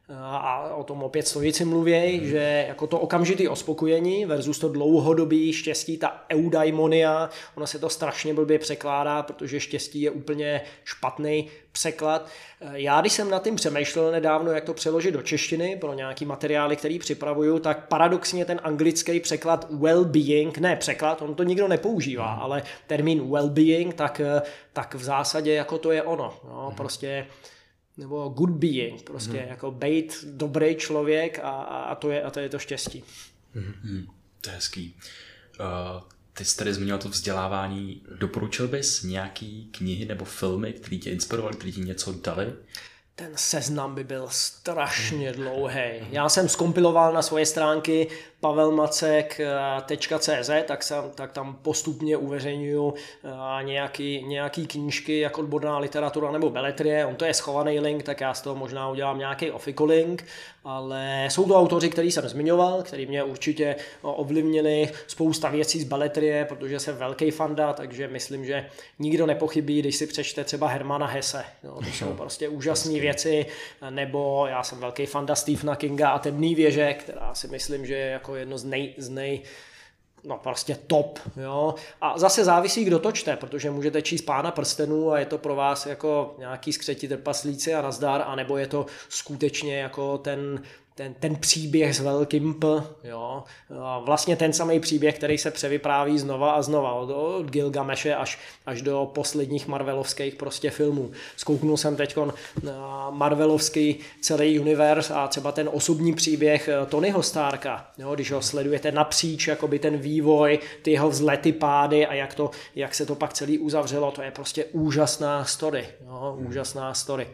a o tom opět stoici mluví, hmm. že jako to okamžitý ospokojení versus to dlouhodobý štěstí, ta eudaimonia, ono se to strašně blbě překládá, protože štěstí je úplně špatný překlad. Já, když jsem nad tím přemýšlel nedávno, jak to přeložit do češtiny pro nějaký materiály, který připravuju, tak paradoxně ten anglický překlad well-being, ne překlad, on to nikdo nepoužívá, hmm. ale termín well-being, tak, tak v zásadě jako to je ono. No, hmm. prostě nebo good being, prostě hmm. jako být dobrý člověk a, a, to, je, a to je to štěstí. Hmm. To je hezký. Uh, ty jsi tady zmínil to vzdělávání. Doporučil bys nějaký knihy nebo filmy, které tě inspirovaly, které ti něco dali? Ten seznam by byl strašně dlouhý. Já jsem zkompiloval na svoje stránky pavelmacek tečka cé zet, tak, jsem, tak tam postupně uveřejňuju nějaký, nějaký knížky, jako odborná literatura nebo beletrie. On to je schovaný link, tak já z toho možná udělám nějaký ofikolink, ale jsou to autoři, který jsem zmiňoval, který mě určitě ovlivnili spousta věcí z beletrie, protože jsem velký fanda, takže myslím, že nikdo nepochybí, když si přečte třeba Hermana Hesse. No, to jsou prostě úžasné věci, nebo já jsem velký fanda Stephena Kinga a Temný věže, která si myslím, že je jako jedno z nej, z nej no prostě top, jo. A zase závisí, kdo to čte, protože můžete číst Pána prstenů a je to pro vás jako nějaký skřeti trpaslíci a nazdar, anebo je to skutečně jako ten Ten, ten příběh s velkým P, jo. A vlastně ten samý příběh, který se převypráví znova a znova, od, od Gilgameše až, až do posledních marvelovských prostě filmů. Zkouknul jsem teď na marvelovský celý univerz a třeba ten osobní příběh Tonyho Starka, jo, když ho sledujete napříč, jakoby ten vývoj, ty jeho vzlety, pády a jak, to, jak se to pak celý uzavřelo, to je prostě úžasná story, jo, úžasná story.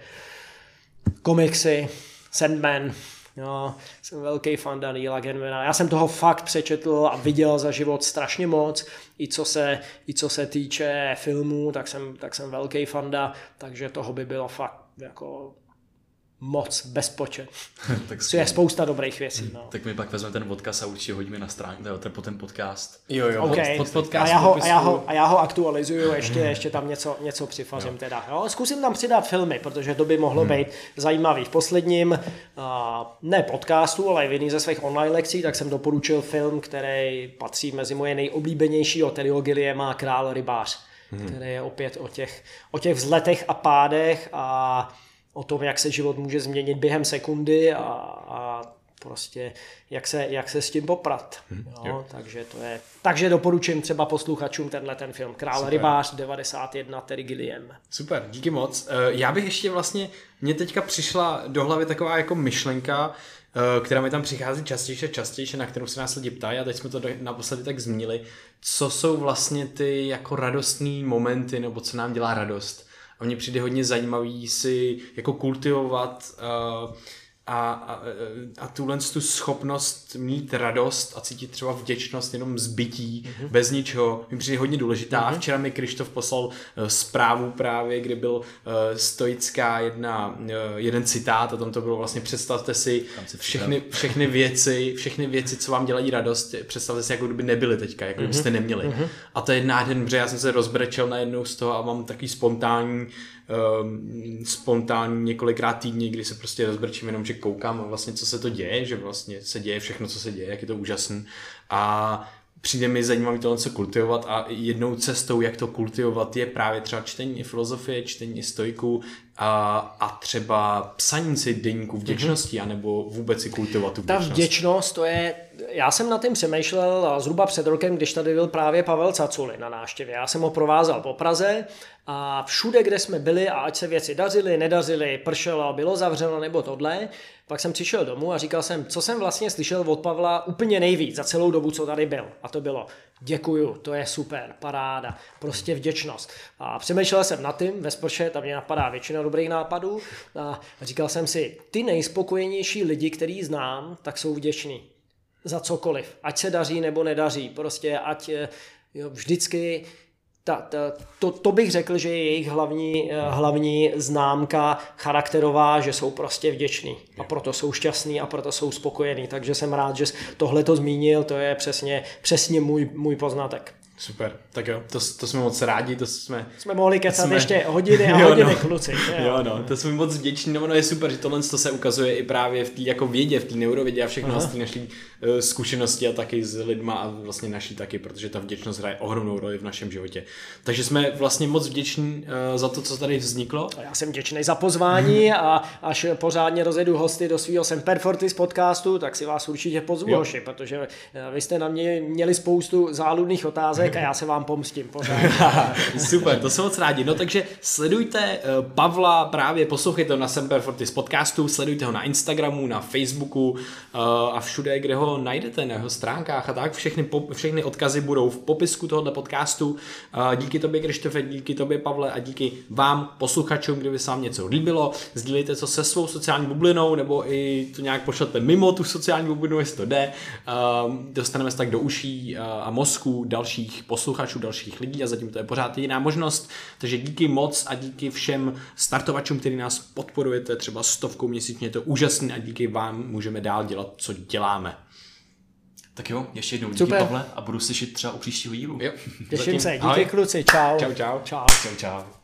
Komiksy, Sandman, jo, jsem velký fan Neila Gaimana. Já jsem toho fakt přečetl a viděl za život strašně moc. I co se, i co se týče filmů, tak jsem, tak jsem velký fanda, takže toho by bylo fakt jako moc, bezpočet. Tak je spousta dobrých věcí. No. Tak my pak vezmeme ten odkaz a určitě hodíme na stránku, po ten podcast. Jo, jo, okay. pod, pod podcast. A já, ho, a, já ho, a já ho aktualizuju, ještě, ještě tam něco, něco přifařím teda. Jo? Zkusím tam přidat filmy, protože to by mohlo hmm. být zajímavý. V posledním, uh, ne podcastu, ale i v jiný ze svých online lekcí, tak jsem doporučil film, který patří mezi moje nejoblíbenější od Terryho Gilliama, Král rybář, hmm. který je opět o těch, o těch vzletech a pádech a o tom, jak se život může změnit během sekundy a, a prostě jak se, jak se s tím poprat. Hmm, jo, jo. Takže to je. Takže doporučím třeba posluchačům tenhle ten film Král Super. Rybář devadesát jedna Terry Gilliam. Super, díky moc. Já bych ještě vlastně, mně teďka přišla do hlavy taková jako myšlenka, která mi tam přichází častěji a častěji, na kterou se nás lidi ptají a teď jsme to naposledy tak zmínili. Co jsou vlastně ty jako radostný momenty, nebo co nám dělá radost? A mně přijde hodně zajímavý si jako kultivovat uh, a, a, a tuhle tu schopnost mít radost a cítit třeba vděčnost jenom z bytí, mm-hmm. bez ničeho, mi přijde hodně důležitá. Mm-hmm. Včera mi Krištof poslal uh, zprávu právě, kde byl uh, stoická jedna, uh, jeden citát a tam to bylo vlastně představte si všechny, všechny věci, všechny věci, co vám dělají radost, představte si, jako kdyby nebyly teďka, jako kdybyste neměli. Mm-hmm. A to je nádherný, protože já jsem se rozbrečel najednou z toho a mám takový spontánní Um, spontánní několikrát týdně, kdy se prostě rozbrčím jenom, že koukám vlastně, co se to děje, že vlastně se děje všechno, co se děje, jak je to úžasný a přijde mi zajímavý tohle co kultivovat a jednou cestou, jak to kultivovat, je právě třeba čtení filozofie, čtení stoiků a, a třeba psaní si deníku vděčnosti, mm-hmm. anebo vůbec si kultivovat tu vděčnost. Ta vděčnost, to je, já jsem nad tím přemýšlel zhruba před rokem, když tady byl právě Pavel Caculi na návštěvě. Já jsem ho provázal po Praze a všude, kde jsme byli a ať se věci dařily, nedařily, pršelo, bylo zavřeno nebo tohle, pak jsem přišel domů a říkal jsem, co jsem vlastně slyšel od Pavla úplně nejvíc za celou dobu, co tady byl. A to bylo, děkuju, to je super, paráda, prostě vděčnost. A přemýšlel jsem nad tím, ve sprše, tam mě napadá většina dobrých nápadů a říkal jsem si, ty nejspokojenější lidi, který znám, tak jsou vděční za cokoliv. Ať se daří nebo nedaří, prostě ať jo, vždycky ta, ta, to, to bych řekl, že je jejich hlavní, hlavní známka charakterová, že jsou prostě vděční a proto jsou šťastní a proto jsou spokojení. Takže jsem rád, že tohle to zmínil, to je přesně, přesně můj, můj poznatek. Super, tak jo, to, to jsme moc rádi, to jsme... Jsme mohli kecat jsme... ještě hodiny a jo, hodiny, no. kluci. Jo, jo, no, to jsme moc vděční, no, no je super, že tohle to se ukazuje i právě v té jako vědě, v té neurovědě a všechno Aha. z té naší uh, zkušenosti a taky s lidma a vlastně naší taky, protože ta vděčnost hraje ohromnou roli v našem životě. Takže jsme vlastně moc vděční uh, za to, co tady vzniklo. Já jsem vděčný za pozvání a až pořádně rozjedu hosty do svého Semper Fortis podcastu, tak si vás určitě pozvu, hoši, protože vy jste na mě měli spoustu záludných otázek a já se vám pomstím pořád. Super, to jsem moc rádi. No takže sledujte Pavla, právě poslouchejte ho na Semper Fortis podcastu, sledujte ho na Instagramu, na Facebooku a všude, kde ho najdete, na jeho stránkách a tak. Všechny, všechny odkazy budou v popisku tohoto podcastu. Díky tobě, Krištofe, díky tobě, Pavle, a díky vám, posluchačům, kdyby se vám něco líbilo. Sdílejte to se svou sociální bublinou, nebo i to nějak pošlete mimo tu sociální bublinu, jestli to jde. Dostaneme se tak do uší a mozku dalších posluchačů, dalších lidí a zatím to je pořád jediná možnost. Takže díky moc a díky všem startovačům, kteří nás podporujete třeba stovkou měsíčně, je to úžasné a díky vám můžeme dál dělat, co děláme. Tak jo, ještě jednou díky, Super. Pavle, a budu slyšet třeba u příštího dílu. Jo. Těším zatím. se, díky Ahoj. kluci, čau. Čau, čau. Čau. Čau, čau.